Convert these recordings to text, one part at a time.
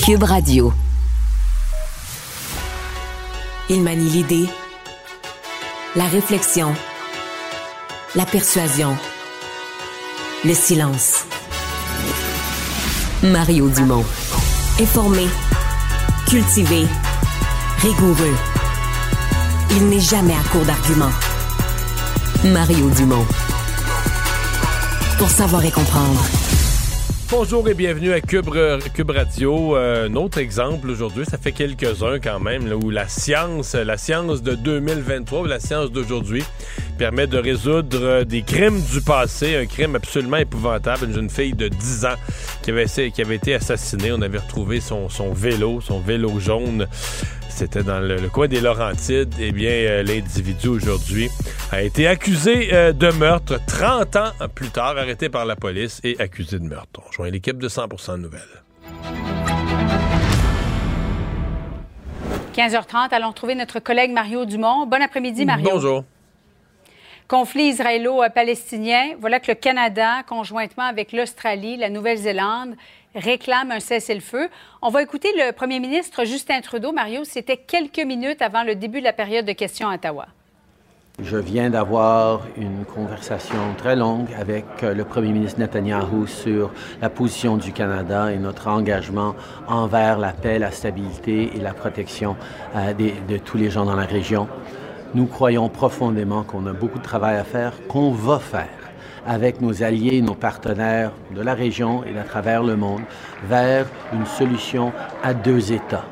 Cube Radio. Il manie l'idée, la réflexion, la persuasion, le silence. Mario Dumont. Informé, cultivé, rigoureux. Il n'est jamais à court d'arguments. Mario Dumont. Pour savoir et comprendre. Bonjour et bienvenue à Cube Radio. Un autre exemple aujourd'hui, ça fait quelques-uns quand même, là, où la science de 2023, ou la science d'aujourd'hui, permet de résoudre des crimes du passé, un crime absolument épouvantable, une jeune fille de 10 ans qui avait été assassinée. On avait retrouvé son vélo jaune. C'était dans le coin des Laurentides. Eh bien, l'individu aujourd'hui a été accusé de meurtre 30 ans plus tard, arrêté par la police et accusé de meurtre. On rejoint l'équipe de 100% Nouvelles. 15h30, allons retrouver notre collègue Mario Dumont. Bon après-midi, Mario. Bonjour. Conflit israélo-palestinien. Voilà que le Canada, conjointement avec l'Australie, la Nouvelle-Zélande, réclame un cessez-le-feu. On va écouter le premier ministre Justin Trudeau. Mario, c'était quelques minutes avant le début de la période de questions à Ottawa. Je viens d'avoir une conversation très longue avec le premier ministre Netanyahou sur la position du Canada et notre engagement envers la paix, la stabilité et la protection de tous les gens dans la région. Nous croyons profondément qu'on a beaucoup de travail à faire, qu'on va faire avec nos alliés, nos partenaires de la région et à travers le monde, vers une solution à 2 États.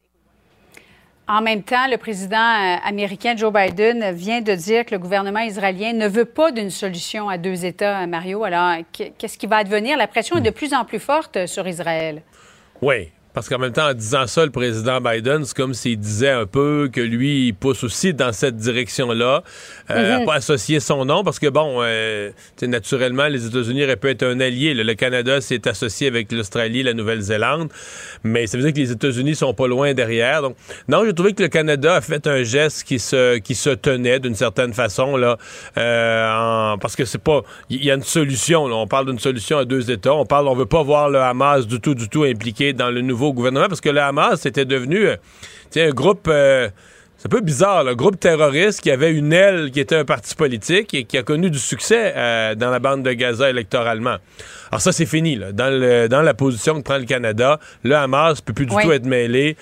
En même temps, le président américain Joe Biden vient de dire que le gouvernement israélien ne veut pas d'une solution à 2 États, Mario. Alors, qu'est-ce qui va advenir? La pression est de plus en plus forte sur Israël. Oui. Parce qu'en même temps, en disant ça, le président Biden, c'est comme s'il disait un peu que lui, il pousse aussi dans cette direction-là, pas associer son nom, parce que bon, naturellement, les États-Unis auraient pu être un allié. Le Canada s'est associé avec l'Australie, la Nouvelle-Zélande, mais ça veut dire que les États-Unis sont pas loin derrière. Donc, non, j'ai trouvé que le Canada a fait un geste qui se tenait d'une certaine façon, là, parce que c'est pas, il y a une solution, là. On parle d'une solution à 2 États. On veut pas voir le Hamas du tout impliqué dans le nouveau gouvernement, parce que le Hamas c'était devenu un groupe, c'est un peu bizarre, le groupe terroriste qui avait une aile qui était un parti politique et qui a connu du succès dans la bande de Gaza électoralement. Alors ça, c'est fini, là. Dans la position que prend le Canada, le Hamas peut plus du tout être mêlé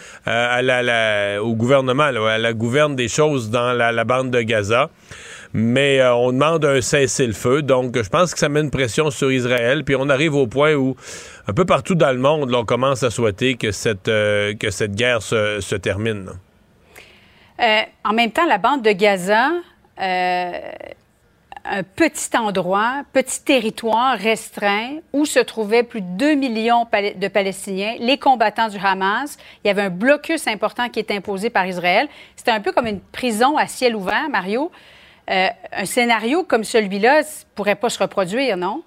au gouvernement, là, à la gouverne des choses dans la bande de Gaza. Mais on demande un cessez-le-feu. Donc, je pense que ça met une pression sur Israël. Puis on arrive au point où, un peu partout dans le monde, là, on commence à souhaiter que cette guerre se termine. En même temps, la bande de Gaza, un petit endroit, petit territoire restreint où se trouvaient plus de 2 millions de Palestiniens, les combattants du Hamas. Il y avait un blocus important qui est imposé par Israël. C'était un peu comme une prison à ciel ouvert, Mario. Un scénario comme celui-là ne pourrait pas se reproduire, non?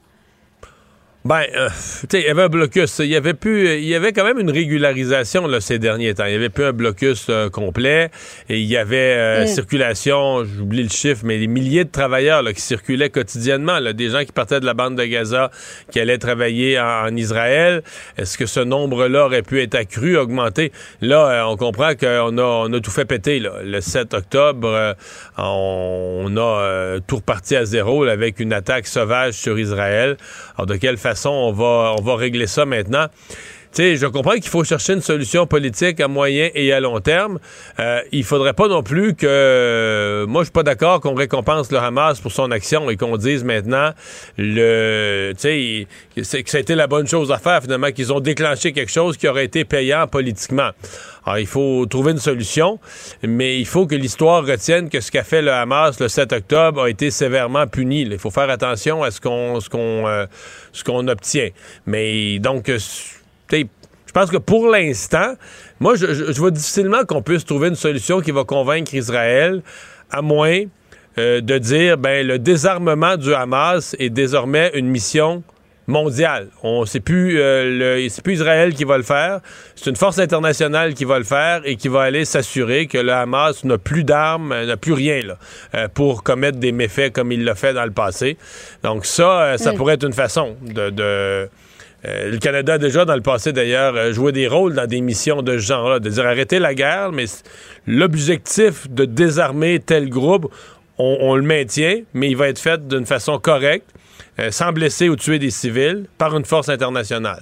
Il y avait un blocus. Il y avait quand même une régularisation là, ces derniers temps. Il y avait plus un blocus complet. Et il y avait circulation, j'oublie le chiffre, mais des milliers de travailleurs là, qui circulaient quotidiennement. Là, des gens qui partaient de la bande de Gaza, qui allaient travailler en Israël. Est-ce que ce nombre-là aurait pu être accru, augmenté? Là, on comprend qu'on a tout fait péter. Là. Le 7 octobre, on a tout reparti à zéro là, avec une attaque sauvage sur Israël. Alors, de quelle façon on va régler ça maintenant? Je comprends qu'il faut chercher une solution politique à moyen et à long terme. Il faudrait pas non plus que... moi, je suis pas d'accord qu'on récompense le Hamas pour son action et qu'on dise maintenant que ça a été la bonne chose à faire, finalement, qu'ils ont déclenché quelque chose qui aurait été payant politiquement. Alors, il faut trouver une solution, mais il faut que l'histoire retienne que ce qu'a fait le Hamas le 7 octobre a été sévèrement puni. Il faut faire attention à ce qu'on obtient. Mais donc... je pense que pour l'instant, moi, je vois difficilement qu'on puisse trouver une solution qui va convaincre Israël, à moins de dire, le désarmement du Hamas est désormais une mission mondiale. C'est plus Israël qui va le faire, c'est une force internationale qui va le faire et qui va aller s'assurer que le Hamas n'a plus d'armes, n'a plus rien là, pour commettre des méfaits comme il l'a fait dans le passé. Donc ça pourrait être une façon Le Canada a déjà, dans le passé, d'ailleurs, joué des rôles dans des missions de ce genre-là, de dire arrêtez la guerre, mais l'objectif de désarmer tel groupe, on le maintient, mais il va être fait d'une façon correcte, sans blesser ou tuer des civils, par une force internationale.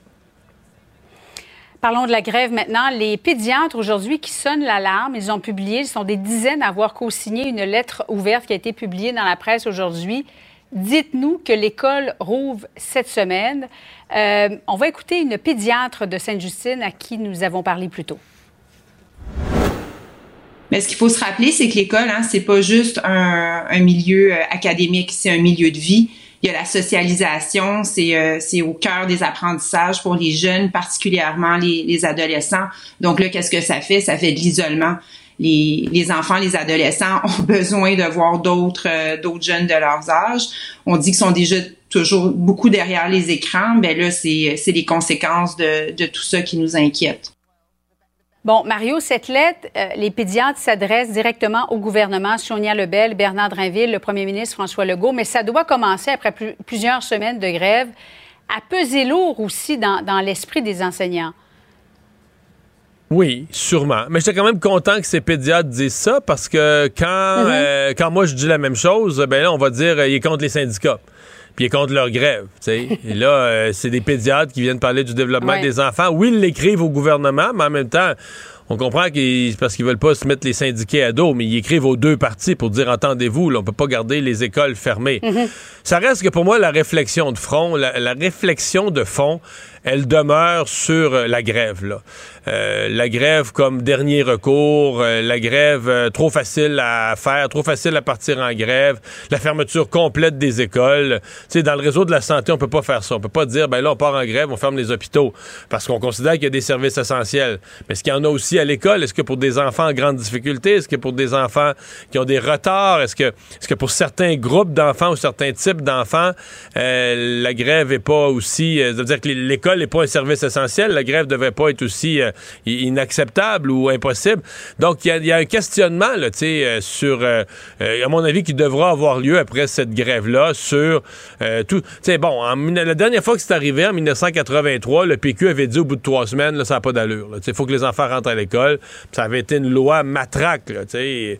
Parlons de la grève maintenant. Les pédiatres, aujourd'hui, qui sonnent l'alarme, ils ont publié, ils sont des dizaines à avoir co-signé une lettre ouverte qui a été publiée dans la presse aujourd'hui. Dites-nous que l'école rouvre cette semaine. On va écouter une pédiatre de Sainte-Justine à qui nous avons parlé plus tôt. Mais ce qu'il faut se rappeler, c'est que l'école, c'est pas juste un milieu académique, c'est un milieu de vie. Il y a la socialisation, c'est au cœur des apprentissages pour les jeunes, particulièrement les adolescents. Donc là, qu'est-ce que ça fait? Ça fait de l'isolement. Les enfants, les adolescents ont besoin de voir d'autres jeunes de leur âge. On dit qu'ils sont déjà toujours beaucoup derrière les écrans. Ben là, c'est les conséquences de tout ça qui nous inquiète. Bon, Mario, cette lettre, les pédiatres s'adressent directement au gouvernement, Sonia Lebel, Bernard Drinville, le premier ministre François Legault, mais ça doit commencer après plusieurs semaines de grève à peser lourd aussi dans l'esprit des enseignants. Oui, sûrement. Mais j'étais quand même content que ces pédiatres disent ça parce que quand moi je dis la même chose, ben là, on va dire il est contre les syndicats. Puis il est contre leur grève, tu sais. Et là, c'est des pédiatres qui viennent parler du développement des enfants. Oui, ils l'écrivent au gouvernement, mais en même temps, on comprend que parce qu'ils veulent pas se mettre les syndiqués à dos, mais ils écrivent aux deux parties pour dire entendez-vous, là, on peut pas garder les écoles fermées. Ça reste que pour moi, la réflexion de fond, la réflexion de fond, elle demeure sur la grève, là. La grève comme dernier recours, la grève trop facile à faire, trop facile à partir en grève, la fermeture complète des écoles. Tu sais, dans le réseau de la santé, on peut pas faire ça. On peut pas dire, ben là, on part en grève, on ferme les hôpitaux, parce qu'on considère qu'il y a des services essentiels. Mais est-ce qu'il y en a aussi à l'école? Est-ce que pour des enfants en grande difficulté? Est-ce que pour des enfants qui ont des retards? Est-ce que pour certains groupes d'enfants ou certains types d'enfants, la grève est pas aussi... ça veut dire que l'école n'est pas un service essentiel. La grève devrait pas être aussi inacceptable ou impossible. Donc, il y a un questionnement, là, tu sais, sur, à mon avis, qui devra avoir lieu après cette grève-là sur tout. Tu sais, bon, la dernière fois que c'est arrivé, en 1983, le PQ avait dit au bout de 3 semaines, là, ça n'a pas d'allure. Tu sais, il faut que les enfants rentrent à l'école. Ça avait été une loi matraque, là, tu sais.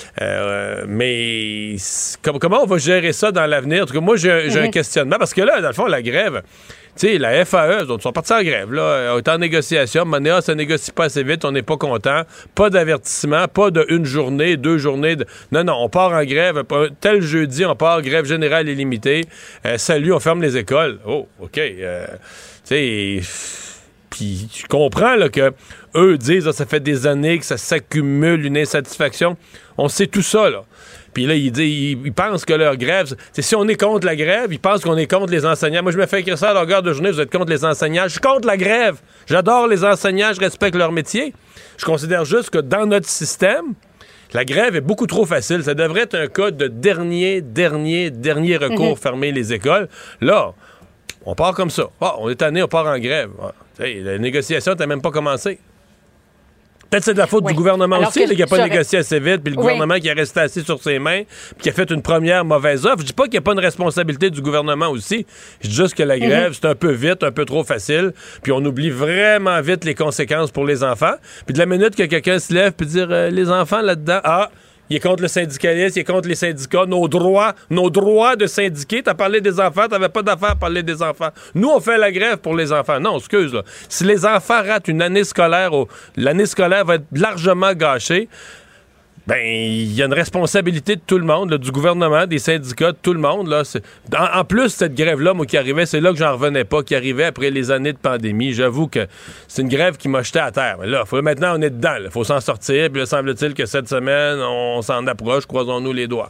Mais comment on va gérer ça dans l'avenir? En tout cas, moi, j'ai un questionnement parce que là, dans le fond, la grève... Tu sais, la FAE, ils sont partis en grève, là. On est en négociation. Maintenant, ça négocie pas assez vite. On n'est pas content. Pas d'avertissement. Pas de 1 journée, 2 journées. Non, on part en grève. Tel jeudi, on part grève générale illimitée. Salut, on ferme les écoles. Oh, OK. Tu sais... Puis je comprends là, que eux disent ça fait des années que ça s'accumule une insatisfaction. On sait tout ça, là. Puis là, ils pensent que leur grève... Si on est contre la grève, ils pensent qu'on est contre les enseignants. Moi, je me fais écrire ça à longueur de journée, vous êtes contre les enseignants. Je suis contre la grève. J'adore les enseignants, je respecte leur métier. Je considère juste que dans notre système, la grève est beaucoup trop facile. Ça devrait être un cas de dernier recours, fermer les écoles. Là, on part comme ça. On est tanné, on part en grève. La négociation n'a même pas commencé. Peut-être c'est de la faute du gouvernement aussi, qui n'a pas négocié assez vite, puis le gouvernement qui est resté assis sur ses mains, puis qui a fait une première mauvaise offre. Je dis pas qu'il n'y a pas une responsabilité du gouvernement aussi. Je dis juste que la grève, c'est un peu vite, un peu trop facile, puis on oublie vraiment vite les conséquences pour les enfants. Puis de la minute que quelqu'un se lève puis dire les enfants là-dedans, il est contre le syndicalisme, il est contre les syndicats, nos droits de syndiquer. T'as parlé des enfants, t'avais pas d'affaire à parler des enfants. Nous, on fait la grève pour les enfants. Non, excuse, là. Si les enfants ratent une année scolaire, l'année scolaire va être largement gâchée. Ben, il y a une responsabilité de tout le monde, là, du gouvernement, des syndicats, de tout le monde. Là. En plus, cette grève-là, moi, qui arrivait, c'est là que j'en revenais pas, qui arrivait après les années de pandémie. J'avoue que c'est une grève qui m'a jeté à terre. Mais là, maintenant, on est dedans. Il faut s'en sortir. Puis là, semble-t-il que cette semaine, on s'en approche. Croisons-nous les doigts.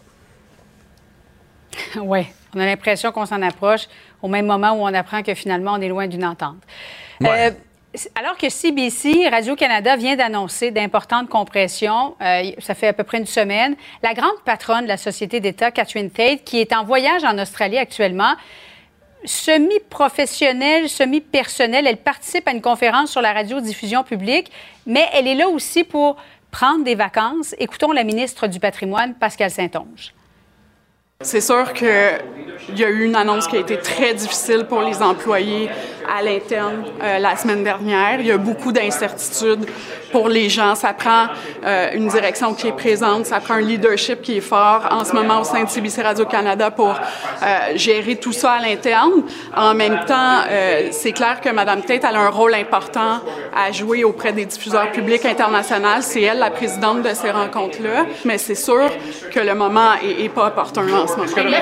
Oui, on a l'impression qu'on s'en approche au même moment où on apprend que finalement, on est loin d'une entente. Ouais. Alors que CBC, Radio-Canada, vient d'annoncer d'importantes compressions, ça fait à peu près une semaine, la grande patronne de la société d'État, Catherine Tait, qui est en voyage en Australie actuellement, semi-professionnelle, semi-personnelle, elle participe à une conférence sur la radiodiffusion publique, mais elle est là aussi pour prendre des vacances. Écoutons la ministre du Patrimoine, Pascale Saint-Onge. C'est sûr qu'il y a eu une annonce qui a été très difficile pour les employés à l'interne la semaine dernière. Il y a beaucoup d'incertitudes pour les gens. Ça prend une direction qui est présente, ça prend un leadership qui est fort en ce moment au sein de CBC Radio-Canada pour gérer tout ça à l'interne. En même temps, c'est clair que Mme Tate elle a un rôle important à jouer auprès des diffuseurs publics internationaux. C'est elle la présidente de ces rencontres-là, mais c'est sûr que le moment est pas opportun en ce moment.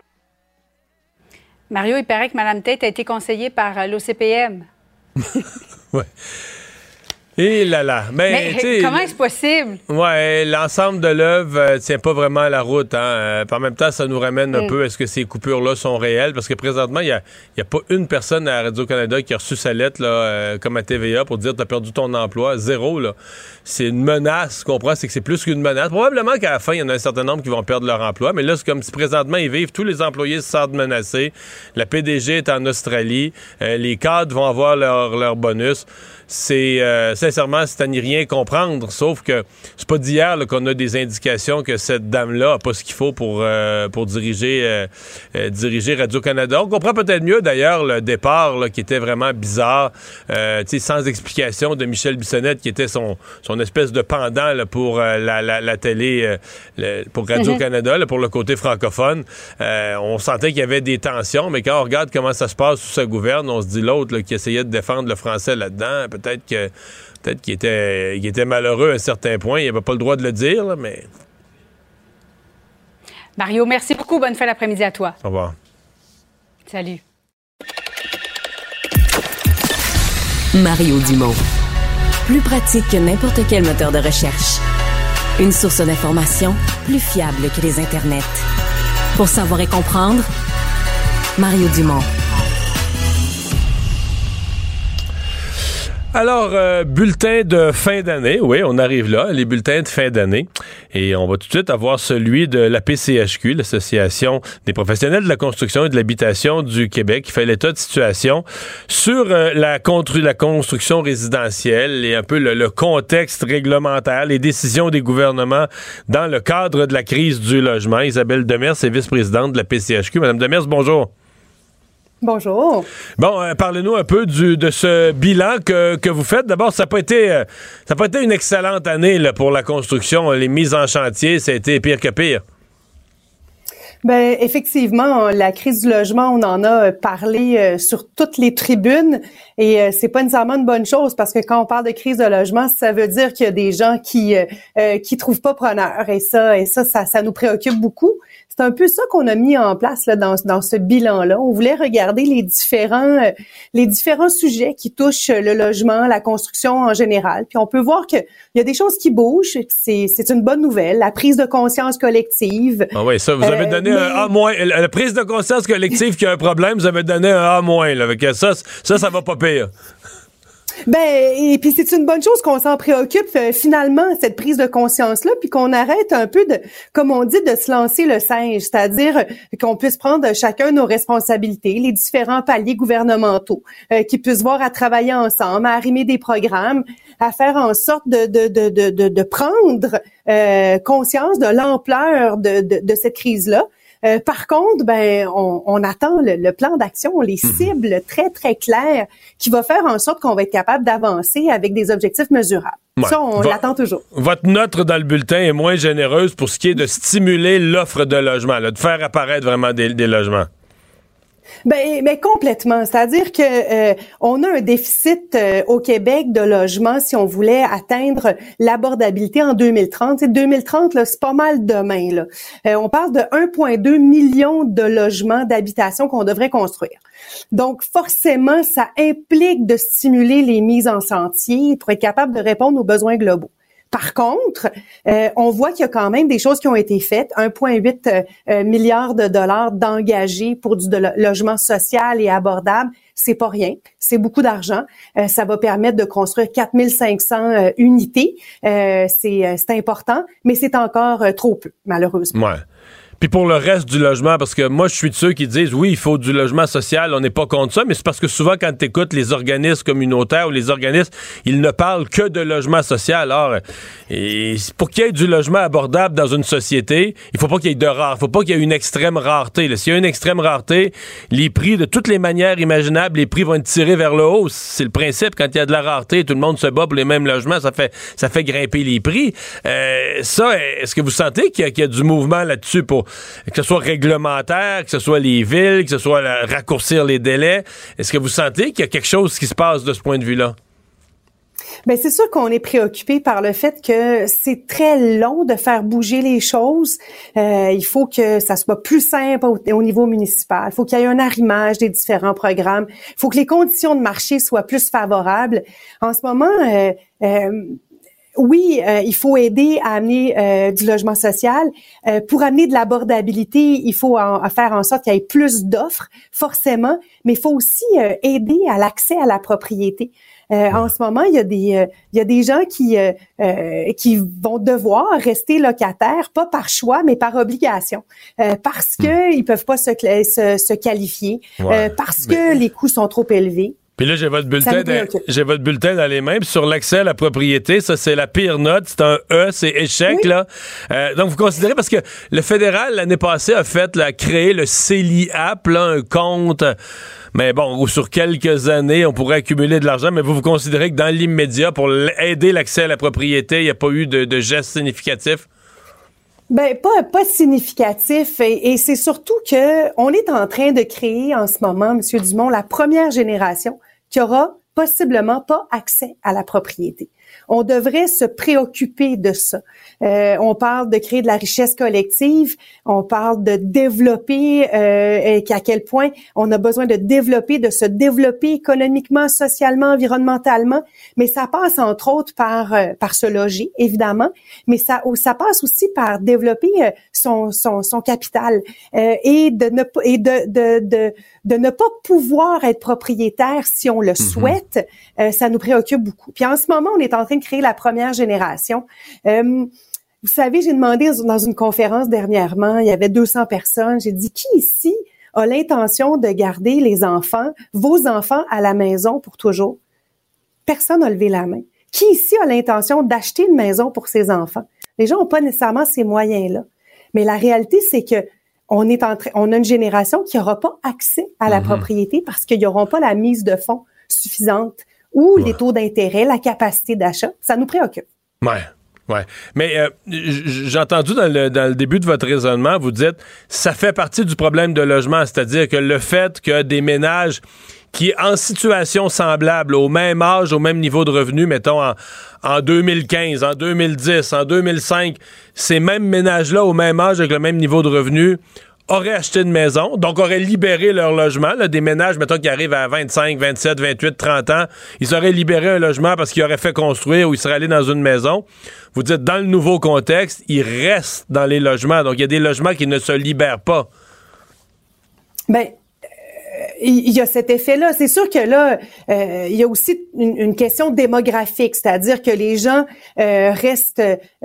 Mario, il paraît que Mme Tate a été conseillée par l'OCPM. Oui. Et là. Mais comment est-ce possible? Ouais, l'ensemble de l'œuvre tient pas vraiment à la route. En même temps, ça nous ramène un peu, est-ce que ces coupures-là sont réelles? Parce que présentement, il y a pas une personne à Radio-Canada qui a reçu sa lettre là, comme à TVA pour dire « t'as perdu ton emploi ». Zéro, là. C'est une menace, qu'on comprend, c'est que c'est plus qu'une menace. Probablement qu'à la fin, il y en a un certain nombre qui vont perdre leur emploi, mais là, c'est comme si présentement, ils vivent, tous les employés se sentent menacés. La PDG est en Australie. Les cadres vont avoir leur bonus. C'est sincèrement, c'est à n'y rien comprendre, sauf que c'est pas d'hier là, qu'on a des indications que cette dame-là a pas ce qu'il faut pour diriger Radio-Canada. On comprend peut-être mieux d'ailleurs le départ là, qui était vraiment bizarre, sans explication de Michel Bissonnette qui était son espèce de pendant là, pour la télé, pour Radio-Canada, là, pour le côté francophone. On sentait qu'il y avait des tensions, mais quand on regarde comment ça se passe sous sa gouverne, on se dit l'autre là, qui essayait de défendre le français là-dedans, peut-être qu'il était malheureux à un certain point. Il n'avait pas le droit de le dire, là, mais... Mario, merci beaucoup. Bonne fin d'après-midi à toi. Au revoir. Salut. Mario Dumont. Plus pratique que n'importe quel moteur de recherche. Une source d'information plus fiable que les internets. Pour savoir et comprendre, Mario Dumont. Alors, bulletin de fin d'année. Oui, on arrive là, les bulletins de fin d'année. Et on va tout de suite avoir celui de la PCHQ, l'Association des professionnels de la construction et de l'habitation du Québec, qui fait l'état de situation sur la construction résidentielle et un peu le contexte réglementaire, les décisions des gouvernements dans le cadre de la crise du logement. Isabelle Demers est vice-présidente de la PCHQ. Madame Demers, bonjour. Bonjour. Bon, parlez-nous un peu de ce bilan que vous faites. D'abord, ça n'a pas été une excellente année là, pour la construction. Les mises en chantier, ça a été pire que pire. Ben effectivement, la crise du logement, on en a parlé sur toutes les tribunes et c'est pas nécessairement une bonne chose parce que quand on parle de crise de logement, ça veut dire qu'il y a des gens qui trouvent pas preneur et ça nous préoccupe beaucoup. C'est un peu ça qu'on a mis en place là dans ce bilan-là. On voulait regarder les différents sujets qui touchent le logement, la construction en général. Puis on peut voir que il y a des choses qui bougent. C'est une bonne nouvelle. La prise de conscience collective. Ah oui, ça vous avez donné un A-. La prise de conscience collective qui a un problème, vous avez donné un A-. Là, avec ça va pas pire. Ben et puis c'est une bonne chose qu'on s'en préoccupe finalement cette prise de conscience là puis qu'on arrête un peu de comme on dit de se lancer le singe, c'est-à-dire qu'on puisse prendre chacun nos responsabilités, les différents paliers gouvernementaux qui puissent voir à travailler ensemble, à arrimer des programmes, à faire en sorte de prendre conscience de l'ampleur de cette crise-là. Par contre, on attend le plan d'action, les cibles très, très claires qui va faire en sorte qu'on va être capable d'avancer avec des objectifs mesurables. Ouais. Ça, on l'attend toujours. Votre note dans le bulletin est moins généreuse pour ce qui est de stimuler l'offre de logements, là, de faire apparaître vraiment des logements. Mais complètement. C'est-à-dire que on a un déficit au Québec de logements si on voulait atteindre l'abordabilité en 2030. 2030, là, c'est pas mal demain. Là. On parle de 1,2 million de logements d'habitation qu'on devrait construire. Donc, forcément, ça implique de stimuler les mises en chantier pour être capable de répondre aux besoins globaux. Par contre, on voit qu'il y a quand même des choses qui ont été faites. 1,8 milliard de dollars d'engagés pour du logement social et abordable. C'est pas rien. C'est beaucoup d'argent. Ça va permettre de construire 4500 unités. C'est important, mais c'est encore trop peu, malheureusement. Ouais. Puis pour le reste du logement, parce que moi, je suis de ceux qui disent, oui, il faut du logement social, on n'est pas contre ça, mais c'est parce que souvent, quand tu écoutes les organismes communautaires ou les organismes, ils ne parlent que de logement social. Alors, et pour qu'il y ait du logement abordable dans une société, il faut pas qu'il y ait de rare, il faut pas qu'il y ait une extrême rareté. Là. S'il y a une extrême rareté, les prix, de toutes les manières imaginables, les prix vont être tirés vers le haut. C'est le principe. Quand il y a de la rareté, tout le monde se bat pour les mêmes logements, ça fait grimper les prix. Ça, est-ce que vous sentez qu'il y a du mouvement là-dessus pour que ce soit réglementaire, que ce soit les villes, que ce soit raccourcir les délais? Est-ce que vous sentez qu'il y a quelque chose qui se passe de ce point de vue-là? Ben c'est sûr qu'on est préoccupé par le fait que c'est très long de faire bouger les choses. Il faut que ça soit plus simple au niveau municipal. Il faut qu'il y ait un arrimage des différents programmes. Il faut que les conditions de marché soient plus favorables. En ce moment, oui, il faut aider à amener du logement social. Pour amener de l'abordabilité, il faut faire en sorte qu'il y ait plus d'offres, forcément, mais il faut aussi aider à l'accès à la propriété. En ce moment, il y a des gens qui vont devoir rester locataires, pas par choix, mais par obligation, parce que ils peuvent pas se qualifier, parce que les coûts sont trop élevés. Puis là, j'ai votre bulletin dans les mains. Puis sur l'accès à la propriété, ça, c'est la pire note. C'est un E, c'est échec, oui. Là. Donc, vous considérez, parce que le fédéral, l'année passée, a créé le CELIAP, là, un compte, mais bon, où sur quelques années, on pourrait accumuler de l'argent, mais vous considérez que dans l'immédiat, pour aider l'accès à la propriété, il n'y a pas eu de geste significatif? Ben pas significatif, et c'est surtout que on est en train de créer en ce moment, Monsieur Dumont, la première génération qui aura possiblement pas accès à la propriété. On devrait se préoccuper de ça. On parle de créer de la richesse collective, on parle de développer, à quel point on a besoin de se développer économiquement, socialement, environnementalement, mais ça passe entre autres par se loger, évidemment, mais ça passe aussi par développer son capital et de ne pas pouvoir être propriétaire si on le souhaite. Ça nous préoccupe beaucoup. Puis en ce moment, on est en train de créer la première génération. Vous savez, j'ai demandé dans une conférence dernièrement, il y avait 200 personnes, j'ai dit, qui ici a l'intention de garder vos enfants à la maison pour toujours? Personne n'a levé la main. Qui ici a l'intention d'acheter une maison pour ses enfants? Les gens n'ont pas nécessairement ces moyens-là. Mais la réalité, c'est que on a une génération qui n'aura pas accès à la propriété parce qu'ils n'auront pas la mise de fonds suffisante ou les taux d'intérêt, la capacité d'achat. Ça nous préoccupe. Ouais. Mais j'ai entendu dans le début de votre raisonnement, vous dites, ça fait partie du problème de logement, c'est-à-dire que le fait que des ménages qui, en situation semblable, au même âge, au même niveau de revenu, mettons en 2015, en 2010, en 2005, ces mêmes ménages-là, au même âge, avec le même niveau de revenu, auraient acheté une maison, donc auraient libéré leur logement. Là, des ménages, mettons, qui arrivent à 25, 27, 28, 30 ans, ils auraient libéré un logement parce qu'ils auraient fait construire ou ils seraient allés dans une maison. Vous dites, dans le nouveau contexte, ils restent dans les logements. Donc, il y a des logements qui ne se libèrent pas. Ben, il y a cet effet-là. C'est sûr que là, il y a aussi une question démographique, c'est-à-dire que les gens restent...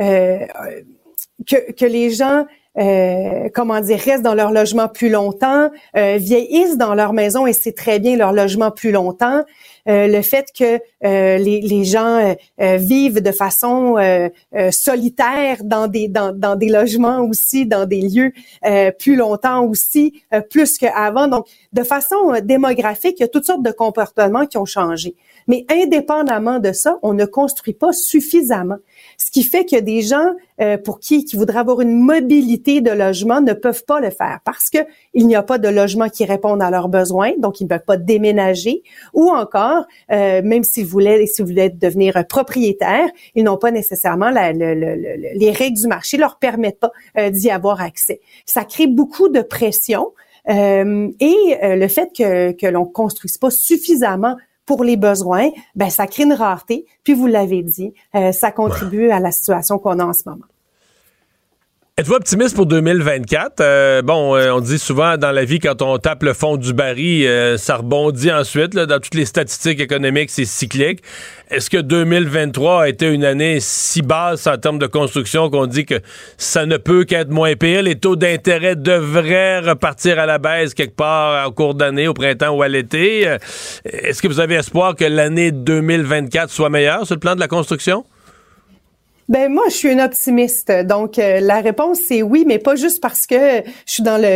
que les gens... restent dans leur logement plus longtemps, vieillissent dans leur maison et c'est très bien leur logement plus longtemps. Le fait que les gens vivent de façon solitaire dans des logements aussi, dans des lieux plus longtemps aussi, plus qu'avant. Donc, de façon démographique, il y a toutes sortes de comportements qui ont changé. Mais indépendamment de ça, on ne construit pas suffisamment. Ce qui fait que des gens pour qui voudraient avoir une mobilité de logement ne peuvent pas le faire parce que il n'y a pas de logement qui répondent à leurs besoins, donc ils ne peuvent pas déménager, ou encore même s'ils voulaient devenir propriétaires, ils n'ont pas nécessairement les règles du marché leur permettent pas d'y avoir accès. Ça crée beaucoup de pression et le fait que l'on construise pas suffisamment pour les besoins, ben ça crée une rareté. Puis vous l'avez dit, ça contribue à la situation qu'on a en ce moment. Êtes-vous optimiste pour 2024? On dit souvent dans la vie, quand on tape le fond du baril, ça rebondit ensuite. Là, dans toutes les statistiques économiques, c'est cyclique. Est-ce que 2023 a été une année si basse en termes de construction qu'on dit que ça ne peut qu'être moins pire? Les taux d'intérêt devraient repartir à la baisse quelque part en cours d'année, au printemps ou à l'été. Est-ce que vous avez espoir que l'année 2024 soit meilleure sur le plan de la construction? Ben moi, je suis une optimiste. Donc la réponse c'est oui, mais pas juste parce que je suis dans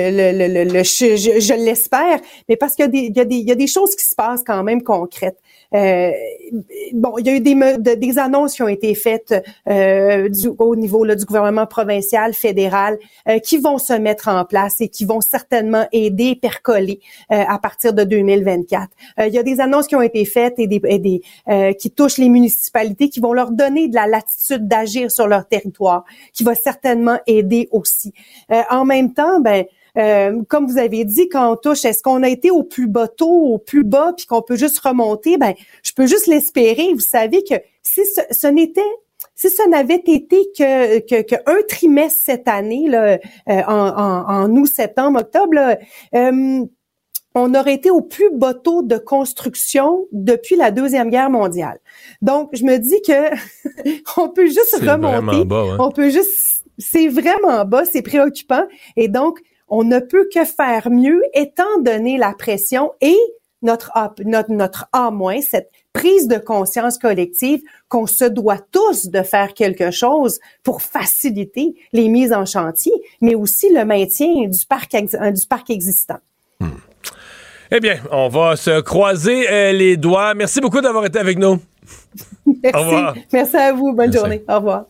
je l'espère, mais parce qu'il y a des choses qui se passent quand même concrètes. Il y a eu des annonces qui ont été faites au niveau là, du gouvernement provincial, fédéral, qui vont se mettre en place et qui vont certainement aider, percoler à partir de 2024. Il y a des annonces qui ont été faites et qui touchent les municipalités, qui vont leur donner de la latitude d'agir sur leur territoire, qui va certainement aider aussi. En même temps, comme vous avez dit, quand on touche, est-ce qu'on a été au plus bas taux, au plus bas, puis qu'on peut juste remonter? Je peux juste l'espérer. Vous savez que si ça n'avait été que un trimestre cette année, là, en août, septembre, octobre, là, on aurait été au plus bas taux de construction depuis la Deuxième Guerre mondiale. Donc, je me dis que on peut juste remonter. Bas, hein? On peut juste, c'est vraiment bas, c'est préoccupant. Et donc, on ne peut que faire mieux étant donné la pression et notre A-, cette prise de conscience collective qu'on se doit tous de faire quelque chose pour faciliter les mises en chantier, mais aussi le maintien du parc existant. Eh bien, on va se croiser les doigts. Merci beaucoup d'avoir été avec nous. Merci. Au revoir. Merci à vous. Bonne journée. Au revoir.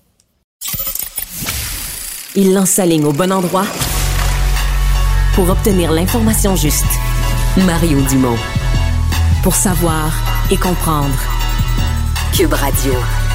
Il lance sa ligne au bon endroit pour obtenir l'information juste. Mario Dumont. Pour savoir et comprendre. Cube Radio.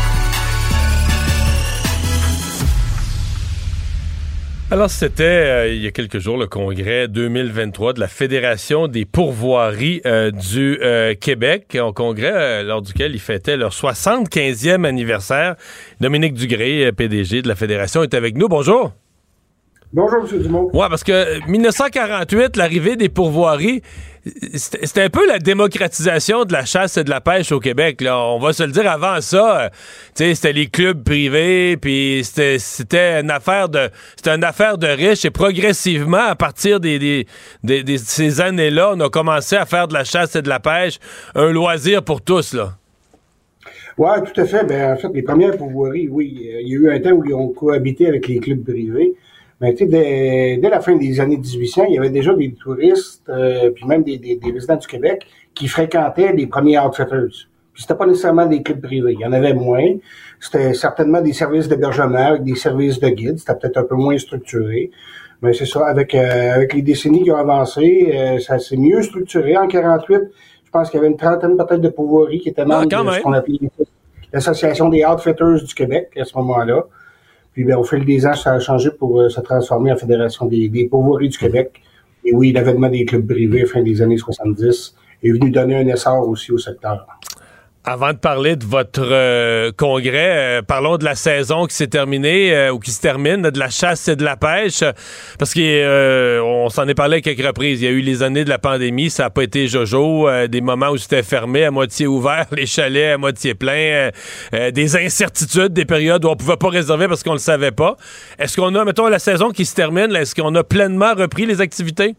Alors, c'était il y a quelques jours le congrès 2023 de la Fédération des pourvoiries du Québec, un congrès lors duquel ils fêtaient leur 75e anniversaire. Dominique Dugré, PDG de la Fédération, est avec nous. Bonjour. Bonjour, M. Dumont. Oui, parce que 1948, l'arrivée des pourvoiries, c'était un peu la démocratisation de la chasse et de la pêche au Québec. Là. On va se le dire, avant ça, c'était les clubs privés, puis c'était une affaire de riches. Et progressivement, à partir de ces années-là, on a commencé à faire de la chasse et de la pêche un loisir pour tous, là. Oui, tout à fait. En fait, les premières pourvoiries, oui, il y a eu un temps où ils ont cohabité avec les clubs privés. Mais tu sais, dès la fin des années 1800, il y avait déjà des touristes, puis même des résidents du Québec qui fréquentaient les premiers outfitters. Puis c'était pas nécessairement des clubs privés, il y en avait moins. C'était certainement des services d'hébergement avec des services de guide. C'était peut-être un peu moins structuré. Mais c'est ça, avec les décennies qui ont avancé, ça s'est mieux structuré. En 48, je pense qu'il y avait une trentaine peut-être de pourvoiries qui étaient membres de ce qu'on appelait l'Association des outfitters du Québec à ce moment-là. Puis au fil des ans, ça a changé pour se transformer en Fédération des pourvoiries du Québec. Et oui, l'avènement des clubs privés fin des années 70 est venu donner un essor aussi au secteur. Avant de parler de votre congrès, parlons de la saison qui s'est terminée ou qui se termine, de la chasse et de la pêche, parce qu'on s'en est parlé à quelques reprises. Il y a eu les années de la pandémie, ça n'a pas été jojo, des moments où c'était fermé, à moitié ouvert, les chalets à moitié pleins, des incertitudes, des périodes où on pouvait pas réserver parce qu'on le savait pas. Est-ce qu'on a, mettons, la saison qui se termine, là, est-ce qu'on a pleinement repris les activités?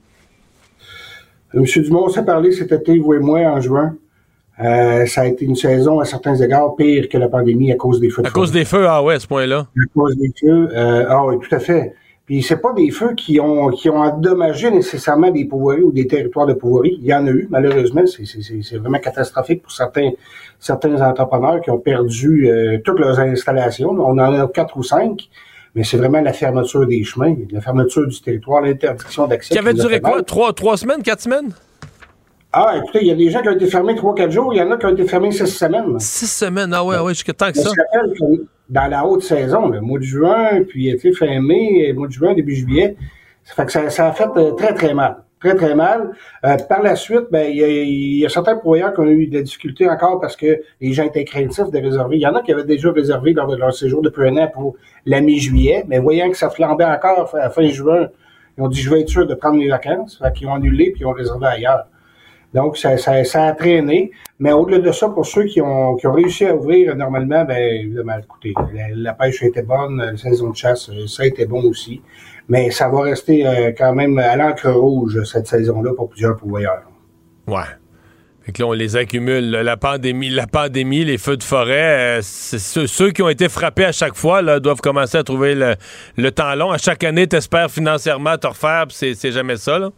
M. Dumont, on s'est parlé cet été, vous et moi, en juin. Ça a été une saison, à certains égards, pire que la pandémie à cause des feux. À cause des feux, ah ouais, à ce point-là. À cause des feux, ah oui, tout à fait. Puis c'est pas des feux qui ont endommagé nécessairement des pourvoiries ou des territoires de pourvoiries. Il y en a eu, malheureusement, c'est vraiment catastrophique pour certains entrepreneurs qui ont perdu toutes leurs installations. On en a 4 ou 5. Mais c'est vraiment la fermeture des chemins, la fermeture du territoire, l'interdiction d'accès. Qui avait duré quoi? 3 semaines, 4 semaines? Ah, écoutez, il y a des gens qui ont été fermés 3-4 jours, il y en a qui ont été fermés 6 semaines. 6 semaines, ah ouais, jusqu'à tant que ça. Je me rappelle que dans la haute saison, le mois de juin, puis fin mai, mois de juin, début juillet, ça fait que ça a fait très, très mal. très, très mal. Par la suite, il y a certains pourvoyeurs qui ont eu de la difficulté encore parce que les gens étaient craintifs de réserver. Il y en a qui avaient déjà réservé lors de leur séjour depuis un an pour la mi-juillet, mais voyant que ça flambait encore à fin juin, ils ont dit, je vais être sûr de prendre mes vacances. Fait qu'ils ont annulé puis ils ont réservé ailleurs. Donc, ça a traîné. Mais au-delà de ça, pour ceux qui ont réussi à ouvrir normalement, évidemment, écoutez, la pêche a été bonne, la saison de chasse, ça a été bon aussi. Mais ça va rester quand même à l'encre rouge, cette saison-là, pour plusieurs pourvoyeurs. Ouais. Fait que là, on les accumule. La pandémie, les feux de forêt, ceux qui ont été frappés à chaque fois là, doivent commencer à trouver le temps long. À chaque année, t'espères financièrement te refaire, puis c'est jamais ça, là?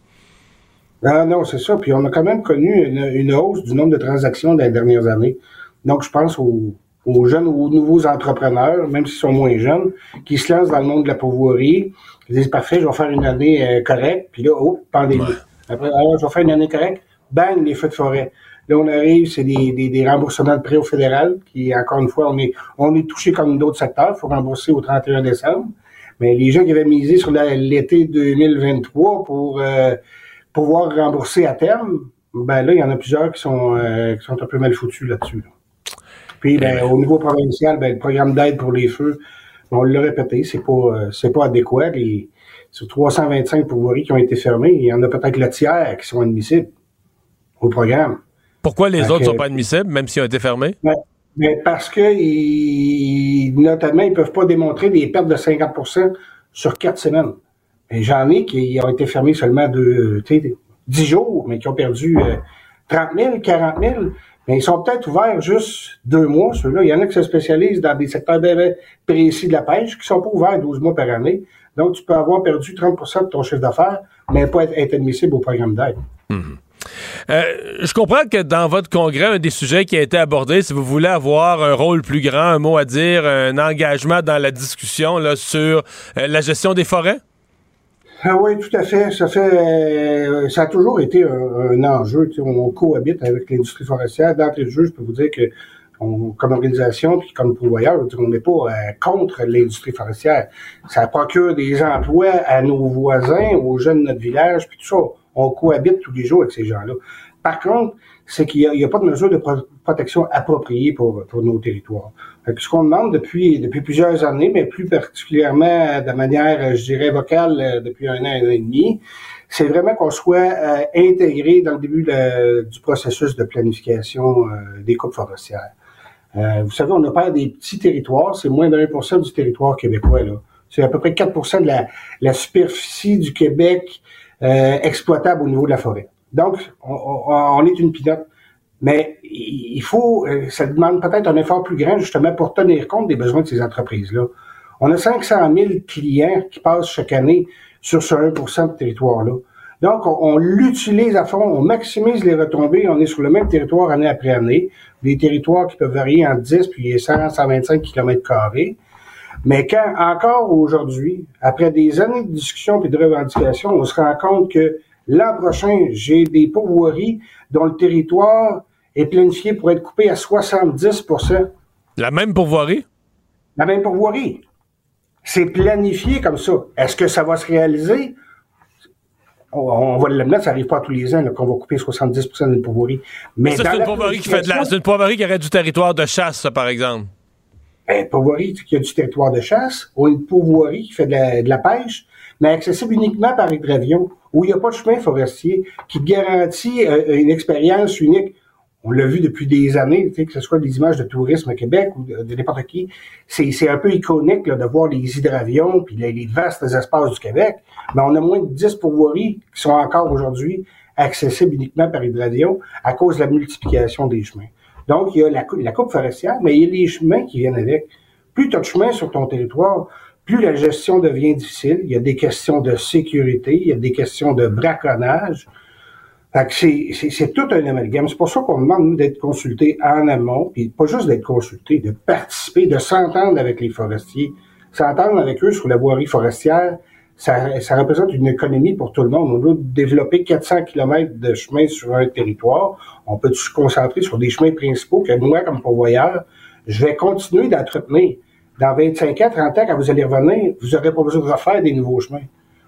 Non, c'est ça. Puis on a quand même connu une hausse du nombre de transactions dans les dernières années. Donc, je pense aux jeunes ou aux nouveaux entrepreneurs, même s'ils sont moins jeunes, qui se lancent dans le monde de la pourvoirie. Ils disent, parfait, je vais faire une année correcte. Puis là, pandémie. Ouais. Après, je vais faire une année correcte. Bang, les feux de forêt. Là, on arrive, c'est des remboursements de prêts au fédéral, qui, encore une fois, on est touché comme d'autres secteurs. Il faut rembourser au 31 décembre. Mais les gens qui avaient misé sur l'été 2023 pour pouvoir rembourser à terme, là, il y en a plusieurs qui sont un peu mal foutus là-dessus. Là. Puis, au niveau provincial, le programme d'aide pour les feux, on l'a répété, c'est pas adéquat. Sur 325 pourvoiries qui ont été fermées, il y en a peut-être le tiers qui sont admissibles au programme. Pourquoi les autres sont pas admissibles, même s'ils ont été fermés? Mais parce que, notamment, ils peuvent pas démontrer des pertes de 50% sur 4 semaines. Et j'en ai qui ont été fermés seulement 10 jours, mais qui ont perdu 30 000, 40 000. Mais ils sont peut-être ouverts juste 2 mois, ceux-là. Il y en a qui se spécialisent dans des secteurs bien précis de la pêche, qui sont pas ouverts 12 mois par année. Donc, tu peux avoir perdu 30% de ton chiffre d'affaires, mais pas être admissible au programme d'aide. Je comprends que dans votre congrès, un des sujets qui a été abordé, si vous voulez avoir un rôle plus grand, un mot à dire, un engagement dans la discussion là, sur la gestion des forêts? Ah oui, tout à fait. Ça a toujours été un enjeu. On cohabite avec l'industrie forestière. D'entrée de jeu, je peux vous dire que comme organisation puis comme pourvoyeur, on n'est pas contre l'industrie forestière. Ça procure des emplois à nos voisins, aux jeunes de notre village, puis tout ça. On cohabite tous les jours avec ces gens-là. Par contre, c'est qu'il n'y a pas de mesure de protection appropriée pour nos territoires. Ce qu'on demande depuis plusieurs années, mais plus particulièrement de manière, je dirais, vocale depuis un an et demi, c'est vraiment qu'on soit intégré dans le début du processus de planification des coupes forestières. Vous savez, on opère des petits territoires, c'est moins de 1% du territoire québécois, là. C'est à peu près 4% de la superficie du Québec exploitable au niveau de la forêt. Donc, on est une pinotte. Mais il faut, ça demande peut-être un effort plus grand, justement, pour tenir compte des besoins de ces entreprises-là. On a 500 000 clients qui passent chaque année sur ce 1% de territoire-là. Donc, on l'utilise à fond, on maximise les retombées, on est sur le même territoire année après année, des territoires qui peuvent varier entre 10 puis 100, 125 km². Mais quand, encore aujourd'hui, après des années de discussion et de revendication, on se rend compte que l'an prochain, j'ai des pourvoiries dont le territoire est planifié pour être coupé à 70%. La même pourvoirie? La même pourvoirie. C'est planifié comme ça. Est-ce que ça va se réaliser? On va le mettre, ça n'arrive pas tous les ans là, qu'on va couper 70% d'une pourvoirie. Mais ça, c'est une pourvoirie qui c'est une pourvoirie qui aurait du territoire de chasse, ça, par exemple. Une pourvoirie qui a du territoire de chasse, ou une pourvoirie qui fait de la pêche, mais accessible uniquement par hydravion, où il n'y a pas de chemin forestier, qui garantit une expérience unique. On l'a vu depuis des années, que ce soit des images de tourisme au Québec ou de n'importe qui. C'est un peu iconique là, de voir les hydravions puis les vastes espaces du Québec. Mais on a moins de 10 pourvoiries qui sont encore aujourd'hui accessibles uniquement par hydravion à cause de la multiplication des chemins. Donc, il y a la coupe forestière, mais il y a les chemins qui viennent avec. Plus tu as de chemins sur ton territoire, plus la gestion devient difficile. Il y a des questions de sécurité, il y a des questions de braconnage. Fait que c'est tout un amalgame. C'est pour ça qu'on demande, nous, d'être consultés en amont, puis pas juste d'être consultés, de participer, de s'entendre avec les forestiers. S'entendre avec eux sur la voirie forestière, ça représente une économie pour tout le monde. On doit développer 400 km de chemin sur un territoire. On peut se concentrer sur des chemins principaux que moi, comme pourvoyeur, je vais continuer d'entretenir. Dans 25 ans, 30 ans, quand vous allez revenir, vous n'aurez pas besoin de refaire des nouveaux chemins.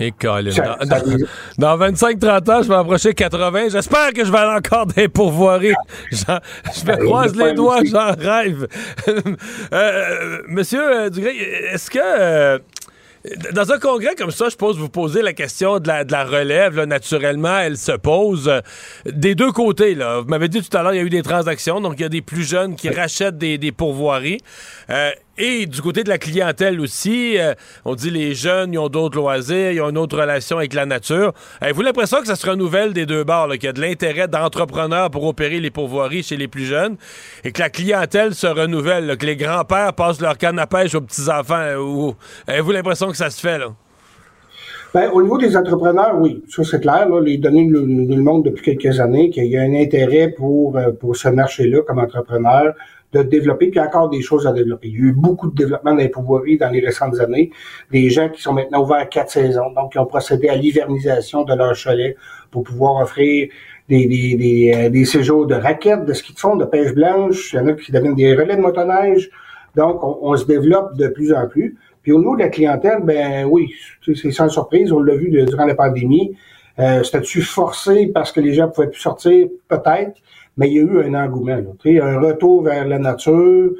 Et Colin, dans 25-30 ans, je vais approcher 80. J'espère que je vais aller encore des pourvoiries. Je me croise les doigts, j'en rêve. Monsieur Dugré, est-ce que... dans un congrès comme ça, je pose vous poser la question de la relève. Là, naturellement, elle se pose des deux côtés. Là. Vous m'avez dit tout à l'heure, il y a eu des transactions, donc il y a des plus jeunes qui rachètent des pourvoiries. Et du côté de la clientèle aussi, on dit les jeunes, ils ont d'autres loisirs, ils ont une autre relation avec la nature. Avez-vous l'impression que ça se renouvelle des deux bords, là, qu'il y a de l'intérêt d'entrepreneurs pour opérer les pourvoiries chez les plus jeunes et que la clientèle se renouvelle, là, que les grands-pères passent leur canne à pêche aux petits-enfants? Avez-vous l'impression que ça se fait, là? Ben, au niveau des entrepreneurs, oui, ça c'est clair. Là, les données nous le montrent depuis quelques années qu'il y a un intérêt pour ce marché-là comme entrepreneur de développer, puis encore des choses à développer. Il y a eu beaucoup de développement dans les pourvoiries dans les récentes années. Des gens qui sont maintenant ouverts 4 saisons, donc qui ont procédé à l'hivernisation de leur chalet pour pouvoir offrir des séjours de raquettes, de ski de fond, de pêche blanche. Il y en a qui deviennent des relais de motoneige. Donc, on se développe de plus en plus. Puis au niveau de la clientèle, ben oui, c'est sans surprise, on l'a vu durant la pandémie. C'était-tu forcé parce que les gens pouvaient plus sortir? Peut-être, mais il y a eu un engouement, là, un retour vers la nature.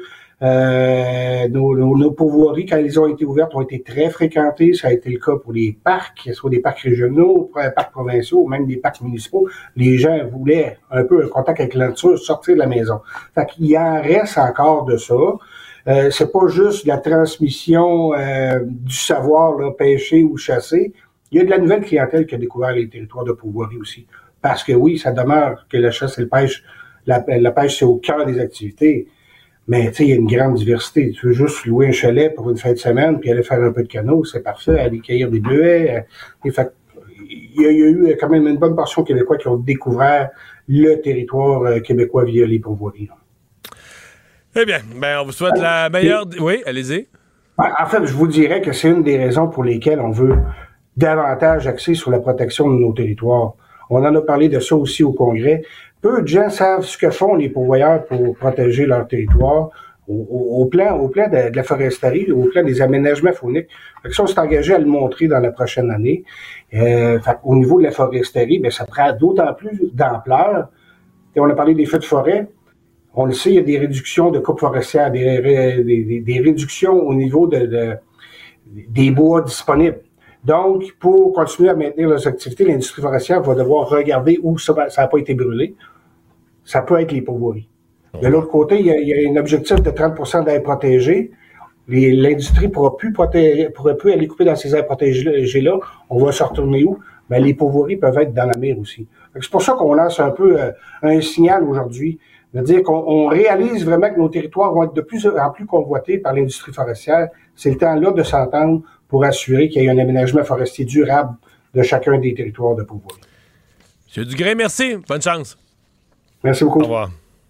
Nos pourvoiries, quand elles ont été ouvertes, ont été très fréquentées. Ça a été le cas pour les parcs, soit des parcs régionaux, parcs provinciaux, même des parcs municipaux. Les gens voulaient un peu un contact avec la nature, sortir de la maison. Fait qu'il en reste encore de ça. C'est pas juste la transmission du savoir, là, pêcher ou chasser. Il y a de la nouvelle clientèle qui a découvert les territoires de pourvoirie aussi. Parce que oui, ça demeure que la chasse et la pêche, c'est au cœur des activités. Mais tu sais, il y a une grande diversité. Tu veux juste louer un chalet pour une fin de semaine puis aller faire un peu de canot, c'est parfait. Aller cueillir des bleuets. Il y a eu quand même une bonne portion québécois qui ont découvert le territoire québécois via les pourvoiries. Eh bien, on vous souhaite la meilleure... Oui, allez-y. En fait, je vous dirais que c'est une des raisons pour lesquelles on veut davantage axer sur la protection de nos territoires. On en a parlé de ça aussi au Congrès. Peu de gens savent ce que font les pourvoyeurs pour protéger leur territoire au plan de la foresterie, au plan des aménagements fauniques. Ça, on s'est engagé à le montrer dans la prochaine année. Au niveau de la foresterie, ça prend d'autant plus d'ampleur. Et on a parlé des feux de forêt. On le sait, il y a des réductions de coupes forestières, des réductions au niveau des bois disponibles. Donc, pour continuer à maintenir leurs activités, l'industrie forestière va devoir regarder où ça n'a pas été brûlé. Ça peut être les pourvoiries. De l'autre côté, il y a un objectif de 30% d'aires protégées. L'industrie ne pourra plus aller couper dans ces aires protégées-là. On va se retourner où? Les pourvoiries peuvent être dans la mer aussi. C'est pour ça qu'on lance un peu un signal aujourd'hui. C'est-à-dire qu'on réalise vraiment que nos territoires vont être de plus en plus convoités par l'industrie forestière. C'est le temps là de s'entendre pour assurer qu'il y ait un aménagement forestier durable de chacun des territoires de pourvoirie. M. Dugré, merci. Bonne chance. Merci beaucoup. Au revoir.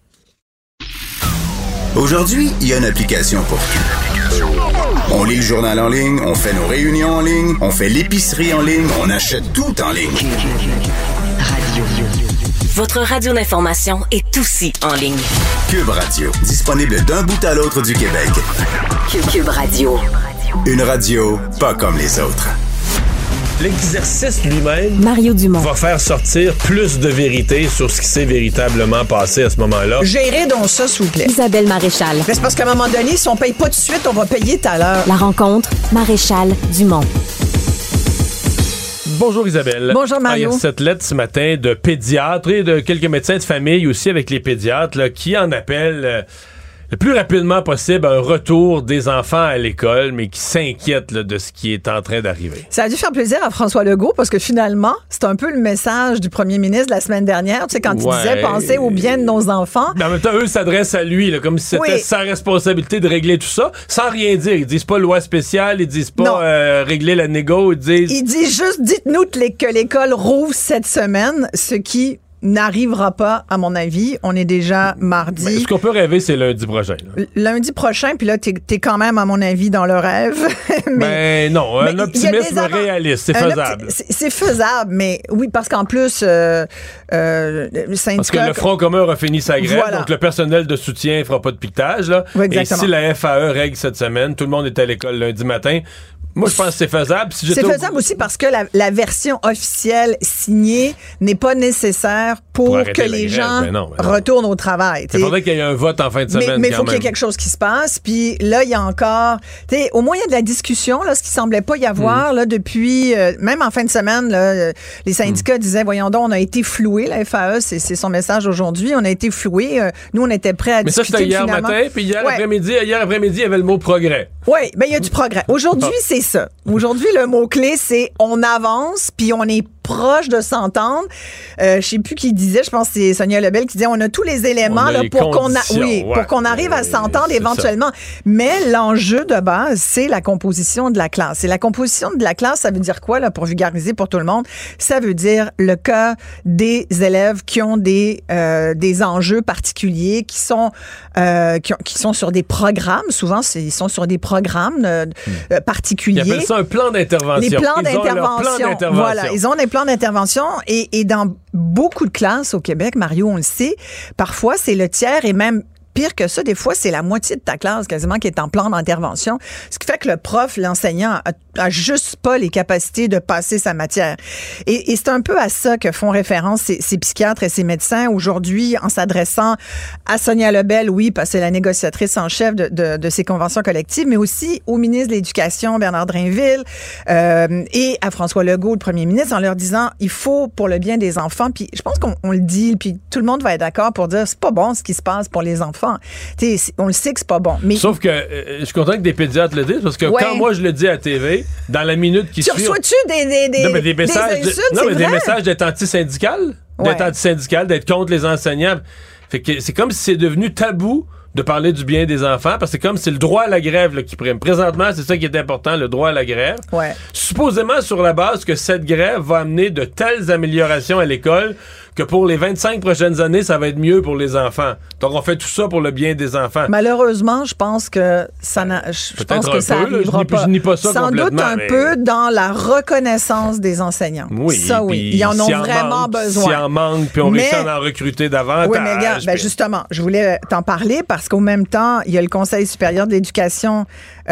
Aujourd'hui, il y a une application pour tout. On lit le journal en ligne, on fait nos réunions en ligne, on fait l'épicerie en ligne, on achète tout en ligne. Votre radio d'information est aussi en ligne. Cube Radio, disponible d'un bout à l'autre du Québec. Cube Radio. Une radio pas comme les autres. L'exercice lui-même Mario Dumont va faire sortir plus de vérité sur ce qui s'est véritablement passé à ce moment-là. Gérez donc ça, s'il vous plaît. Isabelle Maréchal. C'est parce qu'à un moment donné, si on paye pas tout de suite, on va payer tout à l'heure. La rencontre, Maréchal Dumont. Bonjour Isabelle. Bonjour Mario. Il y a cette lettre ce matin de pédiatres et de quelques médecins de famille aussi avec les pédiatres là, qui en appellent le plus rapidement possible un retour des enfants à l'école, mais qui s'inquiètent là, de ce qui est en train d'arriver. Ça a dû faire plaisir à François Legault parce que finalement, c'est un peu le message du premier ministre de la semaine dernière, tu sais, quand il disait « Pensez au bien de nos enfants ». Mais en même temps, eux s'adressent à lui, là, comme si c'était sa responsabilité de régler tout ça, sans rien dire. Ils disent pas loi spéciale, ils disent pas régler la négo, ils disent... Ils disent juste « Dites-nous que l'école rouvre cette semaine », ce qui... n'arrivera pas, à mon avis. On est déjà mardi. Mais ce qu'on peut rêver, c'est lundi prochain. Là. Lundi prochain, puis là, t'es quand même, à mon avis, dans le rêve. mais non, un optimisme réaliste, c'est faisable. C'est faisable, mais oui, parce qu'en plus, le syndicat... Parce que le Front commun aura fini sa grève, donc le personnel de soutien ne fera pas de piquetage. Là. Oui, et si la FAE règle cette semaine, tout le monde est à l'école lundi matin, Moi, je pense que c'est faisable. C'est faisable aussi parce que la version officielle signée n'est pas nécessaire pour que les gens retournent au travail. Il faudrait qu'il y ait un vote en fin de semaine. Mais il faut qu'il y ait quelque chose qui se passe. Puis là, il y a encore... Au moins, il y a de la discussion, là, ce qui semblait pas y avoir là, depuis... même en fin de semaine, là, les syndicats disaient, voyons donc, on a été floués. La FAE, c'est son message aujourd'hui. On a été floués. Nous, on était prêts à discuter. Mais ça, c'était hier matin. Puis hier après-midi, il y avait le mot progrès. Oui, bien, il y a du progrès. Aujourd'hui, c'est ça. Aujourd'hui, le mot-clé, c'est on avance, puis on est proche de s'entendre. Je sais plus qui disait, je pense que c'est Sonia Lebel qui disait on a tous les éléments là, pour qu'on arrive à s'entendre éventuellement. Mais l'enjeu de base, c'est la composition de la classe. Et la composition de la classe, ça veut dire quoi là, pour vulgariser pour tout le monde? Ça veut dire le cas des élèves qui ont des enjeux particuliers, qui sont sur des programmes. Souvent, ils sont sur des programmes particuliers. Ils appellent ça un plan d'intervention. Les plans d'intervention. Voilà, ils ont des plans d'intervention et dans beaucoup de classes au Québec, Mario, on le sait, parfois c'est le tiers et même pire que ça, des fois, c'est la moitié de ta classe quasiment qui est en plan d'intervention. Ce qui fait que le prof, l'enseignant, a juste pas les capacités de passer sa matière. Et c'est un peu à ça que font référence ces psychiatres et ces médecins aujourd'hui en s'adressant à Sonia Lebel, oui, parce que c'est la négociatrice en chef de ces conventions collectives, mais aussi au ministre de l'Éducation, Bernard Drinville, et à François Legault, le premier ministre, en leur disant, il faut, pour le bien des enfants, puis je pense qu'on le dit, puis tout le monde va être d'accord pour dire, c'est pas bon ce qui se passe pour les enfants. On le sait que c'est pas bon. Mais sauf que je suis content que des pédiatres le disent parce que quand moi je le dis à la TV, dans la minute qui suit... Tu reçois-tu des messages des messages d'être anti-syndical, d'être contre les enseignants. Fait que c'est comme si c'est devenu tabou de parler du bien des enfants, parce que c'est comme si c'est le droit à la grève là, qui prime. Présentement, c'est ça qui est important, le droit à la grève. Ouais. Supposément sur la base que cette grève va amener de telles améliorations à l'école que pour les 25 prochaines années, ça va être mieux pour les enfants. Donc, on fait tout ça pour le bien des enfants. Malheureusement, je pense que ça n'arrivera pas. Je nie pas ça sans doute un peu dans la reconnaissance des enseignants. Oui, ça, oui. Ils en ont vraiment besoin. S'il en manque, puis on réussit à en recruter davantage. Oui, mais regarde, justement, je voulais t'en parler parce qu'au même temps, il y a le Conseil supérieur de l'éducation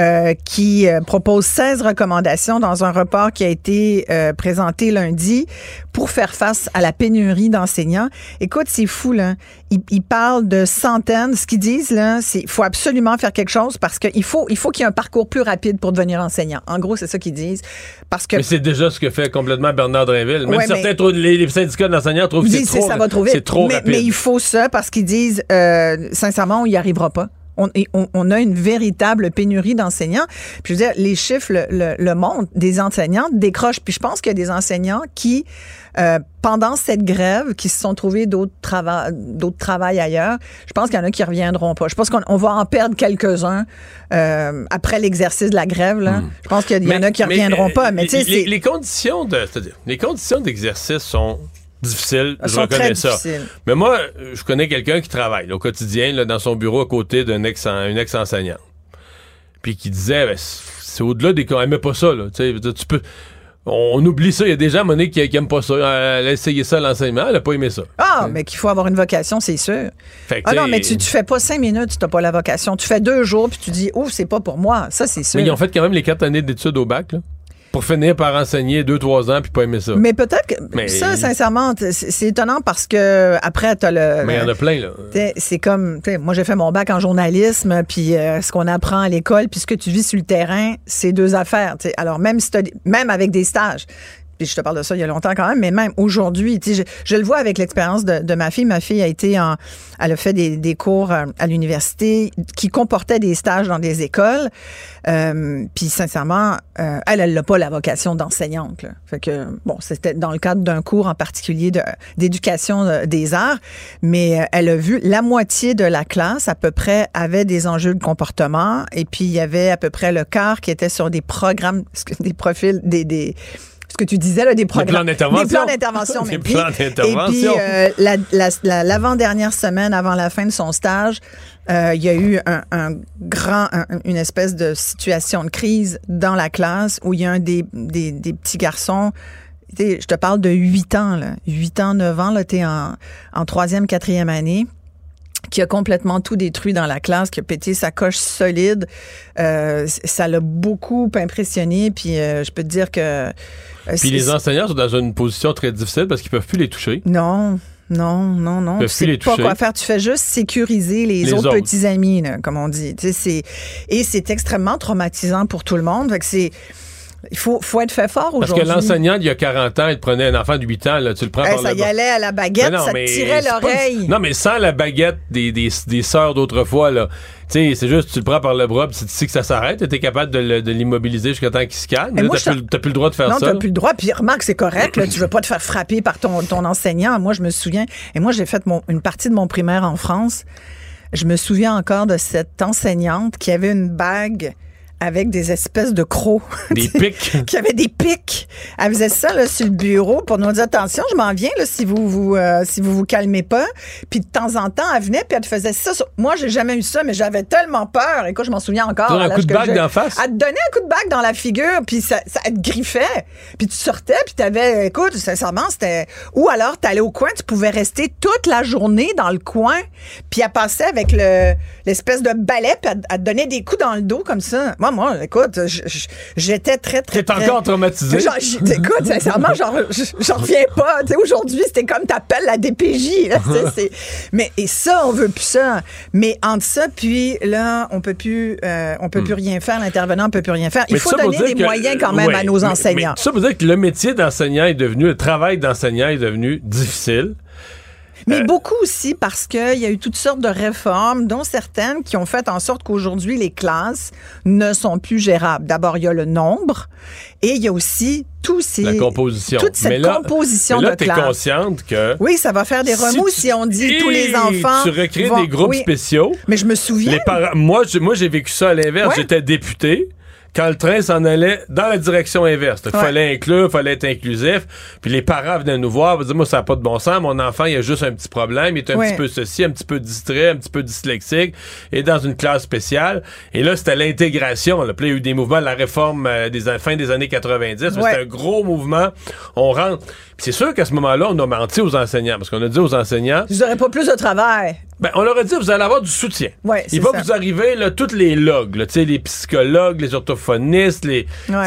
qui propose 16 recommandations dans un rapport qui a été présenté lundi pour faire face à la pénurie d'enseignants. Écoute, c'est fou, là. Ils parlent de centaines. Ce qu'ils disent, là, c'est qu'il faut absolument faire quelque chose parce qu'il faut qu'il y ait un parcours plus rapide pour devenir enseignant. En gros, c'est ça qu'ils disent. Parce que... Mais c'est déjà ce que fait complètement Bernard Drinville. Même les syndicats d'enseignants trouvent que ça va trop vite. C'est trop rapide. Mais il faut ça parce qu'ils disent, sincèrement, on n'y arrivera pas. On a une véritable pénurie d'enseignants. Puis je veux dire, les chiffres le montrent. Des enseignants décrochent. Puis je pense qu'il y a des enseignants qui, pendant cette grève, qui se sont trouvés d'autres travails ailleurs. Je pense qu'il y en a qui reviendront pas. Je pense qu'on va en perdre quelques-uns après l'exercice de la grève. Là. Je pense qu'il y en a qui reviendront pas. Mais les conditions d'exercice sont difficile, je reconnais ça. Mais moi, je connais quelqu'un qui travaille là, au quotidien là, dans son bureau à côté d'une ex-enseignante. Puis qui disait, c'est au-delà des... Elle aimait pas ça, là. Tu peux... On oublie ça. Il y a des gens, Monique, qui aiment pas ça. Elle a essayé ça à l'enseignement, elle a pas aimé ça. Ah, mais qu'il faut avoir une vocation, c'est sûr. Non, mais tu fais pas 5 minutes, tu n'as pas la vocation. Tu fais 2 jours, puis tu dis, c'est pas pour moi. Ça, c'est sûr. Mais ils ont fait quand même les 4 années d'études au bac, là. Pour finir par enseigner 2-3 ans puis pas aimer ça. Mais peut-être que ça, sincèrement, c'est étonnant parce que après, t'as le... Mais il y en a plein, là. C'est comme... Moi, j'ai fait mon bac en journalisme, puis ce qu'on apprend à l'école, puis ce que tu vis sur le terrain, c'est 2 affaires. Alors, même avec des stages... Puis je te parle de ça il y a longtemps quand même, mais même aujourd'hui, je le vois avec l'expérience de ma fille. Ma fille elle a fait des cours à l'université qui comportaient des stages dans des écoles. Puis sincèrement, elle n'a pas la vocation d'enseignante. Là. Fait que c'était dans le cadre d'un cours en particulier d'éducation des arts, mais elle a vu la moitié de la classe à peu près avait des enjeux de comportement, et puis il y avait à peu près le quart qui était sur des programmes, des profils, ce que tu disais, là, des programmes. Des plans d'intervention. Des plans d'intervention. Et puis, l'avant-dernière semaine, avant la fin de son stage, il y a eu une espèce de situation de crise dans la classe où il y a un des petits garçons. Je te parle de 8 ans, là. 8 ans, 9 ans, là, t'es en 3e, 4e année. qui a complètement tout détruit dans la classe, qui a pété sa coche solide. Ça l'a beaucoup impressionné, puis je peux te dire que... Puis les enseignants sont dans une position très difficile parce qu'ils peuvent plus les toucher. Non. Tu sais pas quoi faire. Tu fais juste sécuriser les autres petits amis, là, comme on dit. Tu sais, et c'est extrêmement traumatisant pour tout le monde. Fait que il faut être fait fort aujourd'hui. Parce que l'enseignant, il y a 40 ans, il te prenait un enfant de 8 ans, là, tu le prends par ça y allait à la baguette, ça te tirait l'oreille. Non, mais sans la baguette des sœurs d'autrefois, là. Tu sais, c'est juste, tu le prends par le bras, puis tu sais que ça s'arrête, t'es capable de l'immobiliser jusqu'à temps qu'il se calme. Là, t'as plus le droit de faire ça. Non, t'as plus le droit. Puis remarque, c'est correct, là, tu veux pas te faire frapper par ton enseignant. Moi, je me souviens, et moi, j'ai fait une partie de mon primaire en France. Je me souviens encore de cette enseignante qui avait une bague avec des espèces de crocs. Des pics. Qui avaient des pics. Elle faisait ça là, sur le bureau pour nous dire, attention, je m'en viens là, si vous vous calmez pas. Puis de temps en temps, elle venait puis elle te faisait ça. Moi, j'ai jamais eu ça, mais j'avais tellement peur. Écoute, je m'en souviens encore. Un coup de bague d'en face? Elle te donnait un coup de bague dans la figure, puis ça te griffait. Puis tu sortais, puis t'avais... Écoute, sincèrement, c'était... Ou alors, t'allais au coin, tu pouvais rester toute la journée dans le coin, puis elle passait avec l'espèce de balai, puis elle te donnait des coups dans le dos comme ça. Moi, écoute, j'étais très... T'es encore traumatisé? Écoute, sincèrement, j'en reviens pas. Tu sais, aujourd'hui, c'était comme t'appelles la DPJ. Là, mais et ça, on veut plus ça. Mais entre ça, puis là, on peut plus rien faire. L'intervenant peut plus rien faire. Il faut donner des moyens quand même à nos enseignants. Mais ça veut dire que le métier d'enseignant le travail d'enseignant est devenu difficile. Mais beaucoup aussi parce qu'il y a eu toutes sortes de réformes, dont certaines qui ont fait en sorte qu'aujourd'hui, les classes ne sont plus gérables. D'abord, il y a le nombre et il y a aussi toute cette composition de classe. T'es consciente que... Oui, ça va faire des remous si on dit tous les enfants... Tu recrées des groupes spéciaux. Mais je me souviens... Moi, j'ai vécu ça à l'inverse. Ouais. J'étais député. Quand le train s'en allait dans la direction inverse. Il fallait inclure, il fallait être inclusif. Puis les parents venaient nous voir, ils disaient, moi, ça n'a pas de bon sens. Mon enfant, il a juste un petit problème. Il est un petit peu ceci, un petit peu distrait, un petit peu dyslexique. Et dans une classe spéciale. Et là, c'était l'intégration. Là. Puis il y a eu des mouvements de la réforme fin des années 90. C'était un gros mouvement. On rentre. Puis c'est sûr qu'à ce moment-là, on a menti aux enseignants. Parce qu'on a dit aux enseignants... Vous n'aurez pas plus de travail. On leur a dit, vous allez avoir du soutien. Ouais, il va vous arriver là, tous les logs, là, les psychologues, les orthophonistes, les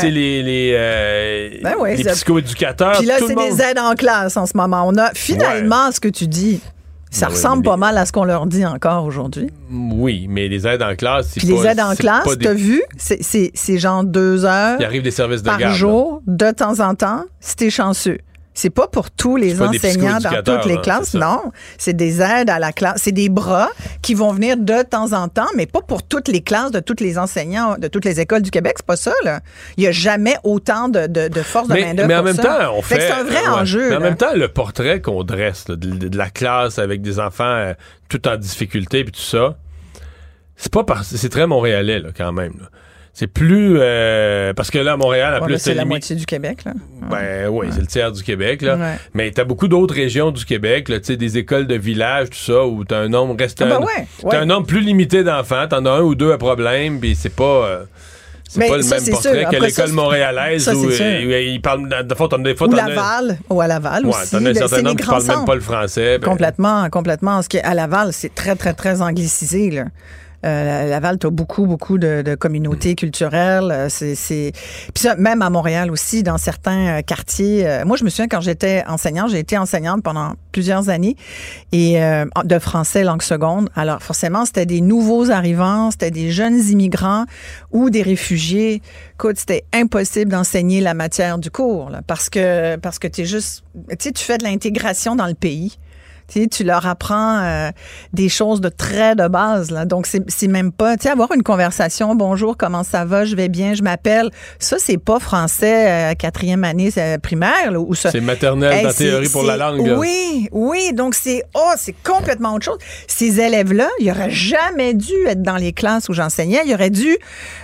psychoéducateurs. Puis là, c'est des aides en classe en ce moment. On a finalement ce que tu dis. Ça ressemble pas mal à ce qu'on leur dit encore aujourd'hui. Oui, mais les aides en classe, c'est pas... Puis les aides en classe, t'as vu, c'est genre 2 heures il arrive des services de par garde, jour, de temps en temps, si t'es chanceux. C'est pas pour tous les enseignants dans toutes les classes, non. C'est des aides à la classe. C'est des bras qui vont venir de temps en temps, mais pas pour toutes les classes de tous les enseignants de toutes les écoles du Québec. C'est pas ça, là. Il y a jamais autant de force de main-d'œuvre. Mais en même temps, c'est un vrai enjeu. Mais en même temps, le portrait qu'on dresse là, de la classe avec des enfants tout en difficulté puis tout ça, c'est très montréalais, là, quand même, là. C'est plus... parce que là, à Montréal... Là, c'est la moitié du Québec, là. C'est le tiers du Québec, là. Ouais. Mais t'as beaucoup d'autres régions du Québec, là, tu sais, des écoles de village, tout ça, où t'as un nombre t'as un nombre plus limité d'enfants, t'en as 1 ou 2 à problème, puis c'est pas... C'est pas le même portrait que l'école montréalaise où ils parlent de fois, ou Laval, ou à Laval aussi. T'en as un certain nombre qui parlent même pas le français. Complètement. Parce qu'à Laval, c'est très, très, très anglicisé, là. Laval, t'as beaucoup de communautés culturelles. Puis ça, même à Montréal aussi, dans certains quartiers. Moi, je me souviens quand j'étais enseignante, j'ai été enseignante pendant plusieurs années et de français langue seconde. Alors forcément, c'était des nouveaux arrivants, c'était des jeunes immigrants ou des réfugiés. Écoute, c'était impossible d'enseigner la matière du cours là, parce que t'es juste, tu sais, tu fais de l'intégration dans le pays. Tu leur apprends des choses de base. Là. Donc, c'est même pas... avoir une conversation, bonjour, comment ça va, je vais bien, je m'appelle. Ça, c'est pas français 4e année primaire. Là, où ça, c'est maternelle, dans théorie pour la langue. Là. Oui. Donc, c'est complètement autre chose. Ces élèves-là, ils n'auraient jamais dû être dans les classes où j'enseignais. Ils auraient dû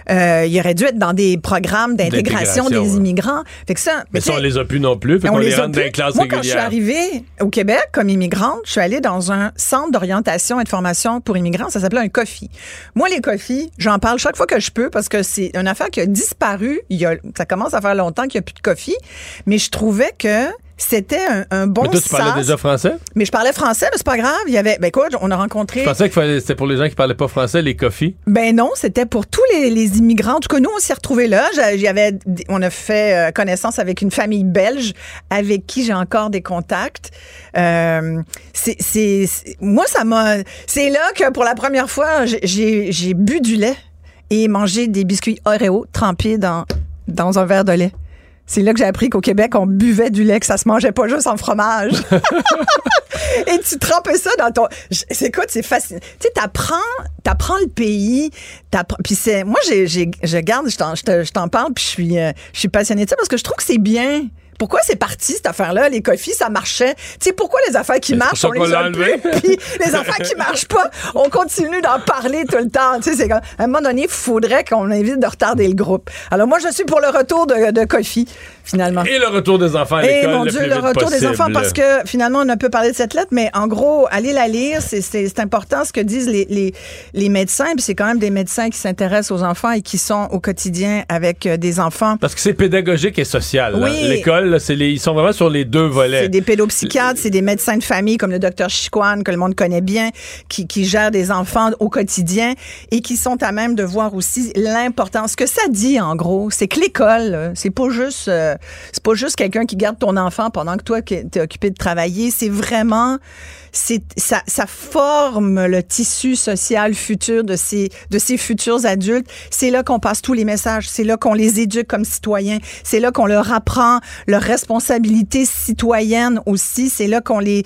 être dans des programmes d'intégration des immigrants. Fait que ça, mais ça, on les a plus non plus. Fait qu'on les rentre dans les classes régulières. Moi, quand je suis arrivée au Québec comme immigrante, je suis allée dans un centre d'orientation et de formation pour immigrants. Ça s'appelait un COFI. Moi, les COFI, j'en parle chaque fois que je peux parce que c'est une affaire qui a disparu. Ça commence à faire longtemps qu'il n'y a plus de COFI. Mais je trouvais que c'était un bon sas. Mais toi, tu parlais déjà français? Mais je parlais français, mais c'est pas grave. Il y avait, écoute, on a rencontré... Je pensais que c'était pour les gens qui parlaient pas français, les coffees. Ben non, c'était pour tous les immigrants. En tout cas, nous, on s'est retrouvés là. On a fait connaissance avec une famille belge avec qui j'ai encore des contacts. Moi, c'est là que pour la première fois, j'ai bu du lait et mangé des biscuits Oreo trempés dans un verre de lait. C'est là que j'ai appris qu'au Québec, on buvait du lait, que ça se mangeait pas juste en fromage. Et tu trempes ça dans ton... Écoute, c'est fascinant. Tu sais, t'apprends le pays. Puis moi, je t'en parle, puis je suis passionnée de ça parce que je trouve que c'est bien. Pourquoi c'est parti, cette affaire-là? Les coffees, ça marchait. Tu sais, pourquoi les affaires qui marchent, on les a plus? Puis les affaires qui marchent pas, on continue d'en parler tout le temps. Tu sais, c'est comme, à un moment donné, il faudrait qu'on évite de retarder le groupe. Alors, moi, je suis pour le retour de coffee, finalement. Et le retour des enfants à l'école. Et mon Dieu, le retour des enfants, parce que finalement, on a peu parlé de cette lettre, mais en gros, allez la lire. C'est important ce que disent les médecins. Puis c'est quand même des médecins qui s'intéressent aux enfants et qui sont au quotidien avec des enfants. Parce que c'est pédagogique et social. Oui. L'école, ils sont vraiment sur les deux volets. C'est des pédopsychiatres, c'est des médecins de famille comme le docteur Chicoine, que le monde connaît bien, qui gèrent des enfants au quotidien et qui sont à même de voir aussi l'importance. Ce que ça dit, en gros, c'est que l'école, c'est pas juste quelqu'un qui garde ton enfant pendant que toi, t'es occupé de travailler. C'est vraiment... Ça forme le tissu social futur de ces futurs adultes. C'est là qu'on passe tous les messages. C'est là qu'on les éduque comme citoyens. C'est là qu'on leur apprend leur responsabilité citoyenne aussi. C'est là qu'on les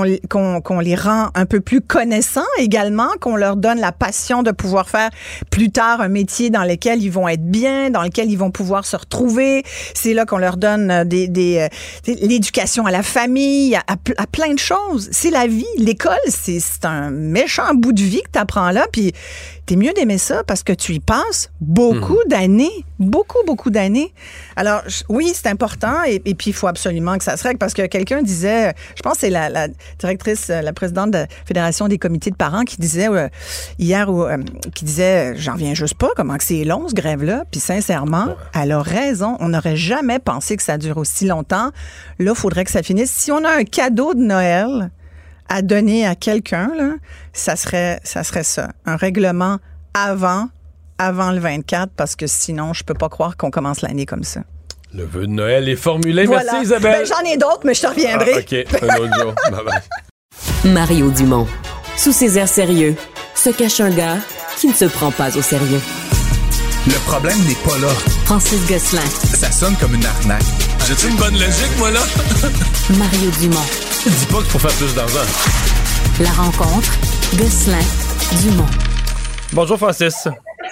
rend un peu plus connaissants également, qu'on leur donne la passion de pouvoir faire plus tard un métier dans lequel ils vont être bien, dans lequel ils vont pouvoir se retrouver. C'est là qu'on leur donne l'éducation à la famille, à plein de choses. C'est la vie. L'école, c'est un méchant bout de vie que tu apprends là, puis t'es mieux d'aimer ça parce que tu y passes beaucoup d'années. Beaucoup d'années. Alors, oui, c'est important et puis il faut absolument que ça se règle parce que quelqu'un disait, je pense que c'est la directrice, la présidente de la Fédération des comités de parents qui disait hier, qui disait, j'en reviens juste pas, comment que c'est long ce grève-là, puis sincèrement, elle a raison, on n'aurait jamais pensé que ça dure aussi longtemps. Là, il faudrait que ça finisse. Si on a un cadeau de Noël à donner à quelqu'un, là, ça serait ça. Un règlement avant le 24, parce que sinon, je peux pas croire qu'on commence l'année comme ça. Le vœu de Noël est formulé. Voilà. Merci, Isabelle. J'en ai d'autres, mais je te reviendrai. OK, un autre jour. Bye-bye. Mario Dumont. Sous ses airs sérieux, se cache un gars qui ne se prend pas au sérieux. Le problème n'est pas là. Francis Gosselin. Ça sonne comme une arnaque. J'ai-tu une bonne logique, moi, là? Mario Dumont. Dis pas qu'il faut faire plus d'argent. La rencontre, Gosselin-Dumont. Bonjour, Francis.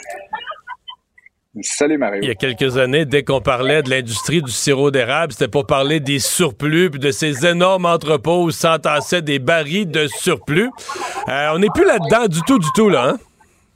Salut, Mario. Il y a quelques années, dès qu'on parlait de l'industrie du sirop d'érable, c'était pour parler des surplus puis de ces énormes entrepôts où s'entassaient des barils de surplus. On n'est plus là-dedans du tout, là, hein?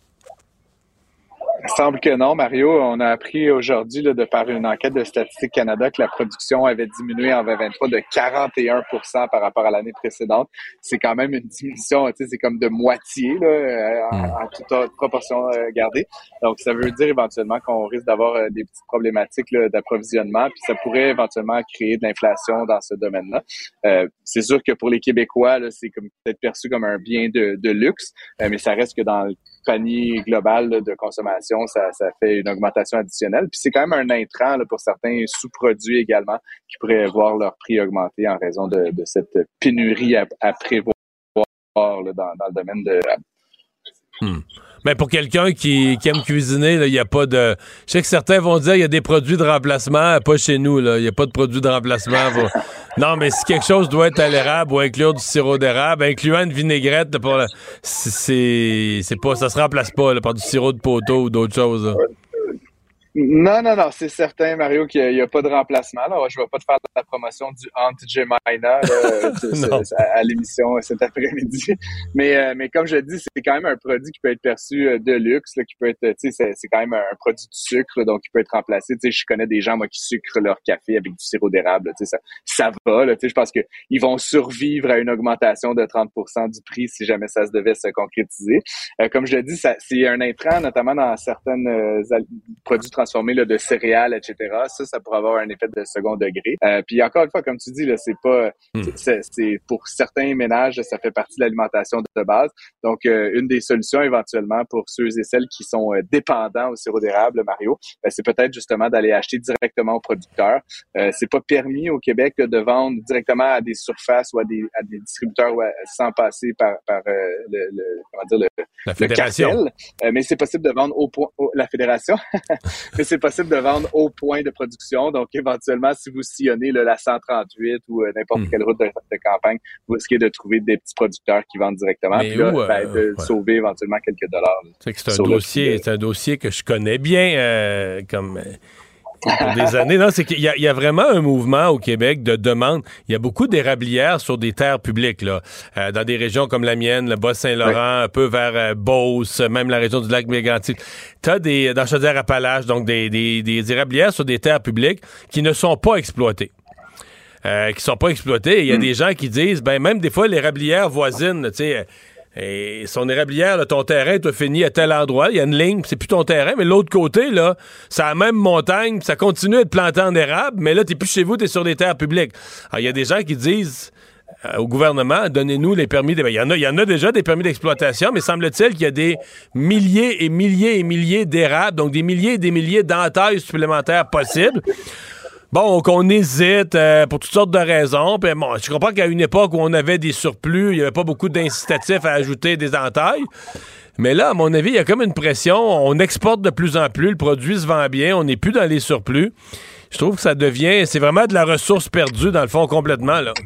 Il semble que non, Mario. On a appris aujourd'hui de par une enquête de Statistique Canada que la production avait diminué en 2023 de 41% par rapport à l'année précédente. C'est quand même une diminution, tu sais, c'est comme de moitié là, en toute autre proportion gardée. Donc, ça veut dire éventuellement qu'on risque d'avoir des petites problématiques là, d'approvisionnement, puis ça pourrait éventuellement créer de l'inflation dans ce domaine-là. C'est sûr que pour les Québécois, là, c'est comme peut-être perçu comme un bien de luxe, mais ça reste que dans le panier global là, de consommation, ça fait une augmentation additionnelle. Puis c'est quand même un intrant là, pour certains sous-produits également qui pourraient voir leur prix augmenter en raison de cette pénurie à prévoir là, dans le domaine de... Mais pour quelqu'un qui aime cuisiner, il n'y a pas de... Je sais que certains vont dire qu'il y a des produits de remplacement, pas chez nous, là. Il n'y a pas de produits de remplacement. Non, mais si quelque chose doit être à l'érable ou inclure du sirop d'érable, incluant une vinaigrette, pour c'est pas, ça se remplace pas là, par du sirop de poteau ou d'autres choses. Là. Non, c'est certain, Mario, qu'il n'y a pas de remplacement. Là. Je ne vais pas te faire la promotion du Aunt Jemina à l'émission cet après-midi. Mais comme je dis, c'est quand même un produit qui peut être perçu de luxe, là, qui peut être, tu sais, c'est quand même un produit de sucre, donc qui peut être remplacé. Tu sais, je connais des gens, moi, qui sucrent leur café avec du sirop d'érable. Tu sais, ça va. Là, tu sais, je pense qu'ils vont survivre à une augmentation de 30% du prix si jamais ça se devait se concrétiser. Comme je le dis, c'est un intrant, notamment dans certains produits transformés transformés là, de céréales, etc. Ça pourrait avoir un effet de second degré. Puis encore une fois, comme tu dis, là, c'est pour certains ménages, ça fait partie de l'alimentation de base. Donc, une des solutions éventuellement pour ceux et celles qui sont dépendants au sirop d'érable, Mario, c'est peut-être justement d'aller acheter directement aux producteurs. C'est pas permis au Québec de vendre directement à des surfaces ou à des distributeurs sans passer par la fédération. Le cartel. Mais c'est possible de vendre la fédération. Mais c'est possible de vendre au point de production. Donc, éventuellement, si vous sillonnez la 138 ou n'importe quelle route de campagne, vous risquez de trouver des petits producteurs qui vendent directement. Puis là, sauver éventuellement quelques dollars. C'est un dossier que je connais bien pour des années. Non, c'est qu'il y a vraiment un mouvement au Québec de demande. Il y a beaucoup d'érablières sur des terres publiques, là, dans des régions comme la mienne, le Bas-Saint-Laurent, un peu vers Beauce, même la région du lac Mégantic. T'as dans Chaudière-Appalaches, donc des érablières sur des terres publiques qui ne sont pas exploitées. Et il y a des gens qui disent, même des fois, l'érablière voisine, tu sais, et son érablière, là, ton terrain, tu as fini à tel endroit, il y a une ligne, c'est plus ton terrain, mais l'autre côté, là, c'est la même montagne, puis ça continue à être planté en érable, mais là, t'es plus chez vous, t'es sur des terres publiques. Alors, il y a des gens qui disent au gouvernement, donnez-nous les permis. Il y en a déjà des permis d'exploitation, mais semble-t-il qu'il y a des milliers et milliers et milliers d'érables, donc des milliers et des milliers d'entailles supplémentaires possibles. Bon, qu'on hésite pour toutes sortes de raisons. Puis bon, je comprends qu'à une époque où on avait des surplus, il n'y avait pas beaucoup d'incitatifs à ajouter des entailles. Mais là, à mon avis, il y a comme une pression. On exporte de plus en plus, le produit se vend bien, on n'est plus dans les surplus. Je trouve que c'est vraiment de la ressource perdue, dans le fond, complètement, là.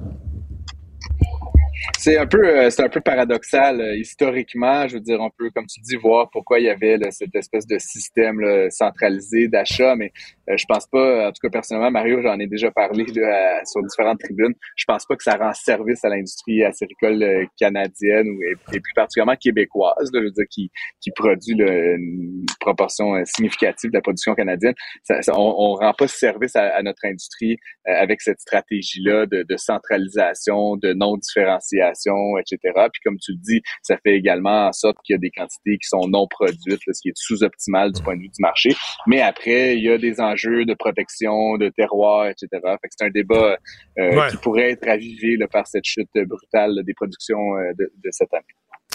C'est un peu paradoxal historiquement. Je veux dire, on peut, comme tu dis, voir pourquoi il y avait cette espèce de système centralisé d'achat, mais je pense pas, en tout cas personnellement, Mario, j'en ai déjà parlé sur différentes tribunes, je pense pas que ça rend service à l'industrie acéricole canadienne et plus particulièrement québécoise, là, je veux dire, qui produit une proportion significative de la production canadienne. On rend pas service à notre industrie avec cette stratégie-là de centralisation, de non-différenciation, etc. Puis comme tu le dis, ça fait également en sorte qu'il y a des quantités qui sont non produites, là, ce qui est sous-optimal du point de vue du marché. Mais après, il y a des enjeux de protection, de terroir, etc. Fait que c'est un débat qui pourrait être ravivé là, par cette chute brutale là, des productions de cette année.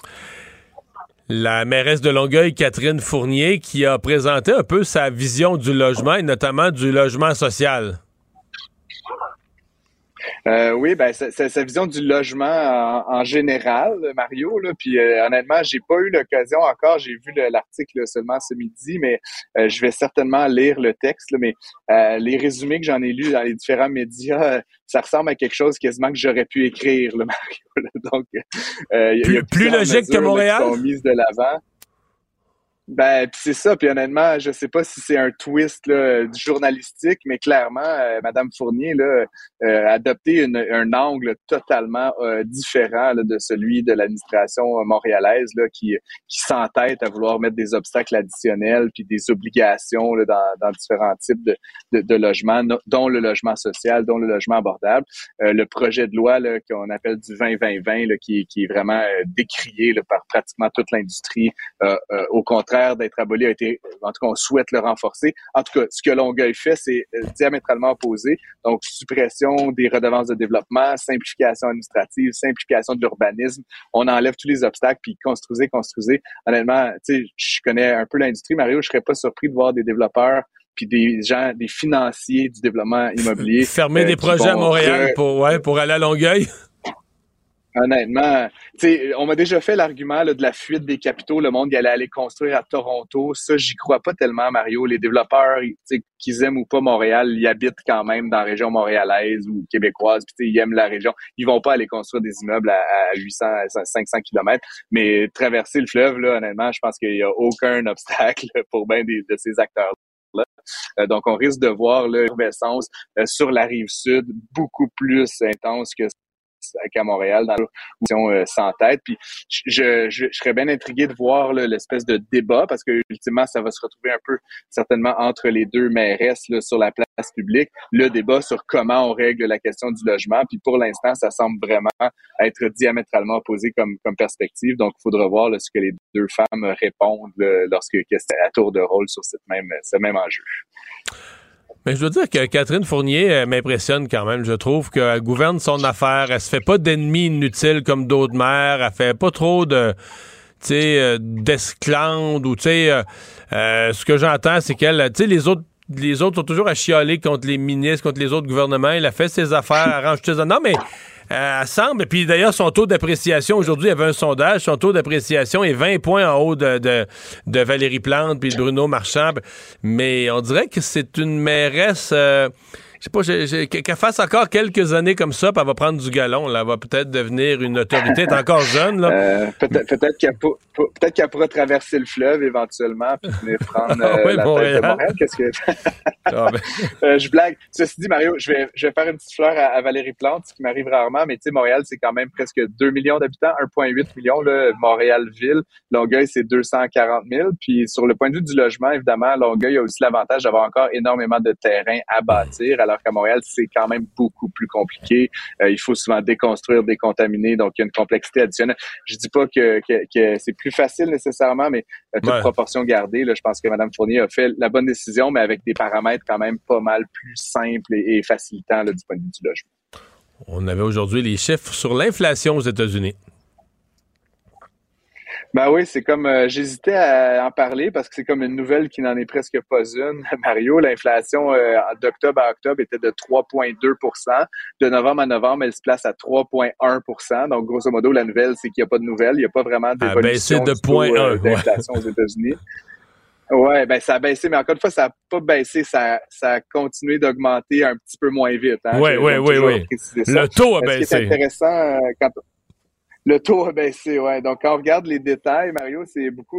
La mairesse de Longueuil, Catherine Fournier, qui a présenté un peu sa vision du logement et notamment du logement social. Oui, sa vision du logement en général, Mario, là, puis honnêtement, j'ai pas eu l'occasion encore, j'ai vu l'article seulement ce midi, mais je vais certainement lire le texte, là, mais les résumés que j'en ai lus dans les différents médias, ça ressemble à quelque chose quasiment que j'aurais pu écrire, là, Mario. Là. Donc, y a plus logique que Montréal? Là, qui sont mises de l'avant. Pis c'est ça, puis honnêtement, je sais pas si c'est un twist là, journalistique, mais clairement, Madame Fournier là, a adopté un angle totalement différent là, de celui de l'administration montréalaise là, qui s'entête à vouloir mettre des obstacles additionnels puis des obligations là, dans différents types de logements, dont le logement social, dont le logement abordable. Le projet de loi là, qu'on appelle du 20-20-20 là, qui est vraiment décrié là, par pratiquement toute l'industrie, au contraire d'être aboli, en tout cas, on souhaite le renforcer. En tout cas, ce que Longueuil fait, c'est diamétralement opposé. Donc, suppression des redevances de développement, simplification administrative, simplification de l'urbanisme. On enlève tous les obstacles, puis construisez. Honnêtement, tu sais, je connais un peu l'industrie, Mario, je serais pas surpris de voir des développeurs puis des financiers du développement immobilier. Fermer des projets à Montréal pour aller à Longueuil. Honnêtement, tu sais, on m'a déjà fait l'argument là, de la fuite des capitaux, le monde qui allait aller construire à Toronto. Ça, j'y crois pas tellement, Mario. Les développeurs, qu'ils aiment ou pas Montréal, ils habitent quand même dans la région montréalaise ou québécoise, puis ils aiment la région. Ils vont pas aller construire des immeubles à 800, 500 kilomètres, mais traverser le fleuve, là, honnêtement, je pense qu'il y a aucun obstacle pour bien de ces acteurs-là. Donc, on risque de voir l'effervescence sur la rive sud beaucoup plus intense que qu'à Montréal dans l'option sans tête. Puis je serais bien intrigué de voir là, l'espèce de débat parce que ultimement ça va se retrouver un peu certainement entre les deux mairesses là, sur la place publique, le débat sur comment on règle la question du logement. Puis pour l'instant, ça semble vraiment être diamétralement opposé comme perspective. Donc, il faudra voir là, ce que les deux femmes répondent lorsque c'est à tour de rôle sur ce même enjeu. Mais je dois dire que Catherine Fournier m'impressionne quand même. Je trouve qu'elle gouverne son affaire. Elle se fait pas d'ennemis inutiles comme d'autres maires. Elle fait pas trop d'esclandre ou ce que j'entends, c'est qu'elle, les autres sont toujours à chialer contre les ministres, contre les autres gouvernements. Elle a fait ses affaires, arrange ses affaires. Non, mais elle semble. Et puis d'ailleurs, son taux d'appréciation, aujourd'hui, il y avait un sondage, son taux d'appréciation est 20 points en haut de Valérie Plante puis de Bruno Marchand. Mais on dirait que c'est une mairesse... je sais pas, qu'elle fasse encore quelques années comme ça, puis elle va prendre du galon. Là. Elle va peut-être devenir une autorité. Elle est encore jeune. Là. Peut-être qu'elle pourra traverser le fleuve éventuellement puis venir prendre la tête de Montréal. Qu'est-ce que... je blague. Ceci dit, Mario, je vais faire une petite fleur à Valérie Plante, ce qui m'arrive rarement, mais tu sais, Montréal, c'est quand même presque 2 millions d'habitants, 1,8 million, là, Montréal-Ville. Longueuil, c'est 240 000. Puis sur le point de vue du logement, évidemment, Longueuil a aussi l'avantage d'avoir encore énormément de terrain à bâtir, alors qu'à Montréal, c'est quand même beaucoup plus compliqué. Il faut souvent déconstruire, décontaminer, donc il y a une complexité additionnelle. Je dis pas que c'est plus facile nécessairement, mais toute proportion gardée, là, je pense que Mme Fournier a fait la bonne décision, mais avec des paramètres quand même pas mal plus simples et facilitants là, du point de vue du logement. On avait aujourd'hui les chiffres sur l'inflation aux États-Unis. Ben oui, c'est comme j'hésitais à en parler parce que c'est comme une nouvelle qui n'en est presque pas une. Mario, l'inflation d'octobre à octobre était de 3,2 %. De novembre à novembre, elle se place à 3,1 %. Donc, grosso modo, la nouvelle, c'est qu'il n'y a pas de nouvelle. Il n'y a pas vraiment d'évolution de 0,1 d'inflation aux États-Unis. Ouais, ben ça a baissé, mais encore une fois, ça n'a pas baissé, ça a continué d'augmenter un petit peu moins vite. Hein? Oui. Le taux a baissé. Ce qui est intéressant, le taux a baissé, ouais. Donc, quand on regarde les détails, Mario, c'est beaucoup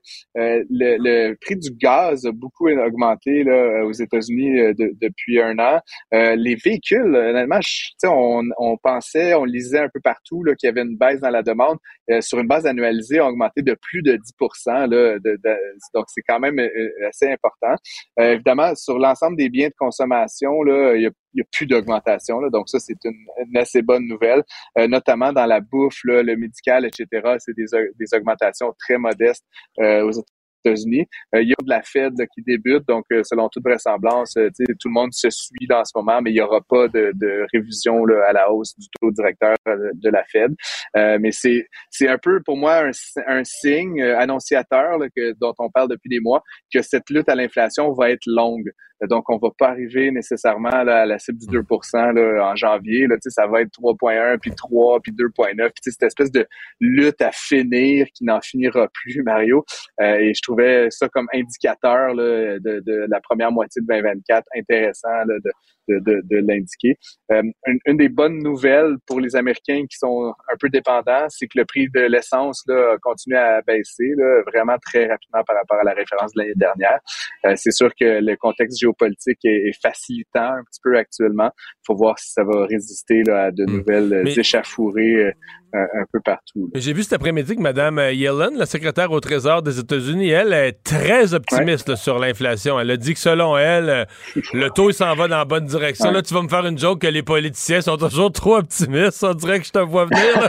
le prix du gaz a beaucoup augmenté là aux États-Unis depuis un an. Les véhicules, honnêtement, on pensait, on lisait un peu partout là qu'il y avait une baisse dans la demande. Sur une base annualisée, a augmenté de plus de 10%. Là, donc, c'est quand même assez important. Évidemment, sur l'ensemble des biens de consommation, là, il y a plus d'augmentation. Là, donc, ça, c'est une assez bonne nouvelle. Notamment dans la bouffe, là, le médical, etc. C'est des augmentations très modestes aux États-Unis. Il y a de la Fed là, qui débute, donc selon toute vraisemblance, tout le monde se suit dans ce moment, mais il n'y aura pas de révision là, à la hausse du taux directeur de la Fed. Mais c'est un peu pour moi un signe annonciateur là, dont on parle depuis des mois, que cette lutte à l'inflation va être longue. Donc, on va pas arriver nécessairement là, à la cible du 2 % là, en janvier. Là, ça va être 3,1, puis 3, puis 2,9. Puis cette espèce de lutte à finir qui n'en finira plus, Mario. Et je trouvais ça comme indicateur là, de la première moitié de 2024 intéressant là, de l'indiquer. Une des bonnes nouvelles pour les Américains qui sont un peu dépendants, c'est que le prix de l'essence là, a continué à baisser là, vraiment très rapidement par rapport à la référence de l'année dernière. C'est sûr que le contexte géopolitique est facilitant un petit peu actuellement. Il faut voir si ça va résister là, à de nouvelles échauffourées un peu partout. J'ai vu cet après-midi que Mme Yellen, la secrétaire au Trésor des États-Unis, elle est très optimiste là, sur l'inflation. Elle a dit que selon elle, le taux il s'en va dans la bonne direction. Là, tu vas me faire une joke que les politiciens sont toujours trop optimistes. On dirait que je te vois venir.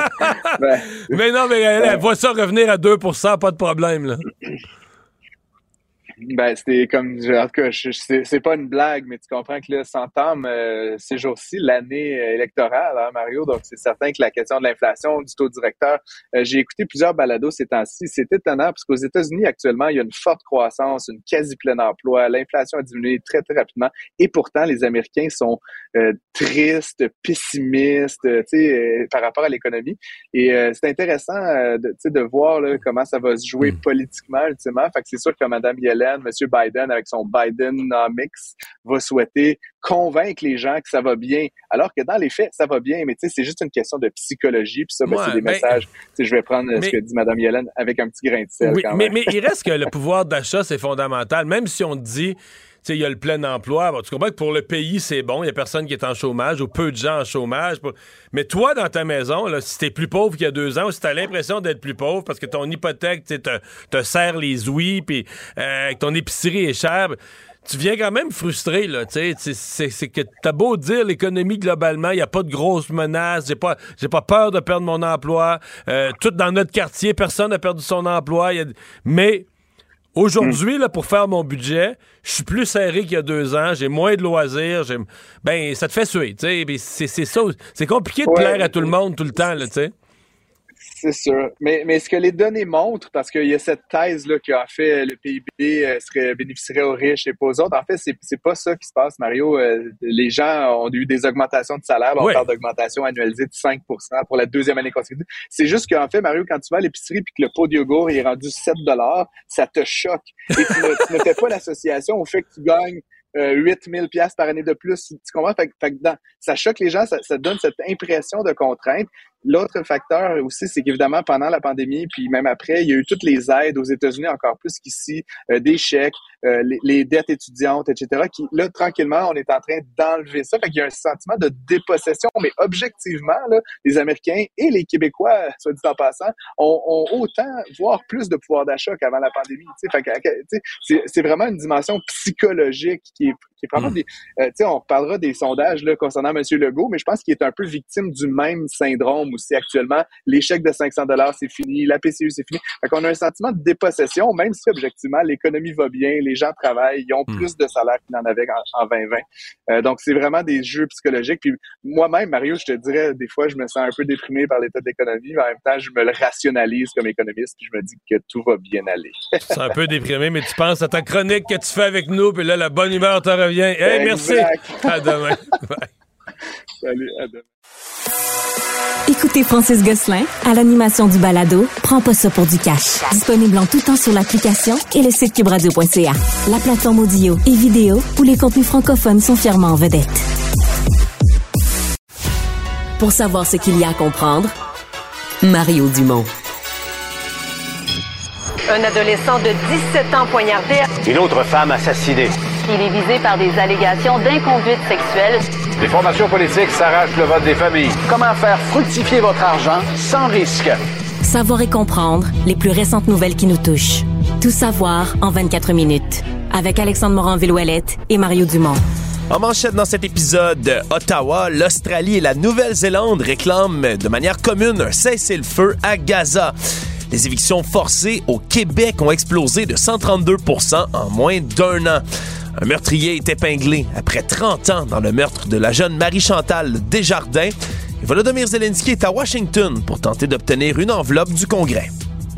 Mais non, mais elle voit ça revenir à 2 %, pas de problème. Là. Ben, c'était comme, en tout cas, c'est pas une blague, mais tu comprends que là, s'entame ces jours-ci l'année électorale, hein, Mario. Donc, c'est certain que la question de l'inflation, du taux directeur, j'ai écouté plusieurs balados ces temps-ci. C'est étonnant parce qu'aux États-Unis, actuellement, il y a une forte croissance, une quasi-plein emploi. L'inflation a diminué très, très rapidement. Et pourtant, les Américains sont tristes, pessimistes, par rapport à l'économie. Et c'est intéressant, de voir là, comment ça va se jouer politiquement, ultimement. Fait que c'est sûr que Mme Yellen, M. Biden, avec son Bidenomics, va souhaiter convaincre les gens que ça va bien, alors que dans les faits, ça va bien, mais c'est juste une question de psychologie, puis ça, c'est des messages. Je vais prendre ce que dit Mme Yellen avec un petit grain de sel. Oui, mais il reste que le pouvoir d'achat, c'est fondamental, même si on dit... il y a le plein emploi. Bon, tu comprends que pour le pays, c'est bon. Il y a personne qui est en chômage ou peu de gens en chômage. Mais toi, dans ta maison, là, si t'es plus pauvre qu'il y a 2 ans ou si t'as l'impression d'être plus pauvre parce que ton hypothèque te serre les ouïes puis que ton épicerie est chère, tu viens quand même frustré, là, tu sais. C'est que t'as beau dire l'économie globalement, il n'y a pas de grosses menaces, j'ai pas peur de perdre mon emploi. Tout dans notre quartier, personne n'a perdu son emploi. Mais aujourd'hui, là, pour faire mon budget, je suis plus serré qu'il y a 2 ans, j'ai moins de loisirs, ben, ça te fait suer, tu sais. C'est ça. C'est compliqué de plaire à tout le monde tout le temps, là, tu sais. C'est sûr. Mais ce que les données montrent, parce qu'il y a cette thèse-là qui a fait le PIB bénéficierait aux riches et pas aux autres, en fait, c'est pas ça qui se passe, Mario. Les gens ont eu des augmentations de salaire. On parle d'augmentation annualisée de 5% pour la 2e année consécutive. C'est juste qu'en fait, Mario, quand tu vas à l'épicerie puis que le pot de yogourt est rendu 7 $, ça te choque. Et tu ne fais pas l'association au fait que tu gagnes 8 000 $ par année de plus. Tu comprends? Fait que ça choque les gens, ça donne cette impression de contrainte. L'autre facteur aussi, c'est qu'évidemment, pendant la pandémie, puis même après, il y a eu toutes les aides aux États-Unis, encore plus qu'ici, des chèques, les dettes étudiantes, etc., qui, là, tranquillement, on est en train d'enlever ça. Fait qu'il y a un sentiment de dépossession, mais objectivement, là, les Américains et les Québécois, soit dit en passant, ont autant, voire plus de pouvoir d'achat qu'avant la pandémie. Fait que, c'est vraiment une dimension psychologique qui est vraiment des... on reparlera des sondages là, concernant M. Legault, mais je pense qu'il est un peu victime du même syndrome aussi actuellement. Les chèques de 500 $, c'est fini. La PCU, c'est fini. Fait qu'on a un sentiment de dépossession, même si objectivement, l'économie va bien, les gens travaillent, ils ont plus de salaire qu'ils n'en avaient en 2020. Donc, c'est vraiment des jeux psychologiques. Puis moi-même, Mario, je te dirais, des fois, je me sens un peu déprimé par l'état de l'économie, mais en même temps, je me le rationalise comme économiste, puis je me dis que tout va bien aller. C'est un peu déprimé, mais tu penses à ta chronique que tu fais avec nous, puis là, la bonne humeur te revient. Hey, merci! À demain. Bye. Salut, à demain. Écoutez Francis Gosselin à l'animation du balado Prends pas ça pour du cash. Disponible en tout temps sur l'application et le site cubradio.ca. La plateforme audio et vidéo où les contenus francophones sont fièrement en vedette. Pour savoir ce qu'il y a à comprendre, Mario Dumont. Un adolescent de 17 ans poignardé. Une autre femme assassinée. Il est visé par des allégations d'inconduite sexuelle. Les formations politiques s'arrachent le vote des familles. Comment faire fructifier votre argent sans risque? Savoir et comprendre les plus récentes nouvelles qui nous touchent. Tout savoir en 24 minutes. Avec Alexandre Morin-Villouellette et Mario Dumont. En manchette dans cet épisode, Ottawa, l'Australie et la Nouvelle-Zélande réclament de manière commune un cessez-le-feu à Gaza. Les évictions forcées au Québec ont explosé de 132% en moins d'1 an. Un meurtrier est épinglé après 30 ans dans le meurtre de la jeune Marie-Chantal Desjardins. Et Volodymyr Zelensky est à Washington pour tenter d'obtenir une enveloppe du Congrès.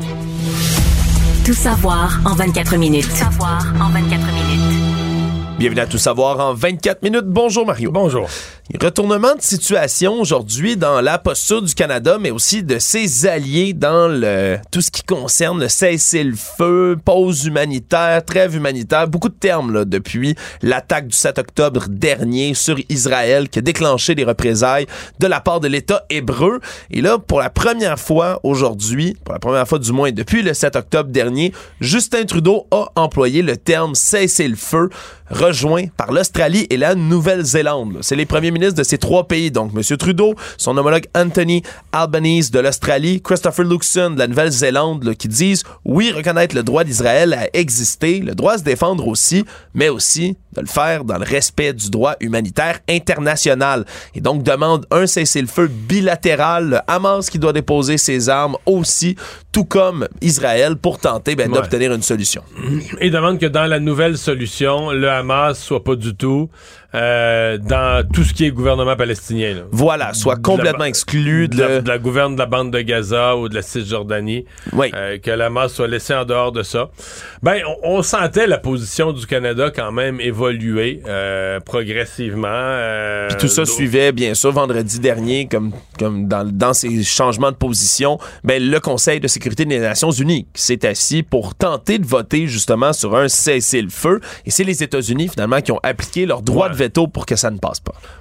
Tout savoir en 24 minutes. Tout savoir en 24 minutes. Bienvenue à Tout savoir en 24 minutes. Bonjour Mario. Bonjour. Retournement de situation aujourd'hui dans la posture du Canada, mais aussi de ses alliés dans tout ce qui concerne le cessez-le-feu, pause humanitaire, trêve humanitaire, beaucoup de termes là, depuis l'attaque du 7 octobre dernier sur Israël qui a déclenché des représailles de la part de l'État hébreu. Et là, pour la première fois aujourd'hui, pour la première fois du moins depuis le 7 octobre dernier, Justin Trudeau a employé le terme cessez-le-feu, rejoint par l'Australie et la Nouvelle-Zélande. C'est les premiers ministres de ces 3 pays, donc M. Trudeau, son homologue Anthony Albanese de l'Australie, Christopher Luxon de la Nouvelle-Zélande, là, qui disent oui, reconnaître le droit d'Israël à exister, le droit à se défendre aussi, mais aussi de le faire dans le respect du droit humanitaire international. Et donc demande un cessez-le-feu bilatéral, le Hamas qui doit déposer ses armes aussi, tout comme Israël, pour tenter d'obtenir une solution. Et demande que dans la nouvelle solution, le Hamas soit pas du tout dans tout ce qui est gouvernement palestinien. Là. Voilà, soit complètement exclu de la gouverne de la bande de Gaza ou de la Cisjordanie. Oui. Que le Hamas soit laissé en dehors de ça. Ben, on sentait la position du Canada quand même évoluer progressivement. Puis tout ça suivait, bien sûr, vendredi dernier, comme dans ces changements de position, ben, le Conseil de sécurité des Nations Unies s'est assis pour tenter de voter justement sur un cessez-le-feu. Et c'est les États-Unis, finalement, qui ont appliqué leur droit de veto pour que ça ne passe pas. Ouais.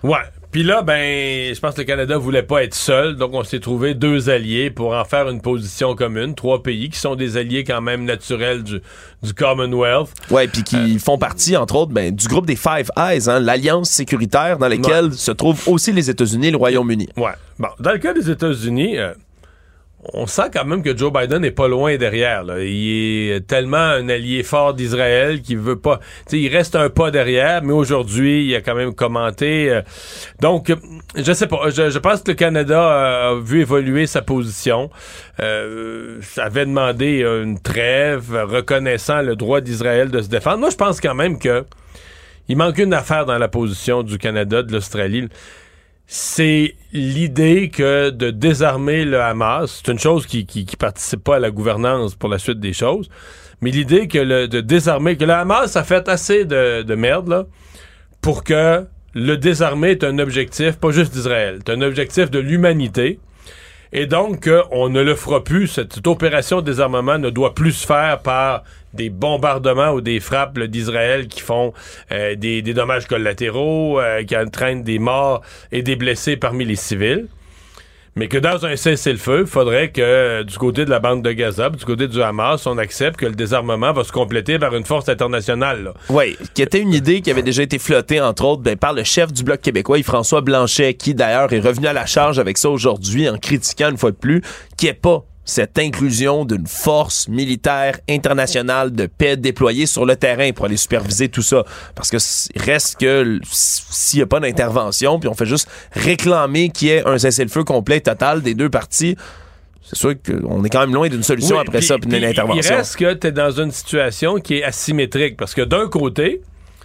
Puis là, je pense que le Canada voulait pas être seul, donc on s'est trouvé 2 alliés pour en faire une position commune. 3 pays qui sont des alliés quand même naturels du Commonwealth. Ouais, puis qui font partie, entre autres, du groupe des Five Eyes, hein, l'alliance sécuritaire dans laquelle se trouvent aussi les États-Unis et le Royaume-Uni. Ouais. Bon, dans le cas des États-Unis, on sent quand même que Joe Biden n'est pas loin derrière, là. Il est tellement un allié fort d'Israël qu'il veut pas... il reste un pas derrière, mais aujourd'hui, il a quand même commenté. Donc, je sais pas. Je pense que le Canada a vu évoluer sa position. Ça avait demandé une trêve, reconnaissant le droit d'Israël de se défendre. Moi, je pense quand même que il manque une affaire dans la position du Canada, de l'Australie. C'est l'idée que de désarmer le Hamas, c'est une chose qui participe pas à la gouvernance pour la suite des choses, mais l'idée que de désarmer, que le Hamas a fait assez de merde, là, pour que le désarmer est un objectif, pas juste d'Israël, c'est un objectif de l'humanité, et donc on ne le fera plus, cette opération de désarmement ne doit plus se faire par des bombardements ou des frappes d'Israël qui font des dommages collatéraux, qui entraînent des morts et des blessés parmi les civils. Mais que dans un cessez-le-feu, il faudrait que du côté de la bande de Gaza, du côté du Hamas, on accepte que le désarmement va se compléter par une force internationale. Oui, qui était une idée qui avait déjà été flottée, entre autres, par le chef du Bloc québécois, Yves-François Blanchet, qui d'ailleurs est revenu à la charge avec ça aujourd'hui en critiquant une fois de plus qu'il n'y ait pas cette inclusion d'une force militaire internationale de paix déployée sur le terrain pour aller superviser tout ça. Parce que reste que s'il n'y a pas d'intervention, puis on fait juste réclamer qu'il y ait un cessez-le-feu complet total des 2 parties, c'est sûr qu'on est quand même loin d'une solution après ça, puis d'une intervention. Il reste que tu es dans une situation qui est asymétrique, parce que d'un côté,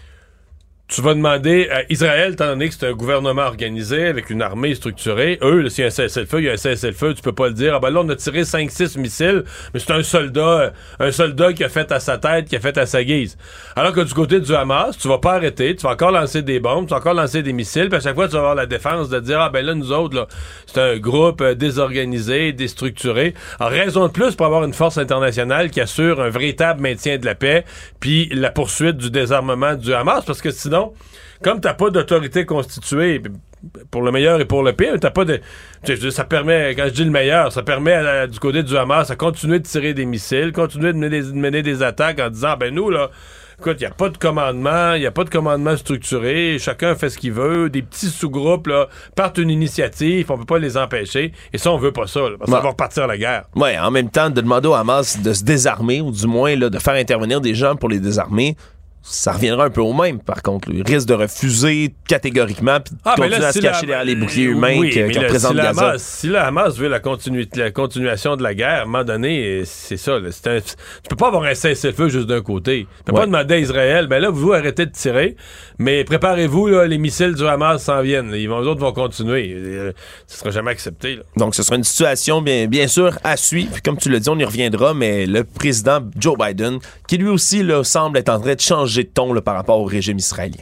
tu vas demander à Israël, étant donné que c'est un gouvernement organisé avec une armée structurée, eux, s'il y a un cessez-le-feu, il y a un cessez-le-feu, tu peux pas le dire. Ah ben là, on a tiré 5-6 missiles, mais c'est un soldat qui a fait à sa tête, qui a fait à sa guise. Alors que du côté du Hamas, tu vas pas arrêter, tu vas encore lancer des bombes, tu vas encore lancer des missiles, puis à chaque fois, tu vas avoir la défense de dire, ah ben là, nous autres, là, c'est un groupe désorganisé, déstructuré. Alors, raison de plus pour avoir une force internationale qui assure un véritable maintien de la paix, puis la poursuite du désarmement du Hamas, parce que sinon, comme t'as pas d'autorité constituée, pour le meilleur et pour le pire, t'as pas de... Ça permet, quand je dis le meilleur, ça permet du côté du Hamas à continuer de tirer des missiles, continuer de mener des attaques en disant, ben nous, là, écoute, il n'y a pas de commandement structuré, chacun fait ce qu'il veut, des petits sous-groupes, là, partent une initiative, on peut pas les empêcher, et ça, on veut pas ça, là, parce que ça va repartir la guerre. Ouais, en même temps, de demander au Hamas de se désarmer, ou du moins, là, de faire intervenir des gens pour les désarmer, ça reviendra un peu au même, par contre. Il risque de refuser catégoriquement puis de continuer à se cacher derrière les boucliers humains qui représentent Gaza. Si le Hamas veut la continuation de la guerre, à un moment donné, c'est ça. Là, tu peux pas avoir un cessez-le-feu juste d'un côté. Tu peux pas demander à Israël, ben là, vous arrêtez de tirer, mais préparez-vous, là, les missiles du Hamas s'en viennent. Les autres vont continuer. Ce sera jamais accepté. Là. Donc, ce sera une situation, bien sûr, à suivre. Puis, comme tu l'as dit, on y reviendra, mais le président Joe Biden, qui lui aussi là, semble être en train de changer de ton là, par rapport au régime israélien.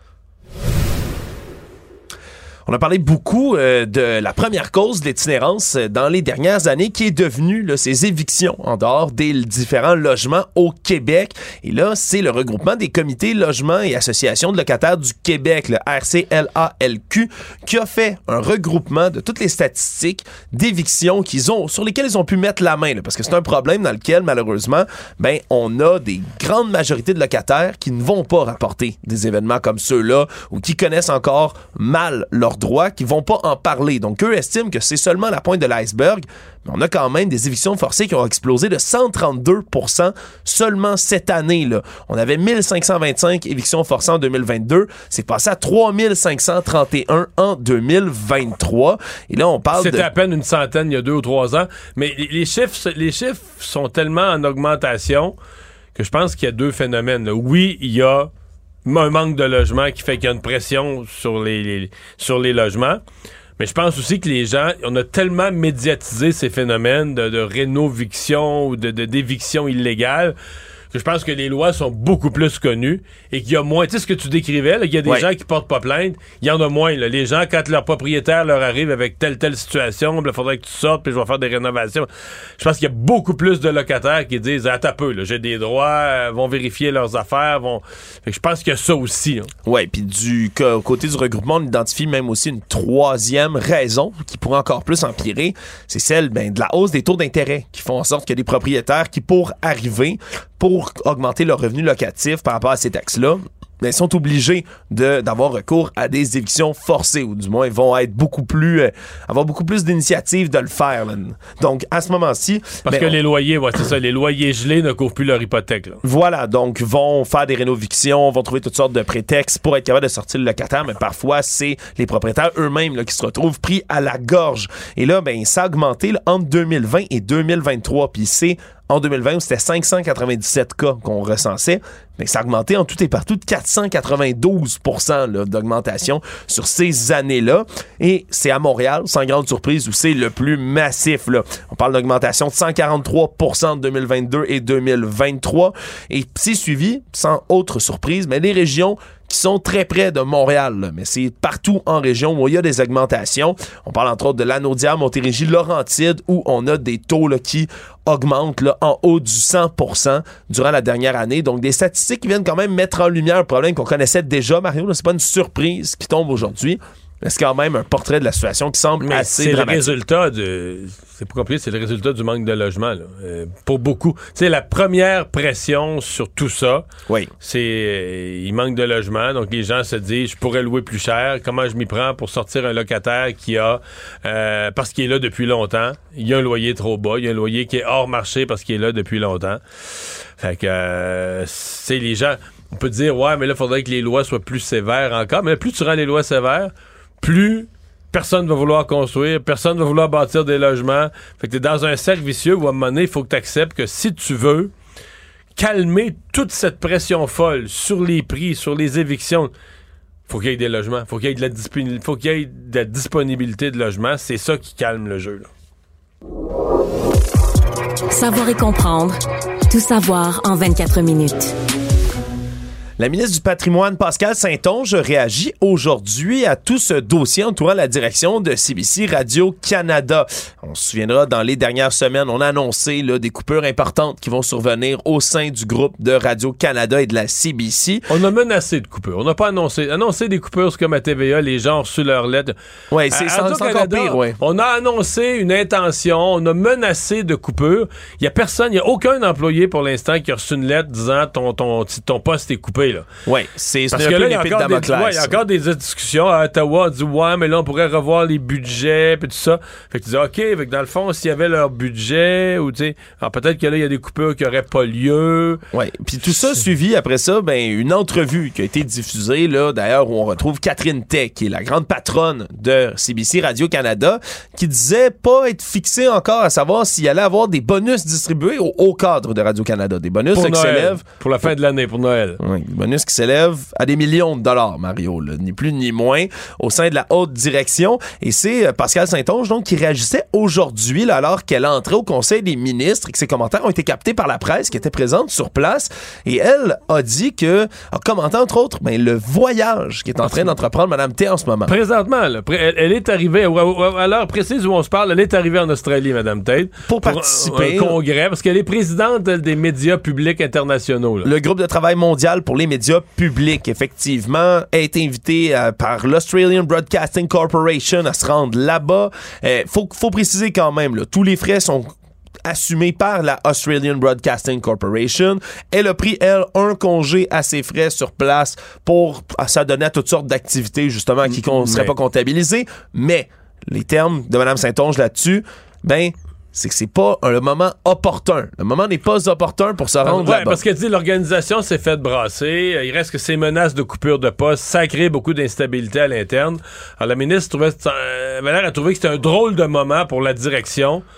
On a parlé beaucoup de la première cause de l'itinérance dans les dernières années qui est devenue là, ces évictions en dehors des différents logements au Québec. Et là, c'est le regroupement des comités logements et associations de locataires du Québec, le RCLALQ, qui a fait un regroupement de toutes les statistiques d'évictions sur lesquelles ils ont pu mettre la main. Là, parce que c'est un problème dans lequel, malheureusement, on a des grandes majorités de locataires qui ne vont pas rapporter des événements comme ceux-là ou qui connaissent encore mal leur droits, qui vont pas en parler. Donc, eux estiment que c'est seulement la pointe de l'iceberg, mais on a quand même des évictions forcées qui ont explosé de 132% seulement cette année. Là. On avait 1525 évictions forcées en 2022. C'est passé à 3531 en 2023. Et là, on parle C'était à peine une centaine il y a 2 ou 3 ans. Mais les chiffres sont tellement en augmentation que je pense qu'il y a 2 phénomènes. Là. Oui, il y a un manque de logement qui fait qu'il y a une pression sur les logements. Mais je pense aussi que les gens, on a tellement médiatisé ces phénomènes de rénoviction ou d'éviction illégale que je pense que les lois sont beaucoup plus connues et qu'il y a moins, tu sais ce que tu décrivais, là, qu'il y a des gens qui portent pas plainte, il y en a moins, là. Les gens, quand leur propriétaire leur arrive avec telle situation, il faudrait que tu sortes, puis je vais faire des rénovations. Je pense qu'il y a beaucoup plus de locataires qui disent, attends un peu, là, j'ai des droits, vont vérifier leurs affaires, Fait que je pense qu'il y a ça aussi. Hein. Oui, puis du côté du regroupement, on identifie même aussi une troisième raison qui pourrait encore plus empirer, c'est celle de la hausse des taux d'intérêt qui font en sorte que des propriétaires qui, pour augmenter leur revenu locatif par rapport à ces taxes-là, ils sont obligés d'avoir recours à des évictions forcées, ou du moins, ils vont être avoir beaucoup plus d'initiatives de le faire. Là. Donc, à ce moment-ci... Parce que les loyers, c'est ça, les loyers gelés ne couvrent plus leur hypothèque. Là. Voilà, donc, vont faire des rénovictions, vont trouver toutes sortes de prétextes pour être capables de sortir le locataire, mais parfois, c'est les propriétaires eux-mêmes là, qui se retrouvent pris à la gorge. Et là, ça a augmenté là, entre 2020 et 2023, puis en 2020, c'était 597 cas qu'on recensait, mais ça a augmenté en tout et partout de 492% là, d'augmentation sur ces années-là. Et c'est à Montréal, sans grande surprise, où c'est le plus massif. Là. On parle d'augmentation de 143% en 2022 et 2023. Et c'est suivi, sans autre surprise, mais les régions qui sont très près de Montréal, là, mais c'est partout en région où il y a des augmentations. On parle entre autres de Lanaudière, Montérégie, Laurentides, où on a des taux là, qui augmentent là, en haut du 100% durant la dernière année. Donc, des statistiques qui viennent quand même mettre en lumière un problème qu'on connaissait déjà, Mario. Là, c'est pas une surprise qui tombe aujourd'hui. C'est quand même un portrait de la situation qui semble assez dramatique. C'est pas compliqué, c'est le résultat du manque de logement. Là. Pour beaucoup. Tu sais, la première pression sur tout ça, c'est il manque de logement. Donc, les gens se disent, je pourrais louer plus cher. Comment je m'y prends pour sortir un locataire qui a, parce qu'il est là depuis longtemps, il y a un loyer trop bas, il y a un loyer qui est hors marché parce qu'il est là depuis longtemps. Fait que, c'est les gens, on peut dire, ouais, mais là, il faudrait que les lois soient plus sévères encore. Mais là, plus tu rends les lois sévères, plus personne va vouloir construire, personne va vouloir bâtir des logements. Fait que t'es dans un cercle vicieux où à un moment donné, il faut que tu acceptes que si tu veux calmer toute cette pression folle sur les prix, sur les évictions, faut qu'il y ait des logements, faut qu'il y ait de la disponibilité de logements. C'est ça qui calme le jeu. Là. Savoir et comprendre. Tout savoir en 24 minutes. La ministre du Patrimoine, Pascale Saint-Onge, réagit aujourd'hui à tout ce dossier entourant la direction de CBC Radio-Canada. On se souviendra, dans les dernières semaines, on a annoncé là, des coupures importantes qui vont survenir au sein du groupe de Radio-Canada et de la CBC. On a menacé de coupures. On n'a pas annoncé des coupures, c'est comme à TVA, les gens ont reçu leur lettre. Oui, c'est encore pire, oui. On a annoncé une intention, on a menacé de coupures. Il n'y a aucun employé pour l'instant qui a reçu une lettre disant ton poste est coupé. Oui, c'est parce que là, il y a encore des discussions à Ottawa. On dit, ouais, mais là, on pourrait revoir les budgets, puis tout ça. Fait que tu dis, OK, fait que dans le fond, s'il y avait leur budget, ou tu sais, alors peut-être que là, il y a des coupures qui n'auraient pas lieu. Oui, puis tout ça suivi après ça, une entrevue qui a été diffusée, là, d'ailleurs, où on retrouve Catherine Tay, qui est la grande patronne de CBC Radio-Canada, qui disait pas être fixée encore à savoir s'il allait avoir des bonus distribués au haut cadre de Radio-Canada. Des bonus qui s'élèvent. Pour la fin de l'année, pour Noël. Oui, bonus qui s'élève à des millions de dollars, Mario, là, ni plus ni moins, au sein de la haute direction. Et c'est Pascale Saint-Onge, donc, qui réagissait aujourd'hui, là, alors qu'elle entrait au Conseil des ministres et que ses commentaires ont été captés par la presse qui était présente sur place. Et elle a dit a commenté, entre autres, le voyage qui est en train d'entreprendre Mme Tay en ce moment. Présentement, là, elle est arrivée, à l'heure précise où on se parle, elle est arrivée en Australie, Mme Tay, pour participer à un congrès, parce qu'elle est présidente des médias publics internationaux. Là. Le groupe de travail mondial pour les médias publics, effectivement, a été invité par l'Australian Broadcasting Corporation à se rendre là-bas. Faut préciser quand même, là, tous les frais sont assumés par la Australian Broadcasting Corporation. Elle a pris, un congé à ses frais sur place pour s'adonner à toutes sortes d'activités, justement, qui ne seraient pas comptabilisées. Mais les termes de Mme Saint-Onge là-dessus, c'est que c'est pas le moment opportun. Le moment n'est pas opportun pour se rendre là-bas. Parce qu'elle dit l'organisation s'est faite brasser. Il reste que ces menaces de coupure de poste, ça crée beaucoup d'instabilité à l'interne. Alors la ministre avait l'air à trouver que c'était un drôle de moment pour la direction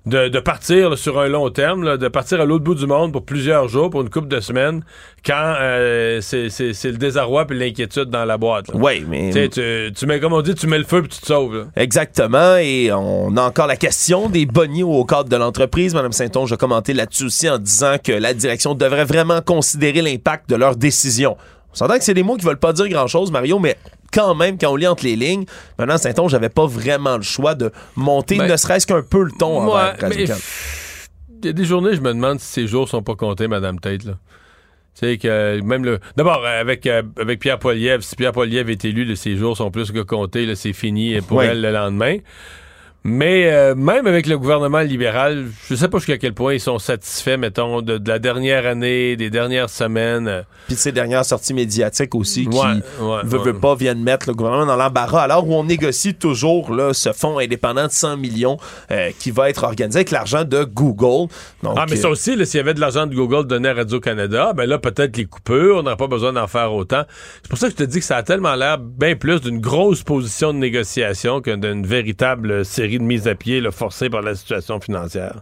de partir là, sur un long terme, là, de partir à l'autre bout du monde pour plusieurs jours, pour une couple de semaines, quand c'est le désarroi puis l'inquiétude dans la boîte. Oui, mais... Tu mets, comme on dit, tu mets le feu puis tu te sauves. Là. Exactement, et on a encore la question des boniers au cadre de l'entreprise. Mme Saint-Onge a commenté là-dessus aussi en disant que la direction devrait vraiment considérer l'impact de leurs décisions. On s'entend que c'est des mots qui veulent pas dire grand-chose, Mario, mais... Quand même, quand on lit entre les lignes, maintenant, Saint-Onge n'avait pas vraiment le choix de monter ne serait-ce qu'un peu le ton envers Radio-Can. Il y a des journées, je me demande si ces jours sont pas comptés, Mme Tate. Tu sais que même le. D'abord, avec Pierre Poilievre, si Pierre Poilievre est élu, ses jours sont plus que comptés, là, c'est fini pour elle le lendemain. Mais même avec le gouvernement libéral, je sais pas jusqu'à quel point ils sont satisfaits, mettons, de la dernière année, des dernières semaines. Puis de ces dernières sorties médiatiques aussi qui, veut pas, viennent mettre le gouvernement dans l'embarras, alors où on négocie toujours là, ce fonds indépendant de 100 millions qui va être organisé avec l'argent de Google. Donc, mais ça aussi, là, s'il y avait de l'argent de Google donné à Radio-Canada, ben là, peut-être les coupures, on n'aurait pas besoin d'en faire autant. C'est pour ça que je te dis que ça a tellement l'air bien plus d'une grosse position de négociation que d'une véritable série de mise à pied là, forcée par la situation financière.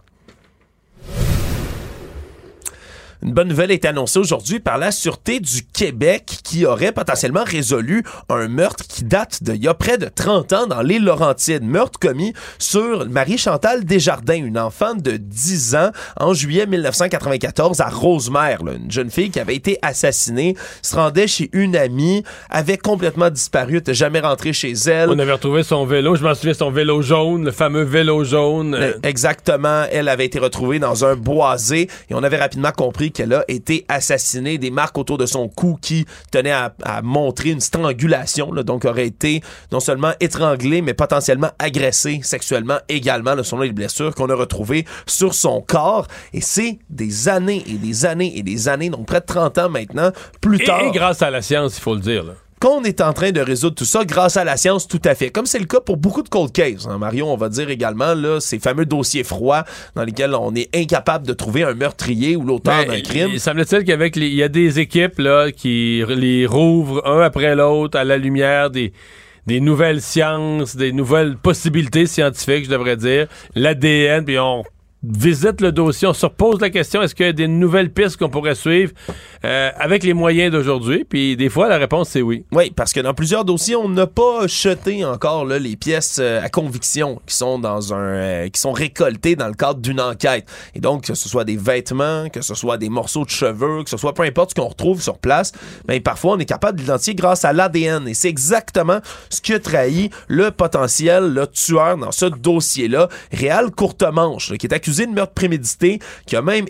Une bonne nouvelle est annoncée aujourd'hui par la Sûreté du Québec qui aurait potentiellement résolu un meurtre qui date d'il y a près de 30 ans dans les Laurentides. Meurtre commis sur Marie-Chantal Desjardins, une enfant de 10 ans, en juillet 1994 à Rosemère. Là, une jeune fille qui avait été assassinée, se rendait chez une amie, avait complètement disparu, n'était jamais rentrée chez elle. On avait retrouvé son vélo, je m'en souviens, son vélo jaune, le fameux vélo jaune. Exactement, elle avait été retrouvée dans un boisé et on avait rapidement compris qu'elle a été assassinée, des marques autour de son cou qui tenaient à montrer une strangulation, là, donc aurait été non seulement étranglée, mais potentiellement agressée sexuellement également, là, selon les blessures qu'on a retrouvées sur son corps. Et c'est des années et des années et des années, donc près de 30 ans maintenant, plus tard. Et grâce à la science, il faut le dire, là. Qu'on est en train de résoudre tout ça grâce à la science, tout à fait. Comme c'est le cas pour beaucoup de cold cases. Hein, Mario, on va dire également, là, ces fameux dossiers froids dans lesquels on est incapable de trouver un meurtrier ou l'auteur d'un crime. Il semble-t-il qu'avec il y a des équipes là, qui les rouvrent un après l'autre à la lumière des nouvelles sciences, des nouvelles possibilités scientifiques, je devrais dire, l'ADN, puis on visite le dossier, on se repose la question, est-ce qu'il y a des nouvelles pistes qu'on pourrait suivre avec les moyens d'aujourd'hui? Puis des fois, la réponse, c'est oui. Oui, parce que dans plusieurs dossiers, on n'a pas jeté encore là, les pièces à conviction qui sont qui sont récoltées dans le cadre d'une enquête. Et donc, que ce soit des vêtements, que ce soit des morceaux de cheveux, que ce soit peu importe ce qu'on retrouve sur place, ben, parfois, on est capable d'identifier grâce à l'ADN. Et c'est exactement ce qui a trahi le potentiel tueur dans ce dossier-là. Réal Courtemanche, là, qui est accusé de meurtre prémédité, qui a même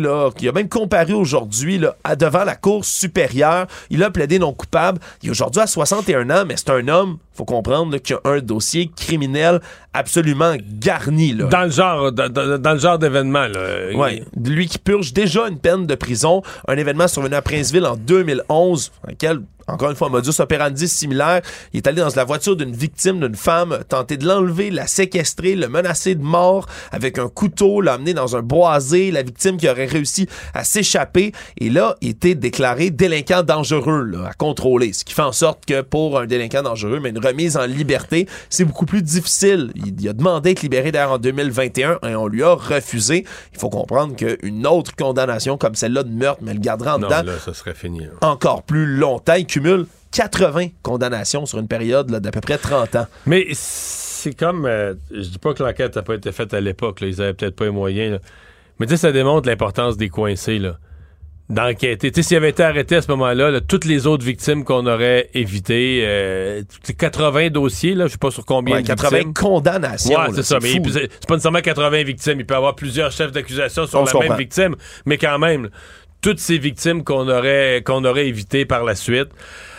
comparu aujourd'hui là, devant la Cour supérieure. Il a plaidé non coupable. Il est aujourd'hui à 61 ans, mais c'est un homme, faut comprendre, là, qui a un dossier criminel absolument garni. Là. Dans le genre d'événement. Là. Ouais. Lui qui purge déjà une peine de prison. Un événement survenu à Princeville en 2011, dans lequel, encore une fois, un modus operandi similaire. Il est allé dans la voiture d'une victime, d'une femme, tenter de l'enlever, la séquestrer, le menacer de mort avec un couteau, l'emmener dans un boisé. La victime qui aurait réussi à s'échapper. Et là, il était déclaré délinquant dangereux là, à contrôler. Ce qui fait en sorte que pour un délinquant dangereux, mais une remise en liberté, c'est beaucoup plus difficile. Il a demandé d'être libéré d'ailleurs en 2021 et on lui a refusé. Il faut comprendre qu'une autre condamnation comme celle-là de meurtre, mais le gardera en dedans. Là, ça serait fini. Là. Encore plus longtemps. Il cumule 80 condamnations sur une période là, d'à peu près 30 ans. Mais c'est comme... je dis pas que l'enquête n'a pas été faite à l'époque. Là, ils avaient peut-être pas les moyens. Là. Mais tu sais, ça démontre l'importance des coincés, là. D'enquêter. Tu sais, s'il avait été arrêté à ce moment-là, toutes les autres victimes qu'on aurait évitées, 80 dossiers, là, je sais pas sur combien de 80 victimes. Condamnations. Ouais, c'est ça. Mais c'est pas nécessairement 80 victimes. Il peut y avoir plusieurs chefs d'accusation sur la même victime. Mais quand même, toutes ces victimes qu'on aurait évitées par la suite,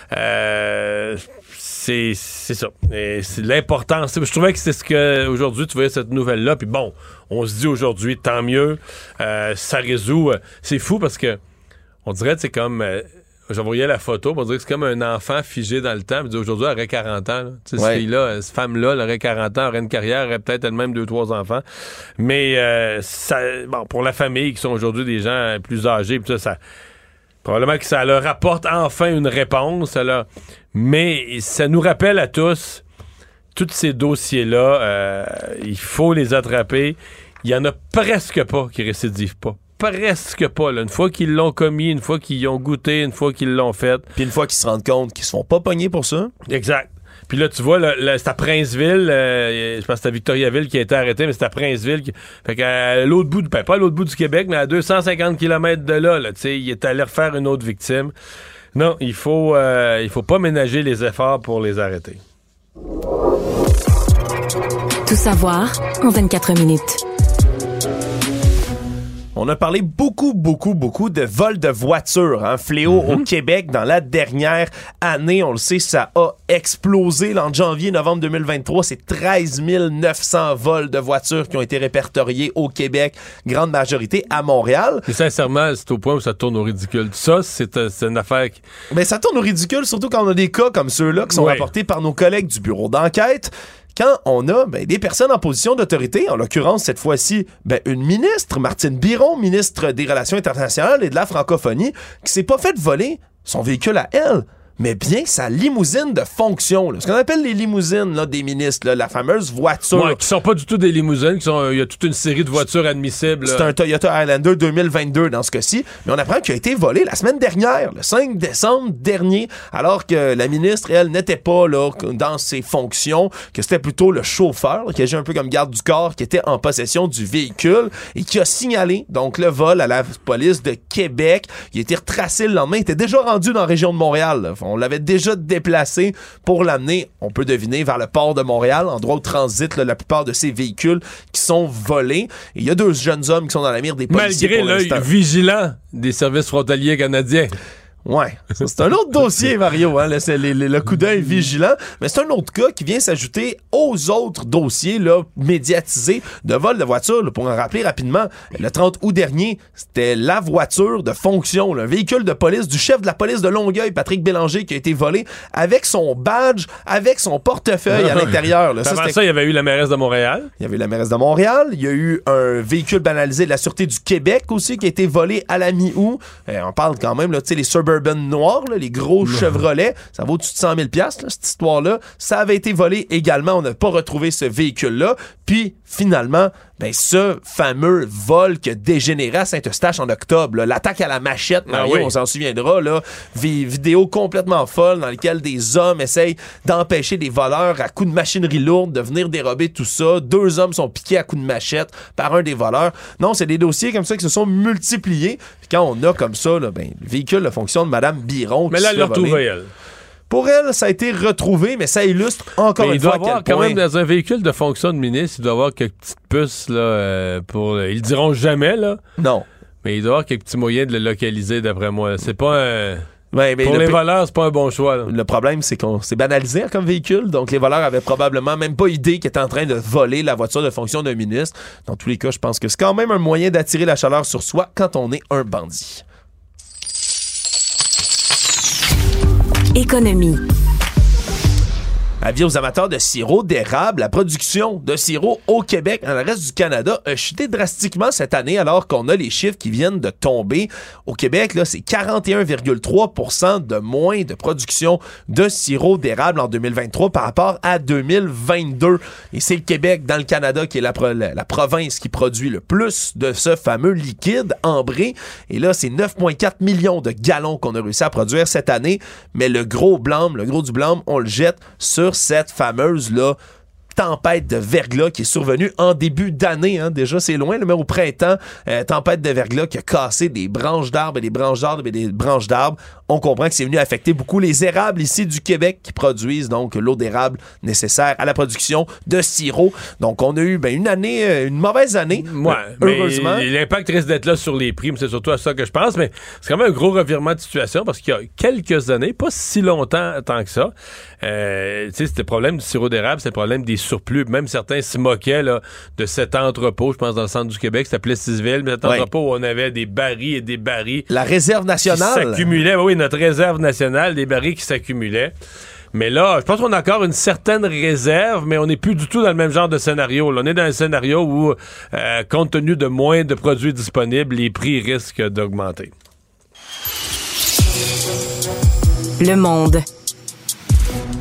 c'est ça. Et c'est l'importance. Je trouvais que c'est ce que aujourd'hui tu voyais cette nouvelle-là. Puis bon, on se dit aujourd'hui, tant mieux. Ça résout. C'est fou parce que on dirait que c'est comme... j'envoyais la photo, on dirait que c'est comme un enfant figé dans le temps. Aujourd'hui, elle aurait 40 ans. Tu sais, cette fille-là, cette femme-là, elle aurait 40 ans, aurait une carrière, aurait peut-être elle-même 2-3 enfants. Mais pour la famille, qui sont aujourd'hui des gens plus âgés, ça probablement que ça leur apporte enfin une réponse. Mais ça nous rappelle à tous, tous ces dossiers-là, il faut les attraper. il y en a presque pas qui récidivent pas. Presque pas. Là. Une fois qu'ils l'ont commis, une fois qu'ils y ont goûté, une fois qu'ils l'ont fait. Puis une fois qu'ils se rendent compte qu'ils se font pas pogner pour ça. Exact. Puis là, tu vois, c'est à Princeville, je pense que c'est à Victoriaville qui a été arrêté, mais c'est à Princeville. Fait qu'à l'autre bout, pas à l'autre bout du Québec, mais à 250 km de là, tu sais, il est allé refaire une autre victime. Non, il faut pas ménager les efforts pour les arrêter. Tout savoir en 24 minutes. On a parlé beaucoup de vols de voitures. Fléau au Québec dans la dernière année. On le sait, ça a explosé. Là, en janvier et novembre 2023, c'est 13 900 vols de voitures qui ont été répertoriés au Québec. Grande majorité à Montréal. Et sincèrement, c'est au point où ça tourne au ridicule. Ça, c'est une affaire qui... Ben, ça tourne au ridicule, surtout quand on a des cas comme ceux-là qui sont rapportés par nos collègues du bureau d'enquête. Quand on a des personnes en position d'autorité, en l'occurrence cette fois-ci une ministre, Martine Biron, ministre des Relations internationales et de la francophonie, qui s'est pas fait voler son véhicule à elle, mais bien sa limousine de fonction. Là. Ce qu'on appelle les limousines là, des ministres, là, la fameuse voiture. Ouais, qui sont pas du tout des limousines, il y a toute une série de voitures admissibles. C'est un Toyota Highlander 2022 dans ce cas-ci, mais on apprend qu'il a été volé la semaine dernière, le 5 décembre dernier, alors que la ministre, elle, n'était pas là dans ses fonctions, que c'était plutôt le chauffeur, là, qui agit un peu comme garde du corps, qui était en possession du véhicule et qui a signalé donc le vol à la police de Québec. Il a été retracé le lendemain, il était déjà rendu dans la région de Montréal. Là. On l'avait déjà déplacé pour l'amener, on peut deviner, vers le port de Montréal, endroit où transitent la plupart de ces véhicules qui sont volés. Et il y a 2 jeunes hommes qui sont dans la mire des policiers. Malgré l'œil vigilant des services frontaliers canadiens. Ouais, c'est un autre dossier, Mario, c'est le coup d'œil vigilant, mais c'est un autre cas qui vient s'ajouter aux autres dossiers là, médiatisés de vol de voiture. Là, pour en rappeler rapidement, le 30 août dernier, c'était la voiture de fonction, là, un véhicule de police du chef de la police de Longueuil, Patrick Bélanger, qui a été volé avec son badge, avec son portefeuille à l'intérieur. Là. Avant ça, il y avait eu la mairesse de Montréal. Il y avait eu la mairesse de Montréal. Il y a eu un véhicule banalisé de la Sûreté du Québec aussi, qui a été volé à la mi-août. On parle quand même, tu sais, les Suburban noirs, là, les gros Chevrolet, ça vaut au-dessus de 100 000 $, cette histoire-là. Ça avait été volé également. On n'a pas retrouvé ce véhicule-là. Puis, finalement, ce fameux vol qui a dégénéré à Saint-Eustache en octobre, là, l'attaque à la machette, Mario, on s'en souviendra, là, vidéo complètement folle dans lesquelles des hommes essayent d'empêcher des voleurs à coups de machinerie lourde de venir dérober tout ça. 2 hommes sont piqués à coups de machette par un des voleurs. Non, c'est des dossiers comme ça qui se sont multipliés. Puis quand on a comme ça, là, le véhicule de fonction de Mme Biron. Mais là, elle l'a retrouvé, elle. Pour elle, ça a été retrouvé, mais ça illustre encore une fois il doit avoir quand même dans un véhicule de fonction de ministre, il doit avoir quelques petites puces là, ils le diront jamais là. Non. Mais il doit avoir quelques petits moyens de le localiser d'après moi. C'est pas un... mais pour les voleurs, c'est pas un bon choix. Là. Le problème, c'est qu'on s'est banalisé comme véhicule, donc les voleurs avaient probablement même pas idée qu'ils étaient en train de voler la voiture de fonction d'un ministre. Dans tous les cas, je pense que c'est quand même un moyen d'attirer la chaleur sur soi quand on est un bandit. Économie. Avis aux amateurs de sirop d'érable, la production de sirop au Québec, dans le reste du Canada, a chuté drastiquement cette année alors qu'on a les chiffres qui viennent de tomber. Au Québec, là, c'est 41,3% de moins de production de sirop d'érable en 2023 par rapport à 2022. Et c'est le Québec, dans le Canada, qui est la province qui produit le plus de ce fameux liquide ambré. Et là, c'est 9,4 millions de gallons qu'on a réussi à produire cette année. Mais le gros du blâme, on le jette sur cette fameuse tempête de verglas qui est survenue en début d'année. Déjà, c'est loin, mais au printemps, tempête de verglas qui a cassé des branches d'arbres et des branches d'arbres et des branches d'arbres. On comprend que c'est venu affecter beaucoup les érables ici du Québec qui produisent donc l'eau d'érable nécessaire à la production de sirop. Donc, on a eu une mauvaise année. Ouais, heureusement. Mais l'impact risque d'être là sur les prix, c'est surtout à ça que je pense. Mais c'est quand même un gros revirement de situation parce qu'il y a quelques années, pas si longtemps tant que ça, c'était le problème du sirop d'érable, c'est le problème des surplus. Même certains se moquaient là, de cet entrepôt, je pense dans le centre du Québec, ça s'appelait Plessisville, mais cet entrepôt où on avait des barils et des barils. La réserve nationale. Qui s'accumulaient, oui, notre réserve nationale, des barils qui s'accumulaient. Mais là, je pense qu'on a encore une certaine réserve, mais on n'est plus du tout dans le même genre de scénario. Là, on est dans un scénario où, compte tenu de moins de produits disponibles, les prix risquent d'augmenter. Le Monde.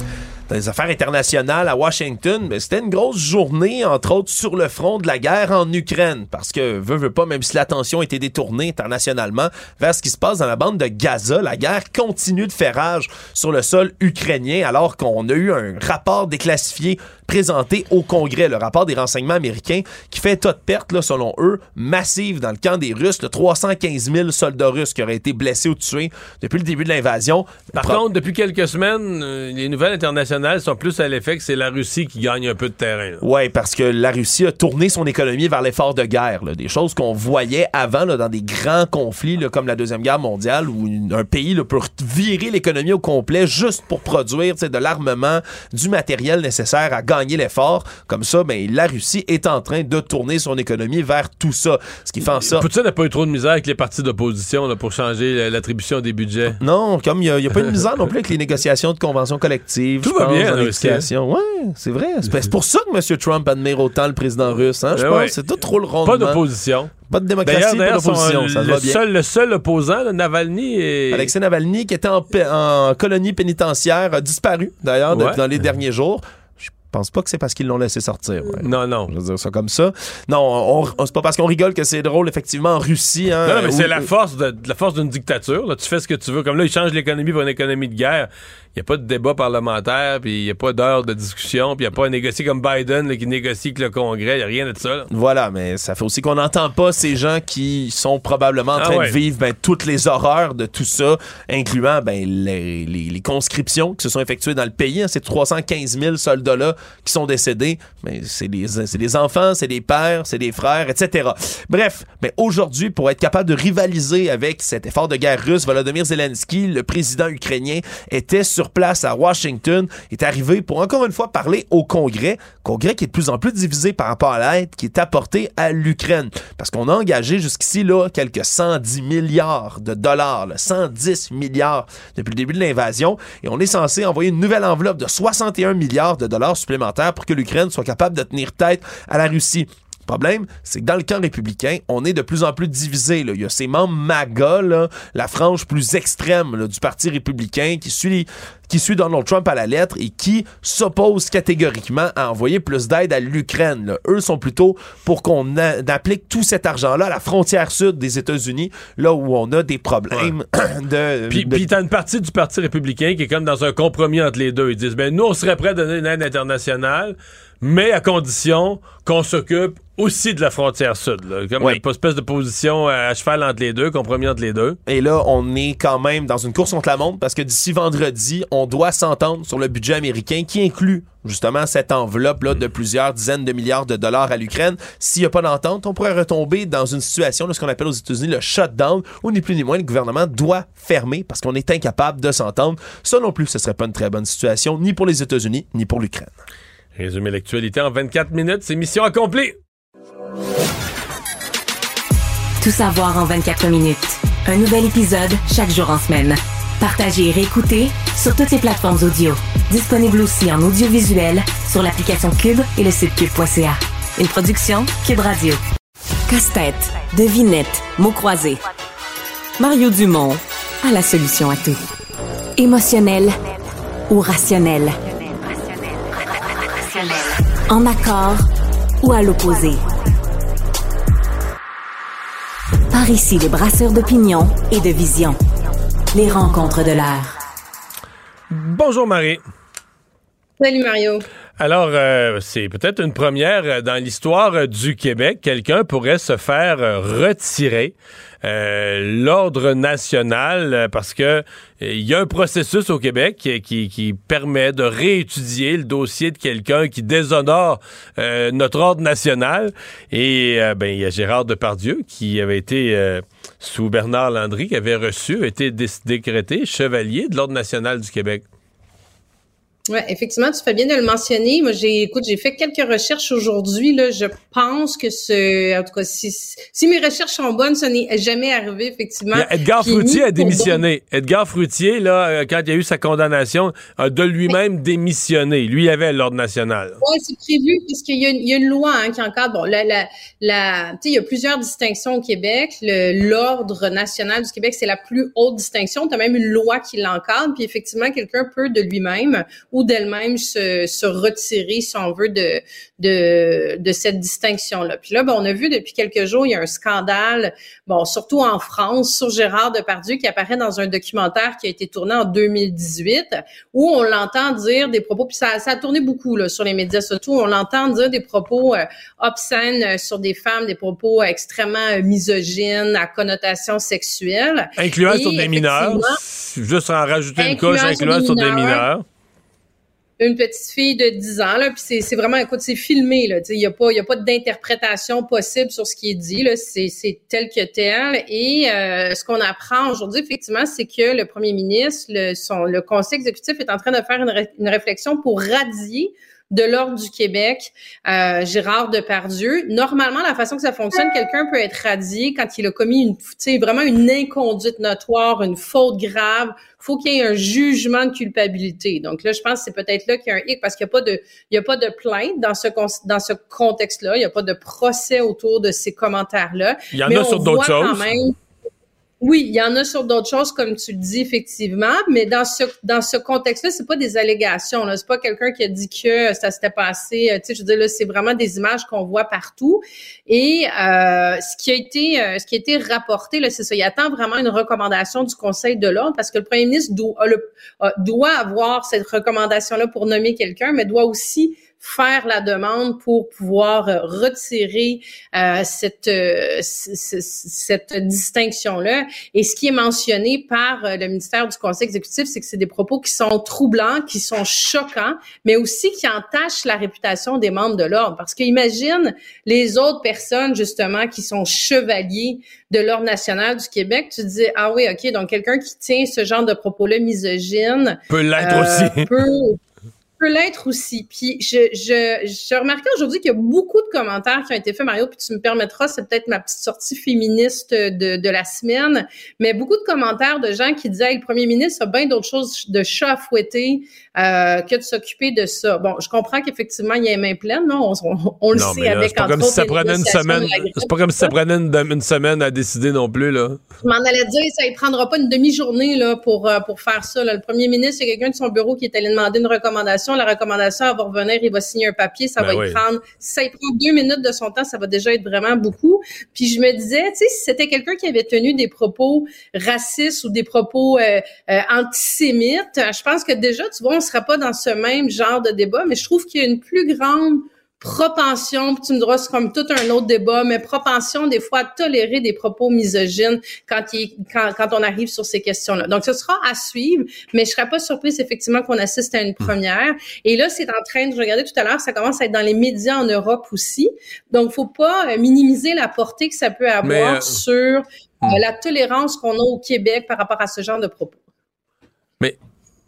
les affaires internationales à Washington, mais c'était une grosse journée, entre autres, sur le front de la guerre en Ukraine. Parce que, veut pas, même si l'attention était détournée internationalement vers ce qui se passe dans la bande de Gaza, la guerre continue de faire rage sur le sol ukrainien, alors qu'on a eu un rapport déclassifié présenté au Congrès, le rapport des renseignements américains, qui fait état de pertes, là, selon eux, massives dans le camp des Russes, de 315 000 soldats russes qui auraient été blessés ou tués depuis le début de l'invasion. Par contre, depuis quelques semaines, les nouvelles internationales sont plus à l'effet que c'est la Russie qui gagne un peu de terrain. Oui, parce que la Russie a tourné son économie vers l'effort de guerre. Là, des choses qu'on voyait avant là, dans des grands conflits là, comme la Deuxième Guerre mondiale, où un pays là, peut virer l'économie au complet juste pour produire de l'armement, du matériel nécessaire à gagner l'effort. Comme ça, ben, la Russie est en train de tourner son économie vers tout ça. Ce qui fait en sorte... Poutine n'a pas eu trop de misère avec les partis d'opposition là, pour changer l'attribution des budgets. Non, comme il n'y a pas eu de misère non plus avec les négociations de conventions collectives. Tout va bien, Oui, c'est vrai. C'est pour ça que M. Trump admire autant le président russe. Hein, je pense. C'est tout trop le rondement. Pas d'opposition. Pas de démocratie, pas d'opposition. Ça va bien. Le seul opposant, là, Navalny... Alexei Navalny, qui était en colonie pénitentiaire, a disparu, d'ailleurs, dans les derniers jours. Je pense pas que c'est parce qu'ils l'ont laissé sortir. Ouais. Non. Je veux dire ça comme ça. Non, c'est pas parce qu'on rigole que c'est drôle, effectivement, en Russie. Hein, non, mais c'est la force d'une dictature. Là. Tu fais ce que tu veux. Comme là, ils changent l'économie pour une économie de guerre. Il n'y a pas de débat parlementaire, puis il n'y a pas d'heure de discussion, puis il n'y a pas à négocier comme Biden là, qui négocie avec le Congrès. Il n'y a rien de ça. Là. Voilà, mais ça fait aussi qu'on n'entend pas ces gens qui sont probablement en train de vivre toutes les horreurs de tout ça, incluant les conscriptions qui se sont effectuées dans le pays. Hein, ces 315 000 soldats-là qui sont décédés, mais c'est des enfants, c'est des pères, c'est des frères, etc. Bref, aujourd'hui, pour être capable de rivaliser avec cet effort de guerre russe, Volodymyr Zelensky, le président ukrainien, était sur place à Washington, est arrivé pour encore une fois parler au Congrès qui est de plus en plus divisé par rapport à l'aide qui est apportée à l'Ukraine. Parce qu'on a engagé jusqu'ici là quelques 110 milliards de dollars, 110 milliards depuis le début de l'invasion, et on est censé envoyer une nouvelle enveloppe de 61 milliards de dollars supplémentaires pour que l'Ukraine soit capable de tenir tête à la Russie. Le problème, c'est que dans le camp républicain, on est de plus en plus divisé. Là. Il y a ces membres MAGA, là, la frange plus extrême là, du Parti républicain qui suit Donald Trump à la lettre et qui s'oppose catégoriquement à envoyer plus d'aide à l'Ukraine. Là. Eux sont plutôt pour qu'on applique tout cet argent-là à la frontière sud des États-Unis, là où on a des problèmes Puis t'as une partie du Parti républicain qui est comme dans un compromis entre les deux. Ils disent, nous, on serait prêts à donner une aide internationale, mais à condition qu'on s'occupe aussi de la frontière sud. Là. Comme une espèce de position à cheval entre les deux, compromis entre les deux. Et là, on est quand même dans une course contre la montre parce que d'ici vendredi, on doit s'entendre sur le budget américain qui inclut justement cette enveloppe-là de plusieurs dizaines de milliards de dollars à l'Ukraine. S'il n'y a pas d'entente, on pourrait retomber dans une situation de ce qu'on appelle aux États-Unis le shutdown, où ni plus ni moins le gouvernement doit fermer parce qu'on est incapable de s'entendre. Ça non plus, ce serait pas une très bonne situation, ni pour les États-Unis, ni pour l'Ukraine. Résumer l'actualité en 24 minutes, c'est mission accomplie. Tout savoir en 24 minutes. Un nouvel épisode chaque jour en semaine. Partagez et réécoutez sur toutes les plateformes audio. Disponible aussi en audiovisuel sur l'application Cube et le site cube.ca. Une production Cube Radio. Casse-tête, devinette, mots croisés. Mario Dumont a la solution à tout. Émotionnel ou rationnel? En accord ou à l'opposé? Par ici, les brasseurs d'opinion et de vision. Les rencontres de l'heure. Bonjour Marie. Salut Mario. Alors, c'est peut-être une première dans l'histoire du Québec. Quelqu'un pourrait se faire retirer l'ordre national parce que il y a un processus au Québec qui permet de réétudier le dossier de quelqu'un qui déshonore notre ordre national. Et il y a Gérard Depardieu qui avait été sous Bernard Landry, qui avait été décrété chevalier de l'ordre national du Québec. Ouais, effectivement, tu fais bien de le mentionner. Moi, j'ai fait quelques recherches aujourd'hui. Là, je pense que en tout cas, si mes recherches sont bonnes, ça n'est jamais arrivé, effectivement. Edgar Fruitier a démissionné. Edgar Fruitier, là, quand il y a eu sa condamnation, a de lui-même démissionné. Lui, il avait l'ordre national. Oui, c'est prévu parce qu'il y a une loi qui encadre. Bon, tu sais, il y a plusieurs distinctions au Québec. L'ordre national du Québec, c'est la plus haute distinction. Tu as même une loi qui l'encadre. Puis effectivement, quelqu'un peut de lui-même ou d'elle-même se retirer, si on veut, de cette distinction-là. Puis là, on a vu depuis quelques jours, il y a un scandale, surtout en France, sur Gérard Depardieu qui apparaît dans un documentaire qui a été tourné en 2018, où on l'entend dire des propos, puis ça a tourné beaucoup là, sur les médias sociaux, on l'entend dire des propos obscènes sur des femmes, des propos extrêmement misogynes, à connotation sexuelle. Incluant sur des mineurs, juste en rajouter une couche, incluant sur des mineurs. Une petite fille de 10 ans, là, puis c'est vraiment, écoute, c'est filmé, là, tu sais, il y a pas d'interprétation possible sur ce qui est dit, là, c'est tel que tel, et ce qu'on apprend aujourd'hui, effectivement, c'est que le premier ministre, le conseil exécutif est en train de faire une réflexion pour radier de l'Ordre du Québec, Gérard Depardieu. Normalement, la façon que ça fonctionne, quelqu'un peut être radié quand il a commis vraiment une inconduite notoire, une faute grave. Faut qu'il y ait un jugement de culpabilité. Donc là, je pense que c'est peut-être là qu'il y a un hic parce qu'il y a pas de plainte dans ce contexte-là. Il y a pas de procès autour de ces commentaires-là. Il y en a sur d'autres choses. Oui, il y en a sur d'autres choses, comme tu le dis, effectivement, mais dans ce contexte-là, c'est pas des allégations, là. C'est pas quelqu'un qui a dit que ça s'était passé, tu sais, je veux dire, là, c'est vraiment des images qu'on voit partout. Et, ce qui a été rapporté, là, c'est ça. Il attend vraiment une recommandation du Conseil de l'Ordre parce que le premier ministre doit avoir cette recommandation-là pour nommer quelqu'un, mais doit aussi faire la demande pour pouvoir retirer cette distinction-là. Et ce qui est mentionné par le ministère du Conseil exécutif, c'est que c'est des propos qui sont troublants, qui sont choquants, mais aussi qui entachent la réputation des membres de l'Ordre. Parce qu'imagine les autres personnes, justement, qui sont chevaliers de l'Ordre national du Québec, tu te dis, ah oui, OK, donc quelqu'un qui tient ce genre de propos-là misogynes peut l'être aussi. Peut l'être aussi. Puis je remarquais aujourd'hui qu'il y a beaucoup de commentaires qui ont été faits, Mario, puis tu me permettras, c'est peut-être ma petite sortie féministe de la semaine, mais beaucoup de commentaires de gens qui disaient, le premier ministre a bien d'autres choses de chat à fouetter que de s'occuper de ça. Bon, je comprends qu'effectivement, il y a les mains pleines, non? On le sait avec, entre autres, c'est pas comme si ça prenait une semaine à décider non plus, là. Je m'en allais dire, ça ne prendra pas une demi-journée là pour faire ça. Là. Le premier ministre, il y a quelqu'un de son bureau qui est allé demander une recommandation. La recommandation, elle va revenir, il va signer un papier, ça va y prendre. Si ça y prend 2 minutes de son temps, ça va déjà être vraiment beaucoup. Puis je me disais, tu sais, si c'était quelqu'un qui avait tenu des propos racistes ou des propos antisémites, je pense que déjà, tu vois, on serait pas dans ce même genre de débat, mais je trouve qu'il y a une plus grande propension, puis tu me diras, c'est comme tout un autre débat, mais propension des fois à tolérer des propos misogynes quand on arrive sur ces questions-là. Donc, ce sera à suivre, mais je serais pas surprise effectivement qu'on assiste à une première. Et là, c'est en train, je regardais tout à l'heure, ça commence à être dans les médias en Europe aussi. Donc, faut pas minimiser la portée que ça peut avoir sur la tolérance qu'on a au Québec par rapport à ce genre de propos. Mais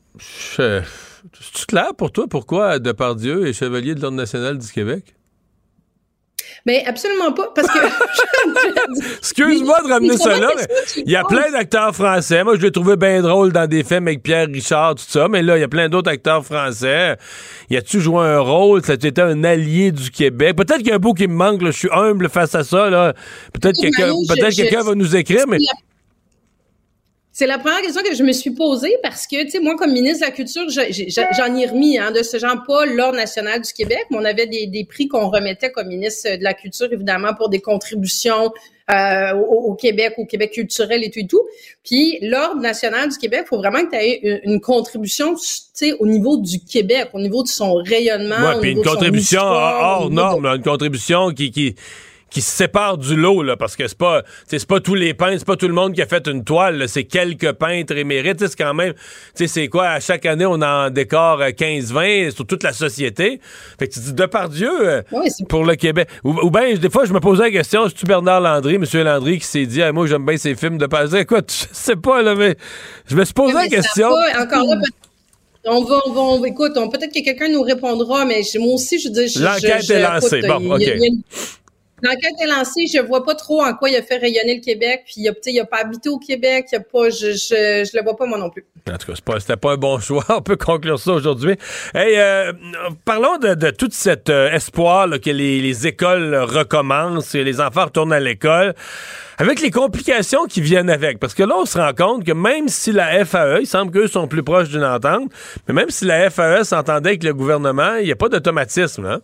c'est clair pour toi pourquoi Depardieu est chevalier de l'Ordre national du Québec? Mais absolument pas, parce que... Excuse-moi de ramener ça là, mais il y a plein d'acteurs français. Moi, je l'ai trouvé bien drôle dans des films avec Pierre Richard, tout ça, mais là, il y a plein d'autres acteurs français. Y a-tu joué un rôle? Ça a été un allié du Québec? Peut-être qu'il y a un bout qui me manque, là. Je suis humble face à ça, là. Peut-être quelqu'un va nous écrire, mais... C'est la première question que je me suis posée parce que, tu sais, moi, comme ministre de la Culture, j'en ai remis de ce genre, pas l'Ordre national du Québec, mais on avait des prix qu'on remettait comme ministre de la Culture, évidemment, pour des contributions au Québec culturel et tout. Puis l'Ordre national du Québec, il faut vraiment que tu aies une contribution, tu sais, au niveau du Québec, au niveau de son rayonnement. Ouais, puis une contribution hors norme, une contribution qui se sépare du lot, là, parce que c'est pas tous les peintres, c'est pas tout le monde qui a fait une toile, là, c'est quelques peintres émérites, c'est quand même, c'est quoi, à chaque année, on en décore 15-20 sur toute la société. Fait que tu dis, Depardieu, pour le Québec. Ou bien, des fois, je me posais la question, c'est-tu Bernard Landry, M. Landry, qui s'est dit, moi, j'aime bien ces films de Depardieu. Écoute, je sais pas, là, mais je me suis posé la question. Encore là, écoute, peut-être que quelqu'un nous répondra, mais moi aussi, je dis... L'enquête est lancée. Bon, OK. L'enquête est lancée, je vois pas trop en quoi il a fait rayonner le Québec, puis il a pas habité au Québec, je le vois pas moi non plus. En tout cas, c'était pas un bon choix, on peut conclure ça aujourd'hui. Hey, parlons de tout cet espoir là, que les écoles recommencent, que les enfants retournent à l'école, avec les complications qui viennent avec. Parce que là, on se rend compte que même si la FAE, il semble qu'eux sont plus proches d'une entente, mais même si la FAE s'entendait avec le gouvernement, il n'y a pas d'automatisme, hein?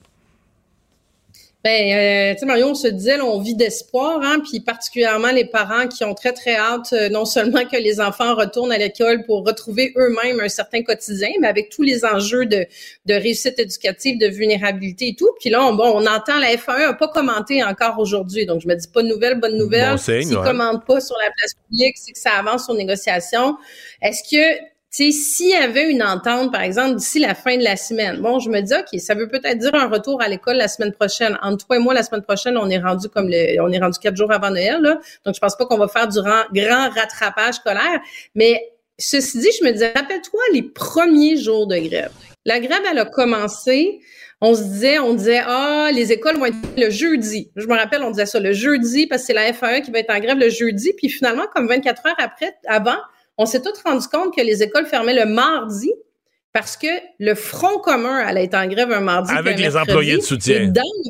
Tu sais, Mario, on se disait, là, on vit d'espoir, hein, puis particulièrement les parents qui ont très, très hâte, non seulement que les enfants retournent à l'école pour retrouver eux-mêmes un certain quotidien, mais avec tous les enjeux de réussite éducative, de vulnérabilité et tout. Puis là, on entend la FAE n'a pas commenté encore aujourd'hui. Donc, je me dis, pas de nouvelles, bonne nouvelle. Bon signe, S'ils commentent pas sur la place publique, c'est que ça avance aux négociations. Est-ce que tu sais, s'il y avait une entente, par exemple, d'ici la fin de la semaine, bon, je me dis, OK, ça veut peut-être dire un retour à l'école la semaine prochaine. Entre toi et moi, la semaine prochaine, on est rendu 4 jours avant Noël, là. Donc, je pense pas qu'on va faire du grand rattrapage scolaire. Mais, ceci dit, je me dis, rappelle-toi les premiers jours de grève. La grève, elle a commencé. On disait, les écoles vont être le jeudi. Je me rappelle, on disait ça le jeudi parce que c'est la FAE qui va être en grève le jeudi. Puis finalement, comme 24 heures avant, on s'est tous rendu compte que les écoles fermaient le mardi parce que le Front commun allait être en grève un mardi. Avec les employés de soutien.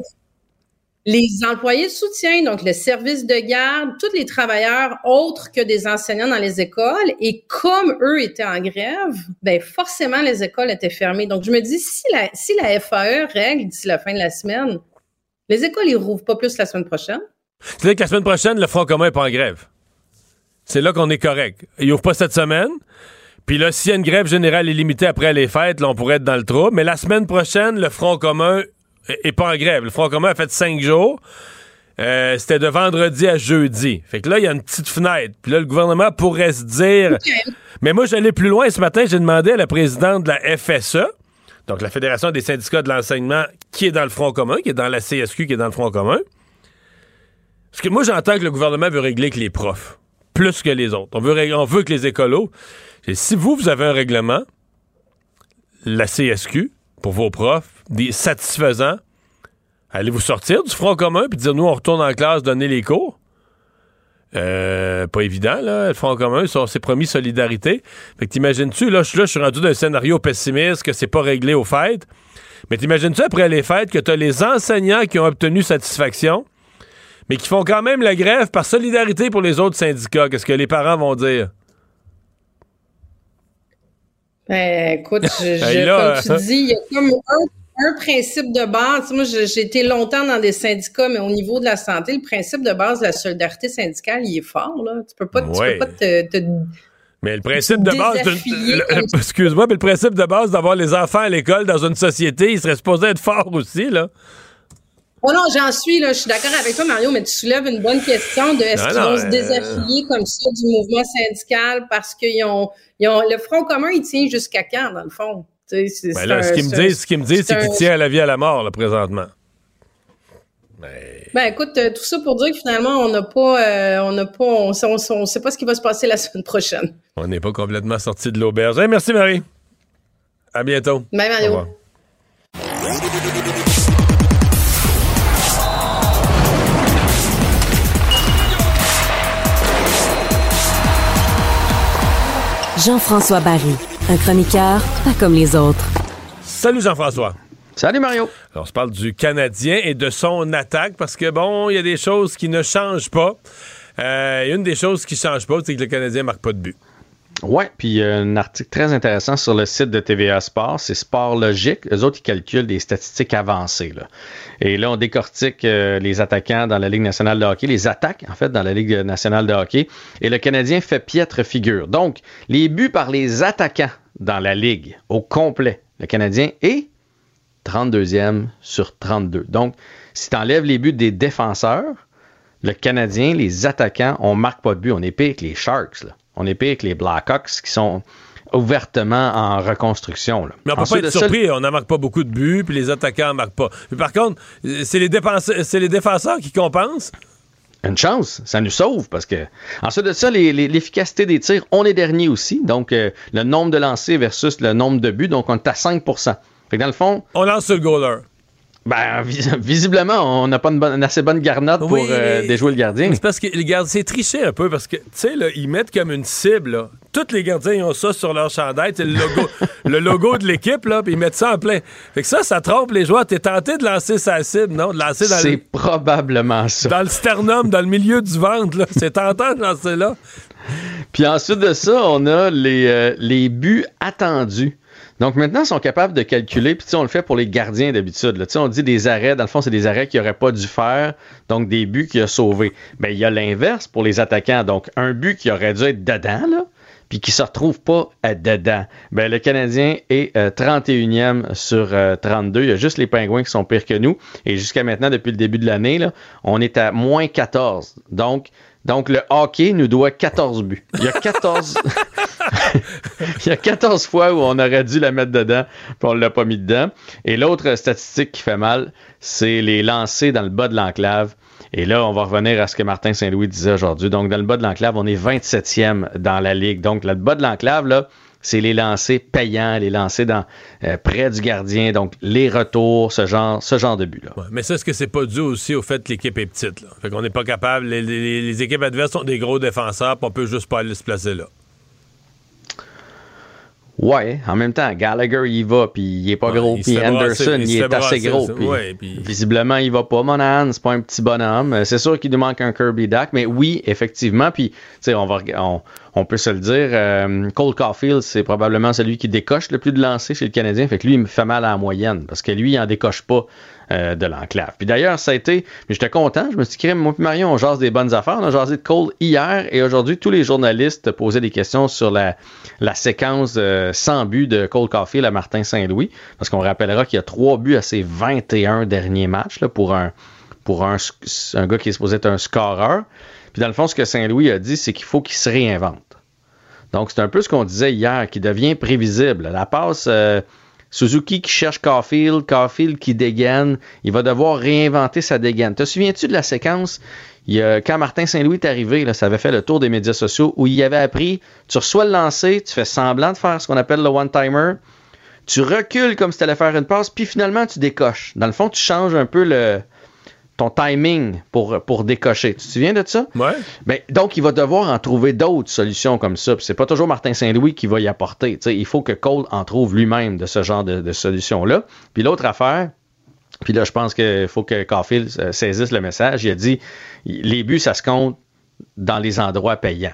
Les employés de soutien, donc le service de garde, tous les travailleurs autres que des enseignants dans les écoles. Et comme eux étaient en grève, ben forcément, les écoles étaient fermées. Donc, je me dis, si la FAE règle d'ici la fin de la semaine, les écoles, ils rouvrent pas plus la semaine prochaine. C'est-à-dire que la semaine prochaine, le Front commun n'est pas en grève. C'est là qu'on est correct. Ils n'ouvrent pas cette semaine. Puis là, s'il y a une grève générale illimitée après les fêtes, là, on pourrait être dans le trou. Mais la semaine prochaine, le Front commun est pas en grève. Le Front commun a fait 5 jours. C'était de vendredi à jeudi. Fait que là, il y a une petite fenêtre. Puis là, le gouvernement pourrait se dire... Okay. Mais moi, j'allais plus loin. Ce matin, j'ai demandé à la présidente de la FSE, donc la Fédération des syndicats de l'enseignement, qui est dans le Front commun, qui est dans la CSQ, qui est dans le Front commun. Parce que moi, j'entends que le gouvernement veut régler avec les profs. Plus que les autres. On veut que les écolos... Si vous avez un règlement, la CSQ, pour vos profs, satisfaisant, allez-vous sortir du Front commun puis dire, nous, on retourne en classe donner les cours? Pas évident, là. Le Front commun, s'est promis solidarité. Fait que t'imagines-tu, là, je suis rendu d'un scénario pessimiste, que c'est pas réglé aux fêtes. Mais t'imagines-tu, après les fêtes, que t'as les enseignants qui ont obtenu satisfaction, mais qui font quand même la grève par solidarité pour les autres syndicats? Qu'est-ce que les parents vont dire? Écoute, comme tu dis, il y a comme un principe de base. Moi, j'ai été longtemps dans des syndicats, mais au niveau de la santé, le principe de base de la solidarité syndicale, il est fort, là. Tu peux pas te mais le principe de base, excuse-moi, mais le principe de base d'avoir les enfants à l'école dans une société, il serait supposé être fort aussi, là. Oh non, j'en suis, là. Je suis d'accord avec toi, Mario, mais tu soulèves une bonne question de est-ce qu'ils vont se désaffilier comme ça du mouvement syndical parce qu'ils ont le Front commun, il tient jusqu'à quand, dans le fond? Ce qu'ils me disent, c'est qu'il tient à la vie à la mort, là, présentement. Écoute, tout ça pour dire que finalement, on sait pas ce qui va se passer la semaine prochaine. On n'est pas complètement sorti de l'auberge. Hey, merci, Marie. À bientôt. Bye, Mario. Au revoir. Jean-François Barry, un chroniqueur pas comme les autres. Salut Jean-François. Salut Mario. Alors, on se parle du Canadien et de son attaque parce que, bon, il y a des choses qui ne changent pas. Une des choses qui ne change pas, c'est que le Canadien ne marque pas de but. Ouais, puis il y a un article très intéressant sur le site de TVA Sport, c'est Sport Logique. Eux autres, ils calculent des statistiques avancées, là. Et là, on décortique les attaquants dans la Ligue nationale de hockey, les attaques, en fait, dans la Ligue nationale de hockey. Et le Canadien fait piètre figure. Donc, les buts par les attaquants dans la Ligue au complet, le Canadien est 32e sur 32. Donc, si tu enlèves les buts des défenseurs, le Canadien, les attaquants, on marque pas de but. On est pire que les Sharks, là. On est pire que les Blackhawks qui sont ouvertement en reconstruction, là. Mais on peut pas être surpris, on n'en marque pas beaucoup de buts, puis les attaquants n'en marquent pas. Mais par contre, c'est les défenseurs qui compensent. Une chance, ça nous sauve, parce que ensuite de ça, l'efficacité des tirs, on est dernier aussi. Donc, le nombre de lancers versus le nombre de buts, donc on est à 5%. Fait que dans le fond... On lance sur le goaler. Ben, visiblement, on n'a pas une assez bonne garnotte pour déjouer le gardien. C'est parce que les gardiens, c'est triché un peu, parce que, tu sais, ils mettent comme une cible, là. Tous les gardiens, ils ont ça sur leur chandail, c'est le logo de l'équipe, là, puis ils mettent ça en plein. Fait que ça trompe les joueurs. T'es tenté de lancer sa cible, non? De lancer dans c'est probablement ça. Dans le sternum, dans le milieu du ventre, là. C'est tentant de lancer là. Puis ensuite de ça, on a les buts attendus. Donc maintenant, ils sont capables de calculer, puis on le fait pour les gardiens d'habitude. Là. On dit des arrêts, dans le fond, c'est des arrêts qu'ils n'auraient pas dû faire, donc des buts qu'il a sauvés. Ben, il y a l'inverse pour les attaquants. Donc un but qui aurait dû être dedans, là, puis qui ne se retrouve pas dedans. Ben, le Canadien est 31e sur 32. Il y a juste les Pingouins qui sont pires que nous. Et jusqu'à maintenant, depuis le début de l'année, là, on est à moins 14. Donc le hockey nous doit 14 buts. Il y a 14... Il y a 14 fois où on aurait dû la mettre dedans, puis on ne l'a pas mis dedans. Et l'autre statistique qui fait mal, c'est les lancers dans le bas de l'enclave. Et là, on va revenir à ce que Martin Saint-Louis disait aujourd'hui. Donc, dans le bas de l'enclave, on est 27e dans la Ligue. Donc, le bas de l'enclave, là, c'est les lancers payants, les lancers près du gardien, donc les retours, ce genre de but-là. Ouais, mais ça, est-ce que c'est pas dû aussi au fait que l'équipe est petite, là? Fait qu'on n'est pas capable, les équipes adverses sont des gros défenseurs, puis on peut juste pas aller se placer là. Ouais, en même temps, Gallagher, il va, puis il est pas gros, puis Anderson, il est assez gros, puis visiblement, il va pas. Monahan, c'est pas un petit bonhomme. C'est sûr qu'il nous manque un Kirby Dach, mais oui, effectivement, puis, tu sais, on peut se le dire, Cole Caulfield, c'est probablement celui qui décoche le plus de lancers chez le Canadien, fait que lui, il me fait mal à la moyenne, parce que lui, il en décoche pas de l'enclave. Puis d'ailleurs, ça a été... Mais j'étais content, je me suis dit, moi et Marion, on jase des bonnes affaires. On a jasé de Cole hier, et aujourd'hui, tous les journalistes posaient des questions sur la séquence sans but de Cole Caulfield à Martin Saint-Louis, parce qu'on rappellera qu'il y a 3 buts à ses 21 derniers matchs, là, pour un gars qui est supposé être un scoreur. Puis dans le fond, ce que Saint-Louis a dit, c'est qu'il faut qu'il se réinvente. Donc, c'est un peu ce qu'on disait hier, qui devient prévisible. La passe... Suzuki qui cherche Caulfield qui dégaine, il va devoir réinventer sa dégaine. Te souviens-tu de la séquence, quand Martin Saint-Louis est arrivé, là, ça avait fait le tour des médias sociaux, où il avait appris, tu reçois le lancer, tu fais semblant de faire ce qu'on appelle le one-timer, tu recules comme si tu allais faire une passe, puis finalement tu décoches. Dans le fond, tu changes un peu ton timing pour décocher. Tu te souviens de ça? Ouais. Ben, donc, il va devoir en trouver d'autres solutions comme ça. Puis c'est pas toujours Martin Saint-Louis qui va y apporter. T'sais, il faut que Cole en trouve lui-même de ce genre de solution-là. Puis l'autre affaire, puis là, je pense qu'il faut que Caulfield saisisse le message. Il a dit, les buts, ça se compte dans les endroits payants.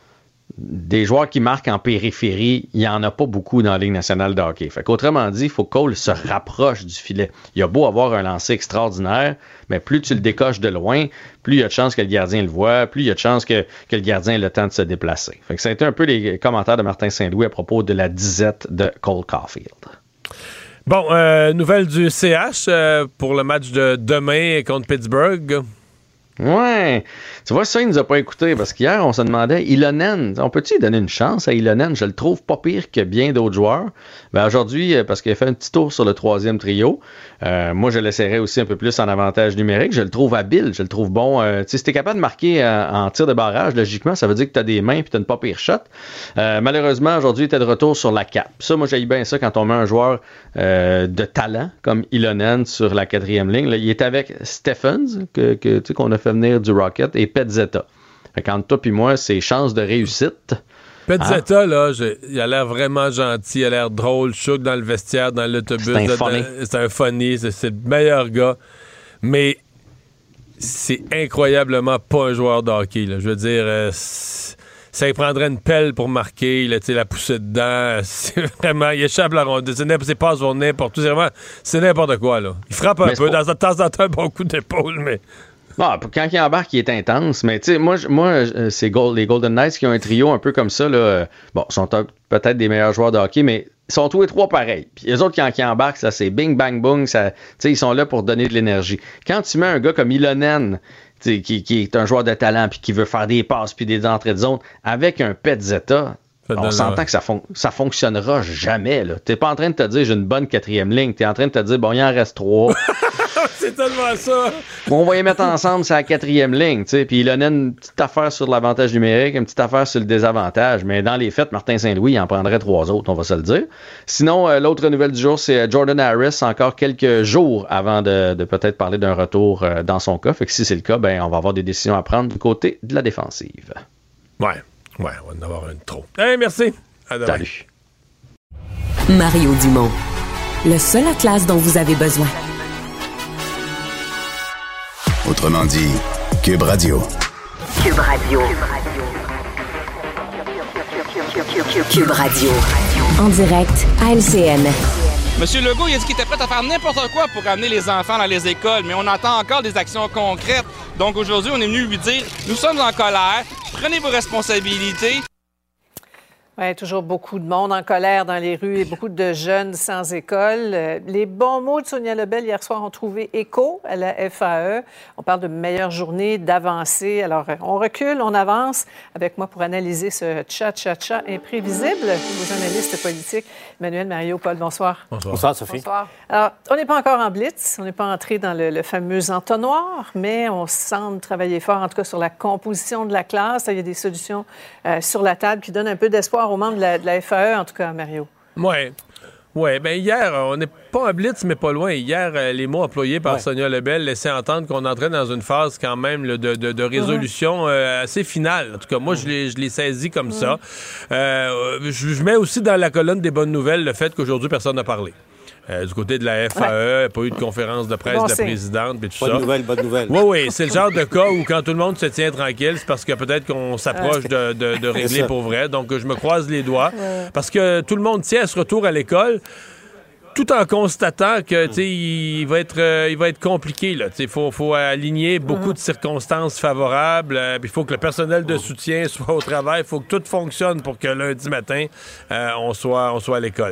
Des joueurs qui marquent en périphérie, il n'y en a pas beaucoup dans la Ligue nationale de hockey. Fait qu'autrement dit, il faut que Cole se rapproche du filet. Il a beau avoir un lancer extraordinaire, mais plus tu le décoches de loin, plus il y a de chances que le gardien le voit, plus il y a de chances que le gardien ait le temps de se déplacer. Fait que ça a été un peu les commentaires de Martin Saint-Louis à propos de la disette de Cole Caulfield. Bon, nouvelle du CH pour le match de demain contre Pittsburgh. Ouais, tu vois, ça, il nous a pas écouté parce qu'hier, on se demandait, Ilonen, on peut-tu lui donner une chance à Ilonen? Je le trouve pas pire que bien d'autres joueurs. Ben aujourd'hui, parce qu'il a fait un petit tour sur le 3e trio, moi, je l'essaierais aussi un peu plus en avantage numérique. Je le trouve habile, je le trouve bon. Tu sais, si t'es capable de marquer en tir de barrage, logiquement, ça veut dire que t'as des mains puis t'as une pas pire shot. Malheureusement, aujourd'hui, il était de retour sur la 4. Ça, moi, j'aille bien ça quand on met un joueur de talent comme Ilonen sur la 4e ligne. Là, il est avec Stephens, tu sais, qu'on a fait venir du Rocket, et Pezzetta. Quand toi puis moi, c'est chance de réussite. Pezzetta, là, il a l'air vraiment gentil, il a l'air drôle, chouk dans le vestiaire, dans l'autobus. C'est un funny, c'est le meilleur gars. Mais c'est incroyablement pas un joueur de hockey, là. Je veux dire, ça lui prendrait une pelle pour marquer, là, la pousser dedans. C'est vraiment, il échappe la rondelle. C'est pas sur n'importe où. C'est n'importe quoi, là. Il frappe un peu, de temps en temps, un bon coup d'épaule, mais... Ah, quand il embarque, il est intense. Mais tu sais, moi c'est les Golden Knights qui ont un trio un peu comme ça. Là, bon, sont peut-être des meilleurs joueurs de hockey, mais ils sont tous les trois pareils. Puis les autres, quand ils embarquent, ça c'est bing, bang, boom. Ça, ils sont là pour donner de l'énergie. Quand tu mets un gars comme Ilonen, qui est un joueur de talent, puis qui veut faire des passes, puis des entrées de zone, avec un Pezzetta, on s'entend que ça fonctionnera jamais. Là. T'es pas en train de te dire j'ai une bonne 4e ligne. T'es en train de te dire bon, il en reste 3. C'est tellement ça. On va les mettre ensemble sur la 4e ligne, tu sais. Puis il en a une petite affaire sur l'avantage numérique, une petite affaire sur le désavantage. Mais dans les faits, Martin Saint-Louis, il en prendrait 3 autres, on va se le dire. Sinon, l'autre nouvelle du jour, c'est Jordan Harris, encore quelques jours avant de peut-être parler d'un retour dans son cas. Fait que si c'est le cas, ben on va avoir des décisions à prendre du côté de la défensive. Ouais, on va en avoir une trop. Hey, merci. À demain. Salut. Mario Dumont, le seul atlas dont vous avez besoin. Autrement dit, Cube Radio. Cube Radio. Cube Radio. En direct à LCN. Monsieur Legault, il a dit qu'il était prêt à faire n'importe quoi pour amener les enfants dans les écoles, mais on attend encore des actions concrètes. Donc aujourd'hui, on est venu lui dire, nous sommes en colère, prenez vos responsabilités. Oui, toujours beaucoup de monde en colère dans les rues et beaucoup de jeunes sans école. Les bons mots de Sonia Lebel hier soir ont trouvé écho à la FAE. On parle de meilleure journée, d'avancée. Alors, on recule, on avance. Avec moi pour analyser ce tcha-tcha-tcha imprévisible, vos analystes politiques, Emmanuel, Mario, Paul, bonsoir. Bonsoir, Sophie. Bonsoir. Alors, on n'est pas encore en blitz, on n'est pas entré dans le fameux entonnoir, mais on semble travailler fort, en tout cas, sur la composition de la classe. Il y a des solutions sur la table qui donnent un peu d'espoir aux membres de la FAE, en tout cas, Mario. Oui, bien hier, on n'est pas en blitz, mais pas loin. Hier, les mots employés par Sonia Lebel laissaient entendre qu'on entrait dans une phase quand même de résolution assez finale. En tout cas, moi, je l'ai saisi comme ça. Je mets aussi dans la colonne des bonnes nouvelles le fait qu'aujourd'hui, personne n'a parlé. Du côté de la FAE, il n'y a pas eu de conférence de presse de la présidente et tout ça. Bonne nouvelle. Oui, c'est le genre de cas où quand tout le monde se tient tranquille, c'est parce que peut-être qu'on s'approche de régler pour vrai. Donc, je me croise les doigts. Parce que tout le monde tient à ce retour à l'école, tout en constatant que il va être compliqué. Il faut aligner beaucoup de circonstances favorables. Il faut que le personnel de soutien soit au travail. Il faut que tout fonctionne pour que lundi matin, on soit à l'école.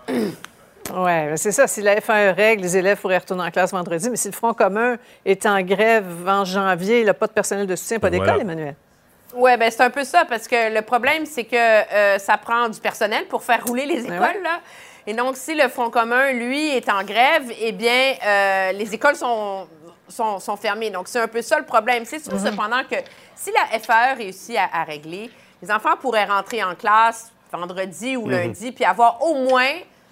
Oui, c'est ça. Si la FAE règle, les élèves pourraient retourner en classe vendredi, mais si le Front commun est en grève en janvier, il n'a pas de personnel de soutien, pas d'école, Emmanuel. Oui, bien, c'est un peu ça, parce que le problème, c'est que ça prend du personnel pour faire rouler les écoles, là. Et donc, si le Front commun, lui, est en grève, eh bien, les écoles sont fermées. Donc, c'est un peu ça le problème. C'est sûr, cependant, que si la FAE réussit à régler, les enfants pourraient rentrer en classe vendredi ou lundi, puis avoir au moins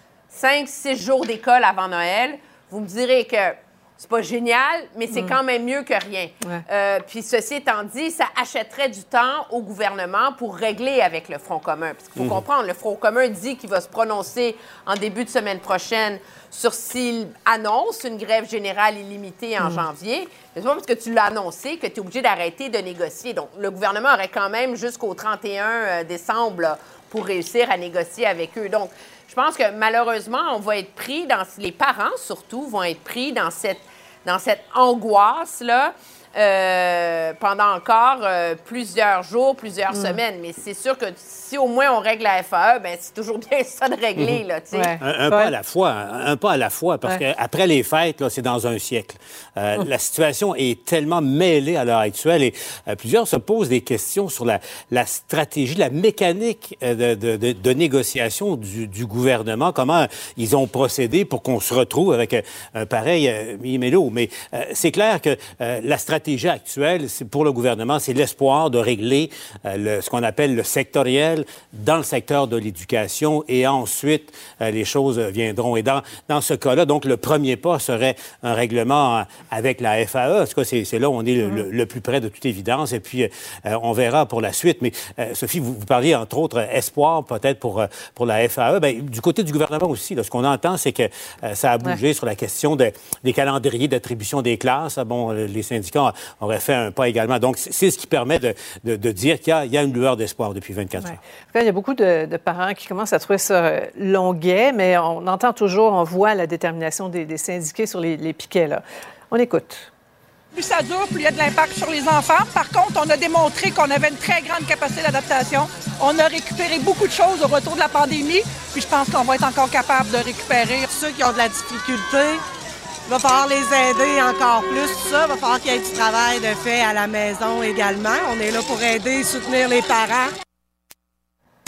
5-6 jours d'école avant Noël. Vous me direz que c'est pas génial, mais c'est quand même mieux que rien. Puis ceci étant dit, ça achèterait du temps au gouvernement pour régler avec le Front commun. Parce qu'il faut comprendre, le Front commun dit qu'il va se prononcer en début de semaine prochaine sur s'il annonce une grève générale illimitée en janvier. Mais c'est pas parce que tu l'as annoncé que tu es obligé d'arrêter de négocier. Donc, le gouvernement aurait quand même jusqu'au 31 décembre là, pour réussir à négocier avec eux. Donc, je pense que malheureusement, on va être pris les parents surtout vont être pris dans cette angoisse-là pendant encore plusieurs jours, plusieurs semaines. Mais c'est sûr que si au moins on règle la FAE, bien, c'est toujours bien ça de régler, là, tu sais. Un pas à la fois, parce qu'après les fêtes, là, c'est dans un siècle. La situation est tellement mêlée à l'heure actuelle et plusieurs se posent des questions sur la stratégie, la mécanique de négociation du gouvernement, comment ils ont procédé pour qu'on se retrouve avec un pareil mélo. Mais c'est clair que la stratégie actuelle, pour le gouvernement, c'est l'espoir de régler ce qu'on appelle le sectoriel dans le secteur de l'éducation et ensuite, les choses viendront. Et dans ce cas-là, donc, le premier pas serait un règlement avec la FAE. En tout cas, c'est là où on est le plus près de toute évidence. Et puis, on verra pour la suite. Mais, Sophie, vous parliez, entre autres, espoir peut-être pour la FAE. Bien, du côté du gouvernement aussi, là, ce qu'on entend, c'est que ça a bougé sur la question des calendriers d'attribution des classes. Bon, les syndicats auraient fait un pas également. Donc, c'est ce qui permet de dire qu'il y a une lueur d'espoir depuis 24 ans. Il y a beaucoup de parents qui commencent à trouver ça longuet, mais on entend toujours, on voit la détermination des syndiqués sur les piquets, là. On écoute. Plus ça dure, plus il y a de l'impact sur les enfants. Par contre, on a démontré qu'on avait une très grande capacité d'adaptation. On a récupéré beaucoup de choses au retour de la pandémie, puis je pense qu'on va être encore capable de récupérer. Ceux qui ont de la difficulté, il va falloir les aider encore plus, tout ça. Il va falloir qu'il y ait du travail de fait à la maison également. On est là pour aider et soutenir les parents.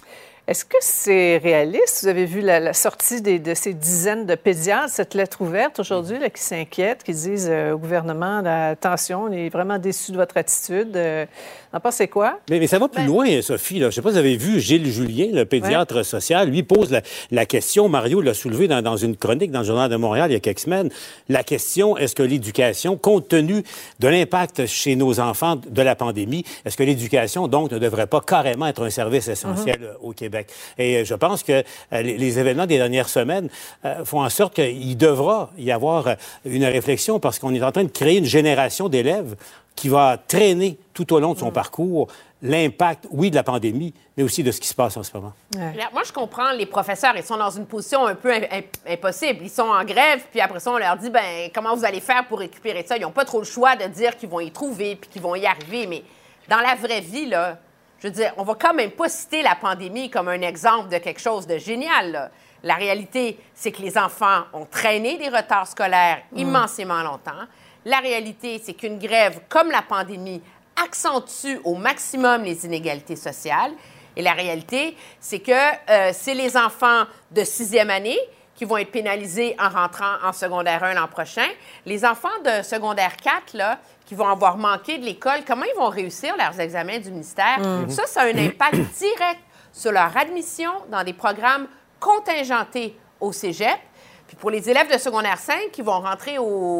Est-ce que c'est réaliste? Vous avez vu la sortie de ces dizaines de pédiatres, cette lettre ouverte aujourd'hui là, qui s'inquiètent, qui disent au gouvernement, attention, on est vraiment déçus de votre attitude. N'en pensez quoi? Mais ça va plus loin, Sophie. Là. Je ne sais pas si vous avez vu Gilles Julien, le pédiatre social, lui pose la question, Mario l'a soulevé dans une chronique dans le Journal de Montréal il y a quelques semaines, la question, est-ce que l'éducation, compte tenu de l'impact chez nos enfants de la pandémie, est-ce que l'éducation, donc, ne devrait pas carrément être un service essentiel au Québec? Et je pense que les événements des dernières semaines font en sorte qu'il devra y avoir une réflexion parce qu'on est en train de créer une génération d'élèves qui va traîner tout au long de son parcours l'impact, oui, de la pandémie, mais aussi de ce qui se passe en ce moment. Ouais. Moi, je comprends les professeurs. Ils sont dans une position un peu impossible. Ils sont en grève, puis après ça, on leur dit, comment vous allez faire pour récupérer ça? Ils n'ont pas trop le choix de dire qu'ils vont y trouver puis qu'ils vont y arriver. Mais dans la vraie vie, là, je veux dire, on va quand même pas citer la pandémie comme un exemple de quelque chose de génial, là. La réalité, c'est que les enfants ont traîné des retards scolaires immensément longtemps. La réalité, c'est qu'une grève comme la pandémie accentue au maximum les inégalités sociales. Et la réalité, c'est que c'est les enfants de 6e année qui vont être pénalisés en rentrant en secondaire 1 l'an prochain. Les enfants de secondaire 4, là, qui vont avoir manqué de l'école, comment ils vont réussir leurs examens du ministère? Ça a un impact direct sur leur admission dans des programmes contingentés au cégep. Puis pour les élèves de secondaire 5 qui vont rentrer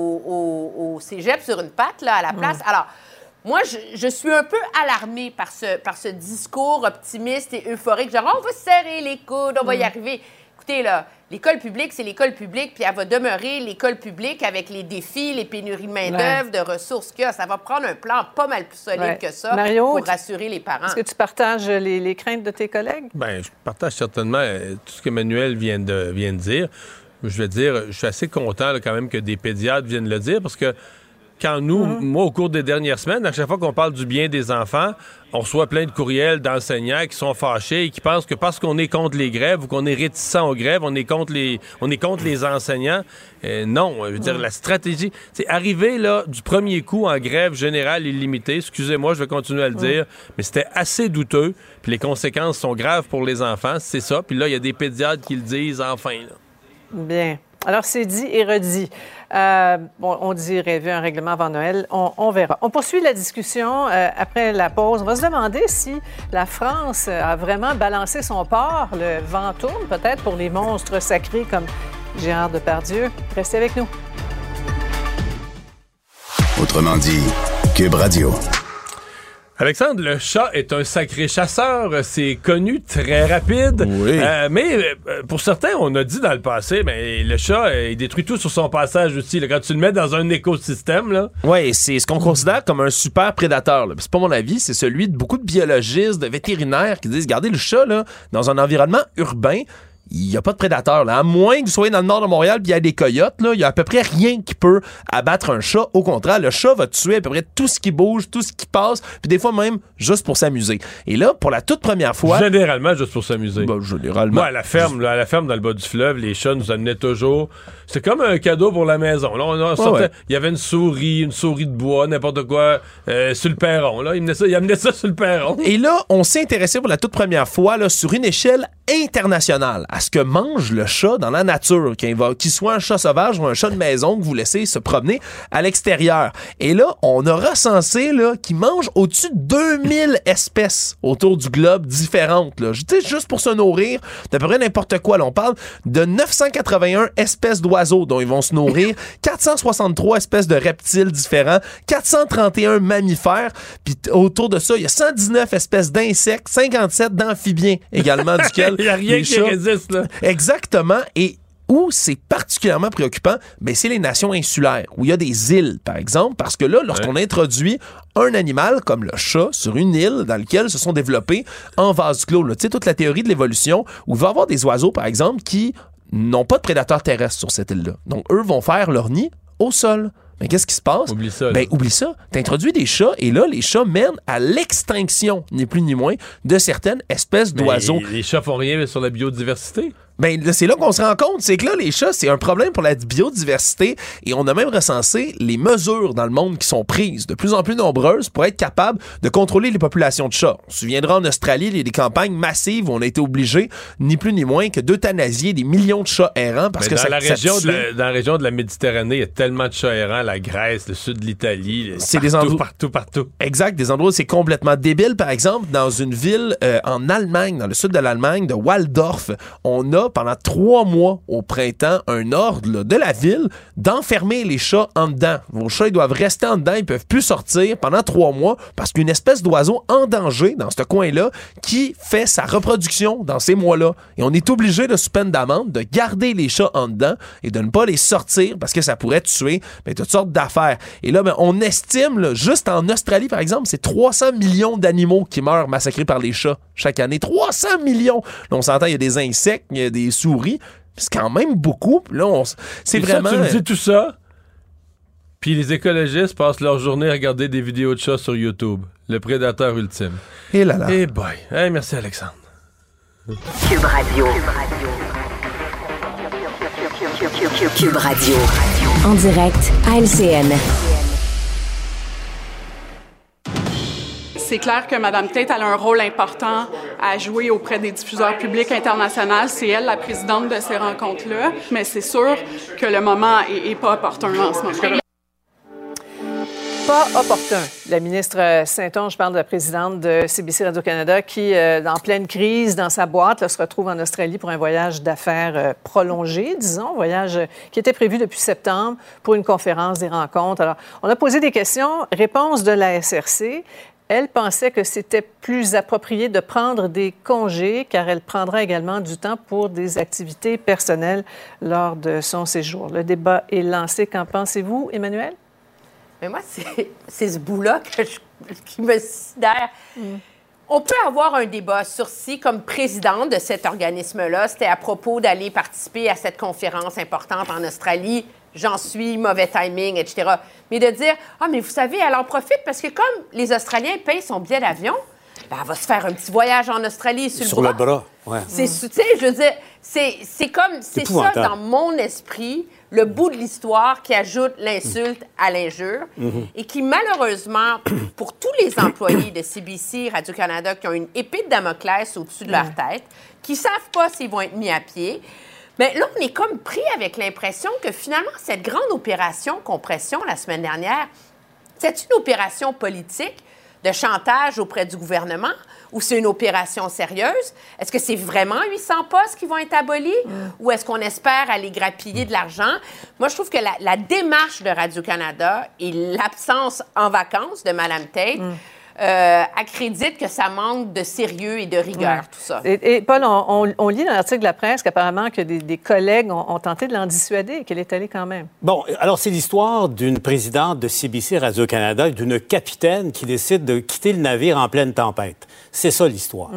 au cégep sur une patte, là, à la place. Alors, moi, je suis un peu alarmée par ce discours optimiste et euphorique, genre, on va se serrer les coudes, on va y arriver. Écoutez, là, l'école publique, c'est l'école publique, puis elle va demeurer l'école publique avec les défis, les pénuries de main-d'œuvre, de ressources qu'il y a. Ça va prendre un plan pas mal plus solide que ça pour rassurer les parents. Est-ce que tu partages les craintes de tes collègues? Bien, je partage certainement tout ce qu'Emmanuel vient de dire. Je veux dire, je suis assez content là, quand même que des pédiatres viennent le dire parce que quand moi, au cours des dernières semaines, à chaque fois qu'on parle du bien des enfants, on reçoit plein de courriels d'enseignants qui sont fâchés et qui pensent que parce qu'on est contre les grèves ou qu'on est réticent aux grèves, on est contre les enseignants. Non, je veux dire, la stratégie, c'est arriver là du premier coup en grève générale illimitée. Excusez-moi, je vais continuer à le dire, mais c'était assez douteux. Puis les conséquences sont graves pour les enfants, c'est ça. Puis là, il y a des pédiatres qui le disent enfin. Là. Bien. Alors, c'est dit et redit. On dit rêver un règlement avant Noël. On verra. On poursuit la discussion après la pause. On va se demander si la France a vraiment balancé son port. Le vent tourne peut-être pour les monstres sacrés comme Gérard Depardieu. Restez avec nous. Autrement dit, Cube Radio. Alexandre, le chat est un sacré chasseur, c'est connu, très rapide. Oui. Mais pour certains, on a dit dans le passé, le chat, il détruit tout sur son passage aussi. Là, quand tu le mets dans un écosystème, là. Oui, c'est ce qu'on considère comme un super prédateur. Là. C'est pas mon avis, c'est celui de beaucoup de biologistes, de vétérinaires qui disent, regardez le chat, là, dans un environnement urbain, il n'y a pas de prédateurs. Là. À moins que vous soyez dans le nord de Montréal puis il y a des coyotes, là, il y a à peu près rien qui peut abattre un chat. Au contraire, le chat va tuer à peu près tout ce qui bouge, tout ce qui passe, puis des fois même juste pour s'amuser. Et là, pour la toute première fois... Généralement, juste pour s'amuser. Généralement. Moi, à la ferme dans le bas du fleuve, les chats nous amenaient toujours... C'est comme un cadeau pour la maison. Là, il y avait une souris de bois, n'importe quoi, sur le perron. Là, il amenait ça sur le perron. Et là, on s'est intéressé pour la toute première fois là, sur une échelle internationale à ce que mange le chat dans la nature, qu'il soit un chat sauvage ou un chat de maison que vous laissez se promener à l'extérieur. Et là, on a recensé qu'il mange au-dessus de 2000 espèces autour du globe différentes. Là. Juste pour se nourrir d'à peu près n'importe quoi. Là, on parle de 981 espèces d'oiseaux dont ils vont se nourrir, 463 espèces de reptiles différents, 431 mammifères, puis autour de ça, il y a 119 espèces d'insectes, 57 d'amphibiens également, duquel il n'y a rien qui résiste, là. Exactement. Et où c'est particulièrement préoccupant, c'est les nations insulaires, où il y a des îles, par exemple, parce que là, lorsqu'on introduit un animal comme le chat sur une île dans laquelle se sont développés en vase clos, tu sais, toute la théorie de l'évolution, où il va y avoir des oiseaux, par exemple, qui n'ont pas de prédateurs terrestres sur cette île-là. Donc, eux vont faire leur nid au sol. Mais qu'est-ce qui se passe? Oublie ça. Oublie ça. T'introduis des chats et là, les chats mènent à l'extinction, ni plus ni moins, de certaines espèces d'oiseaux. Les chats font rien sur la biodiversité? Ben, là, c'est là qu'on se rend compte, c'est que là, les chats, c'est un problème pour la biodiversité et on a même recensé les mesures dans le monde qui sont prises, de plus en plus nombreuses, pour être capable de contrôler les populations de chats. On se souviendra en Australie, il y a des campagnes massives où on a été obligé, ni plus ni moins, que d'euthanasier des millions de chats errants parce que dans la région de la Méditerranée, il y a tellement de chats errants, la Grèce, le sud de l'Italie, c'est des endroits partout. Exact, des endroits où c'est complètement débile. Par exemple, dans une ville en Allemagne, dans le sud de l'Allemagne, de Waldorf, on a pendant 3 mois au printemps un ordre là, de la ville d'enfermer les chats en dedans. Vos chats, ils doivent rester en dedans, ils peuvent plus sortir pendant 3 mois parce qu'une espèce d'oiseau en danger dans ce coin-là qui fait sa reproduction dans ces mois-là. Et on est obligé de sous peine d'amende de garder les chats en dedans et de ne pas les sortir parce que ça pourrait tuer toutes sortes d'affaires. Et là, on estime, là, juste en Australie, par exemple, c'est 300 millions d'animaux qui meurent massacrés par les chats chaque année. 300 millions! Là, on s'entend, il y a des insectes, il y a des souris. C'est quand même beaucoup. Là, c'est vraiment... Ça, tu me dis tout ça, puis les écologistes passent leur journée à regarder des vidéos de chats sur YouTube. Le prédateur ultime. Et là là. Eh boy. Hey, merci, Alexandre. Cube Radio. Cube Radio. En direct à LCN. C'est clair que Mme Tate a un rôle important à jouer auprès des diffuseurs publics internationaux. C'est elle la présidente de ces rencontres-là. Mais c'est sûr que le moment est pas opportun en ce moment. Pas opportun. La ministre Saint-Onge, je parle de la présidente de CBC Radio-Canada qui, en pleine crise, dans sa boîte, là, se retrouve en Australie pour un voyage d'affaires prolongé, disons, voyage qui était prévu depuis septembre pour une conférence des rencontres. Alors, on a posé des questions. Réponse de la SRC. Elle pensait que c'était plus approprié de prendre des congés car elle prendra également du temps pour des activités personnelles lors de son séjour. Le débat est lancé. Qu'en pensez-vous, Emmanuel? Mais moi, c'est ce bout-là qui me sidère. On peut avoir un débat sur si, comme présidente de cet organisme-là, c'était à propos d'aller participer à cette conférence importante en Australie. J'en suis, mauvais timing, etc. Mais de dire, mais vous savez, elle en profite parce que comme les Australiens payent son billet d'avion, ben, elle va se faire un petit voyage en Australie sur le bras. Ouais. Tu sais, je veux dire, c'est ça dans mon esprit, le bout de l'histoire qui ajoute l'insulte à l'injure et qui, malheureusement, pour tous les employés de CBC, Radio-Canada, qui ont une épée de Damoclès au-dessus de leur tête, qui ne savent pas s'ils vont être mis à pied, bien là, on est comme pris avec l'impression que finalement, cette grande opération compression la semaine dernière, c'est une opération politique de chantage auprès du gouvernement ou c'est une opération sérieuse? Est-ce que c'est vraiment 800 postes qui vont être abolis ou est-ce qu'on espère aller grappiller de l'argent? Moi, je trouve que la démarche de Radio-Canada et l'absence en vacances de Mme Tate accrédite que ça manque de sérieux et de rigueur, tout ça. Et Paul, on lit dans l'article de la presse qu'apparemment que des collègues ont tenté de l'en dissuader et qu'elle est allée quand même. Bon, alors c'est l'histoire d'une présidente de CBC Radio-Canada, d'une capitaine qui décide de quitter le navire en pleine tempête. C'est ça l'histoire.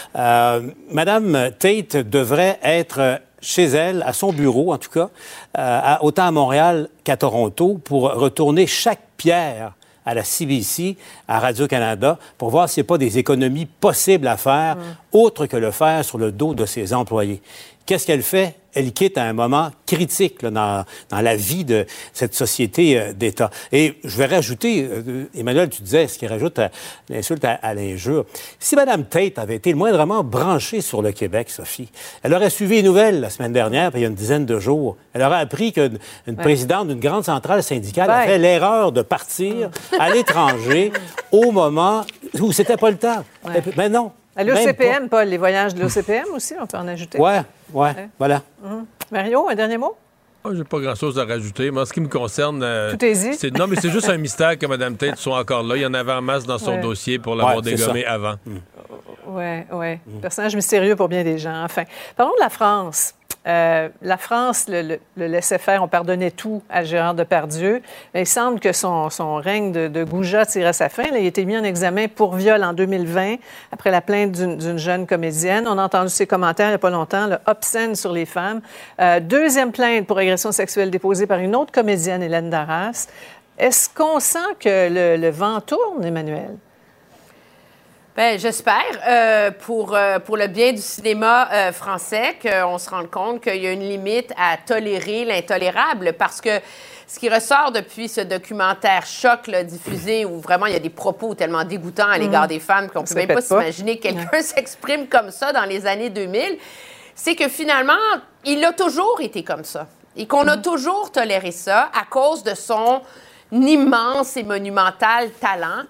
Madame Tate devrait être chez elle, à son bureau en tout cas, autant à Montréal qu'à Toronto, pour retourner chaque pierre à la CBC, à Radio-Canada, pour voir s'il n'y a pas des économies possibles à faire, autre que le faire sur le dos de ses employés. Qu'est-ce qu'elle fait? Elle quitte à un moment critique là, dans la vie de cette société d'État. Et je vais rajouter, Emmanuel, tu disais, ce qui rajoute l'insulte à l'injure. Si Mme Tate avait été le moindrement branchée sur le Québec, Sophie, elle aurait suivi les nouvelles la semaine dernière, puis il y a une dizaine de jours. Elle aurait appris qu'une présidente d'une grande centrale syndicale a fait l'erreur de partir à l'étranger au moment où c'était pas le temps. Mais non. À l'OCPM, Paul, les voyages de l'OCPM aussi, on peut en ajouter. Ouais, voilà. Mario, un dernier mot? J'ai pas grand-chose à rajouter. Moi, en ce qui me concerne... Tout est dit? Non, mais c'est juste un mystère que Mme Tate soit encore là. Il y en avait en masse dans son dossier pour l'avoir dégommé avant. Oui. Personnage mystérieux pour bien des gens. Enfin, parlons de la France. La France le laissait faire, on pardonnait tout à Gérard Depardieu. Mais il semble que son règne de goujat tire à sa fin. Là, il a été mis en examen pour viol en 2020 après la plainte d'une jeune comédienne. On a entendu ses commentaires il n'y a pas longtemps, obscènes sur les femmes. Deuxième plainte pour agression sexuelle déposée par une autre comédienne, Hélène Darras. Est-ce qu'on sent que le vent tourne, Emmanuel? Ben, j'espère, pour le bien du cinéma français, qu'on se rende compte qu'il y a une limite à tolérer l'intolérable, parce que ce qui ressort depuis ce documentaire choc là, diffusé, où vraiment il y a des propos tellement dégoûtants à l'égard des femmes qu'on ne peut même pas s'imaginer que quelqu'un s'exprime comme ça dans les années 2000, c'est que finalement, il a toujours été comme ça. Et qu'on a toujours toléré ça à cause de son immense et monumental talent.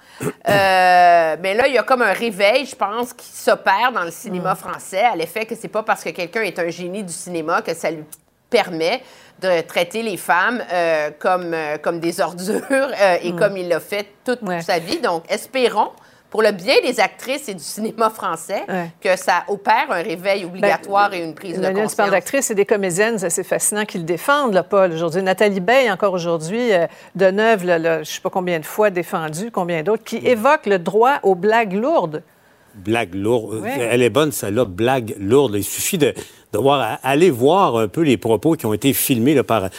Mais là, il y a comme un réveil, je pense, qui s'opère dans le cinéma français, à l'effet que c'est pas parce que quelqu'un est un génie du cinéma que ça lui permet de traiter les femmes comme des ordures et comme il l'a fait toute sa vie. Donc, espérons, pour le bien des actrices et du cinéma français, que ça opère un réveil obligatoire et une prise de conscience. Tu parles d'actrices et des comédiennes, c'est fascinant qu'ils le défendent, là, Paul. Aujourd'hui, Nathalie Baye, encore aujourd'hui, Deneuve, je ne sais pas combien de fois défendu, combien d'autres, qui évoquent le droit aux blagues lourdes. Blague lourde. Elle est bonne, celle-là, blague lourde. Il suffit de aller voir un peu les propos qui ont été filmés là, par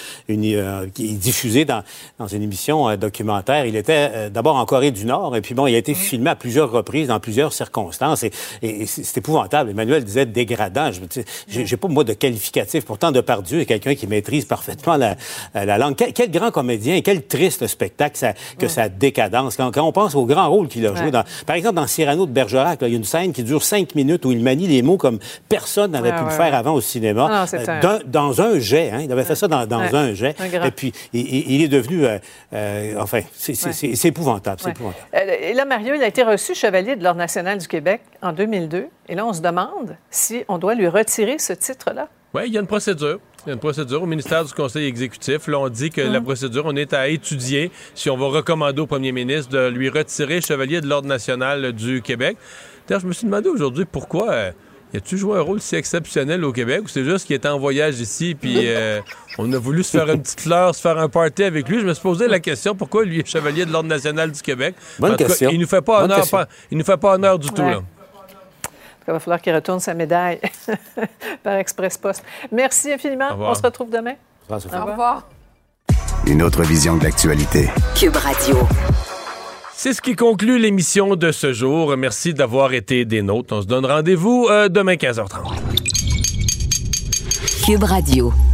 diffusés dans une émission documentaire. Il était d'abord en Corée du Nord, et puis bon, il a été filmé à plusieurs reprises, dans plusieurs circonstances, et c'est épouvantable. Emmanuel disait dégradant. J'ai pas, moi, de qualificatif. Pourtant, Depardieu est quelqu'un qui maîtrise parfaitement la langue. Quel grand comédien, et quel triste spectacle que sa décadence. Quand on pense au grand rôle qu'il a joué, par exemple, dans Cyrano de Bergerac, là, il y a une scène qui dure 5 minutes où il manie les mots comme personne n'avait pu le faire avant au cinéma, dans un jet. Hein, il avait fait ça dans un jet. Et puis, il est devenu... enfin, c'est épouvantable. C'est épouvantable. Et là, Mario, il a été reçu chevalier de l'Ordre national du Québec en 2002. Et là, on se demande si on doit lui retirer ce titre-là. Oui, il y a une procédure. Il y a une procédure au ministère du Conseil exécutif. Là, on dit que la procédure, on est à étudier si on va recommander au premier ministre de lui retirer chevalier de l'Ordre national du Québec. D'ailleurs, je me suis demandé aujourd'hui pourquoi... y a-tu joué un rôle si exceptionnel au Québec ou c'est juste qu'il était en voyage ici puis on a voulu se faire une petite fleur, se faire un party avec lui? Je me suis posé la question, pourquoi lui est chevalier de l'Ordre national du Québec? Bonne question. Il nous fait pas honneur du tout, là. Il va falloir qu'il retourne sa médaille par Express Post. Merci infiniment. On se retrouve demain. Au revoir. Une autre vision de l'actualité. Cube Radio. C'est ce qui conclut l'émission de ce jour. Merci d'avoir été des nôtres. On se donne rendez-vous demain 15h30. Cube Radio.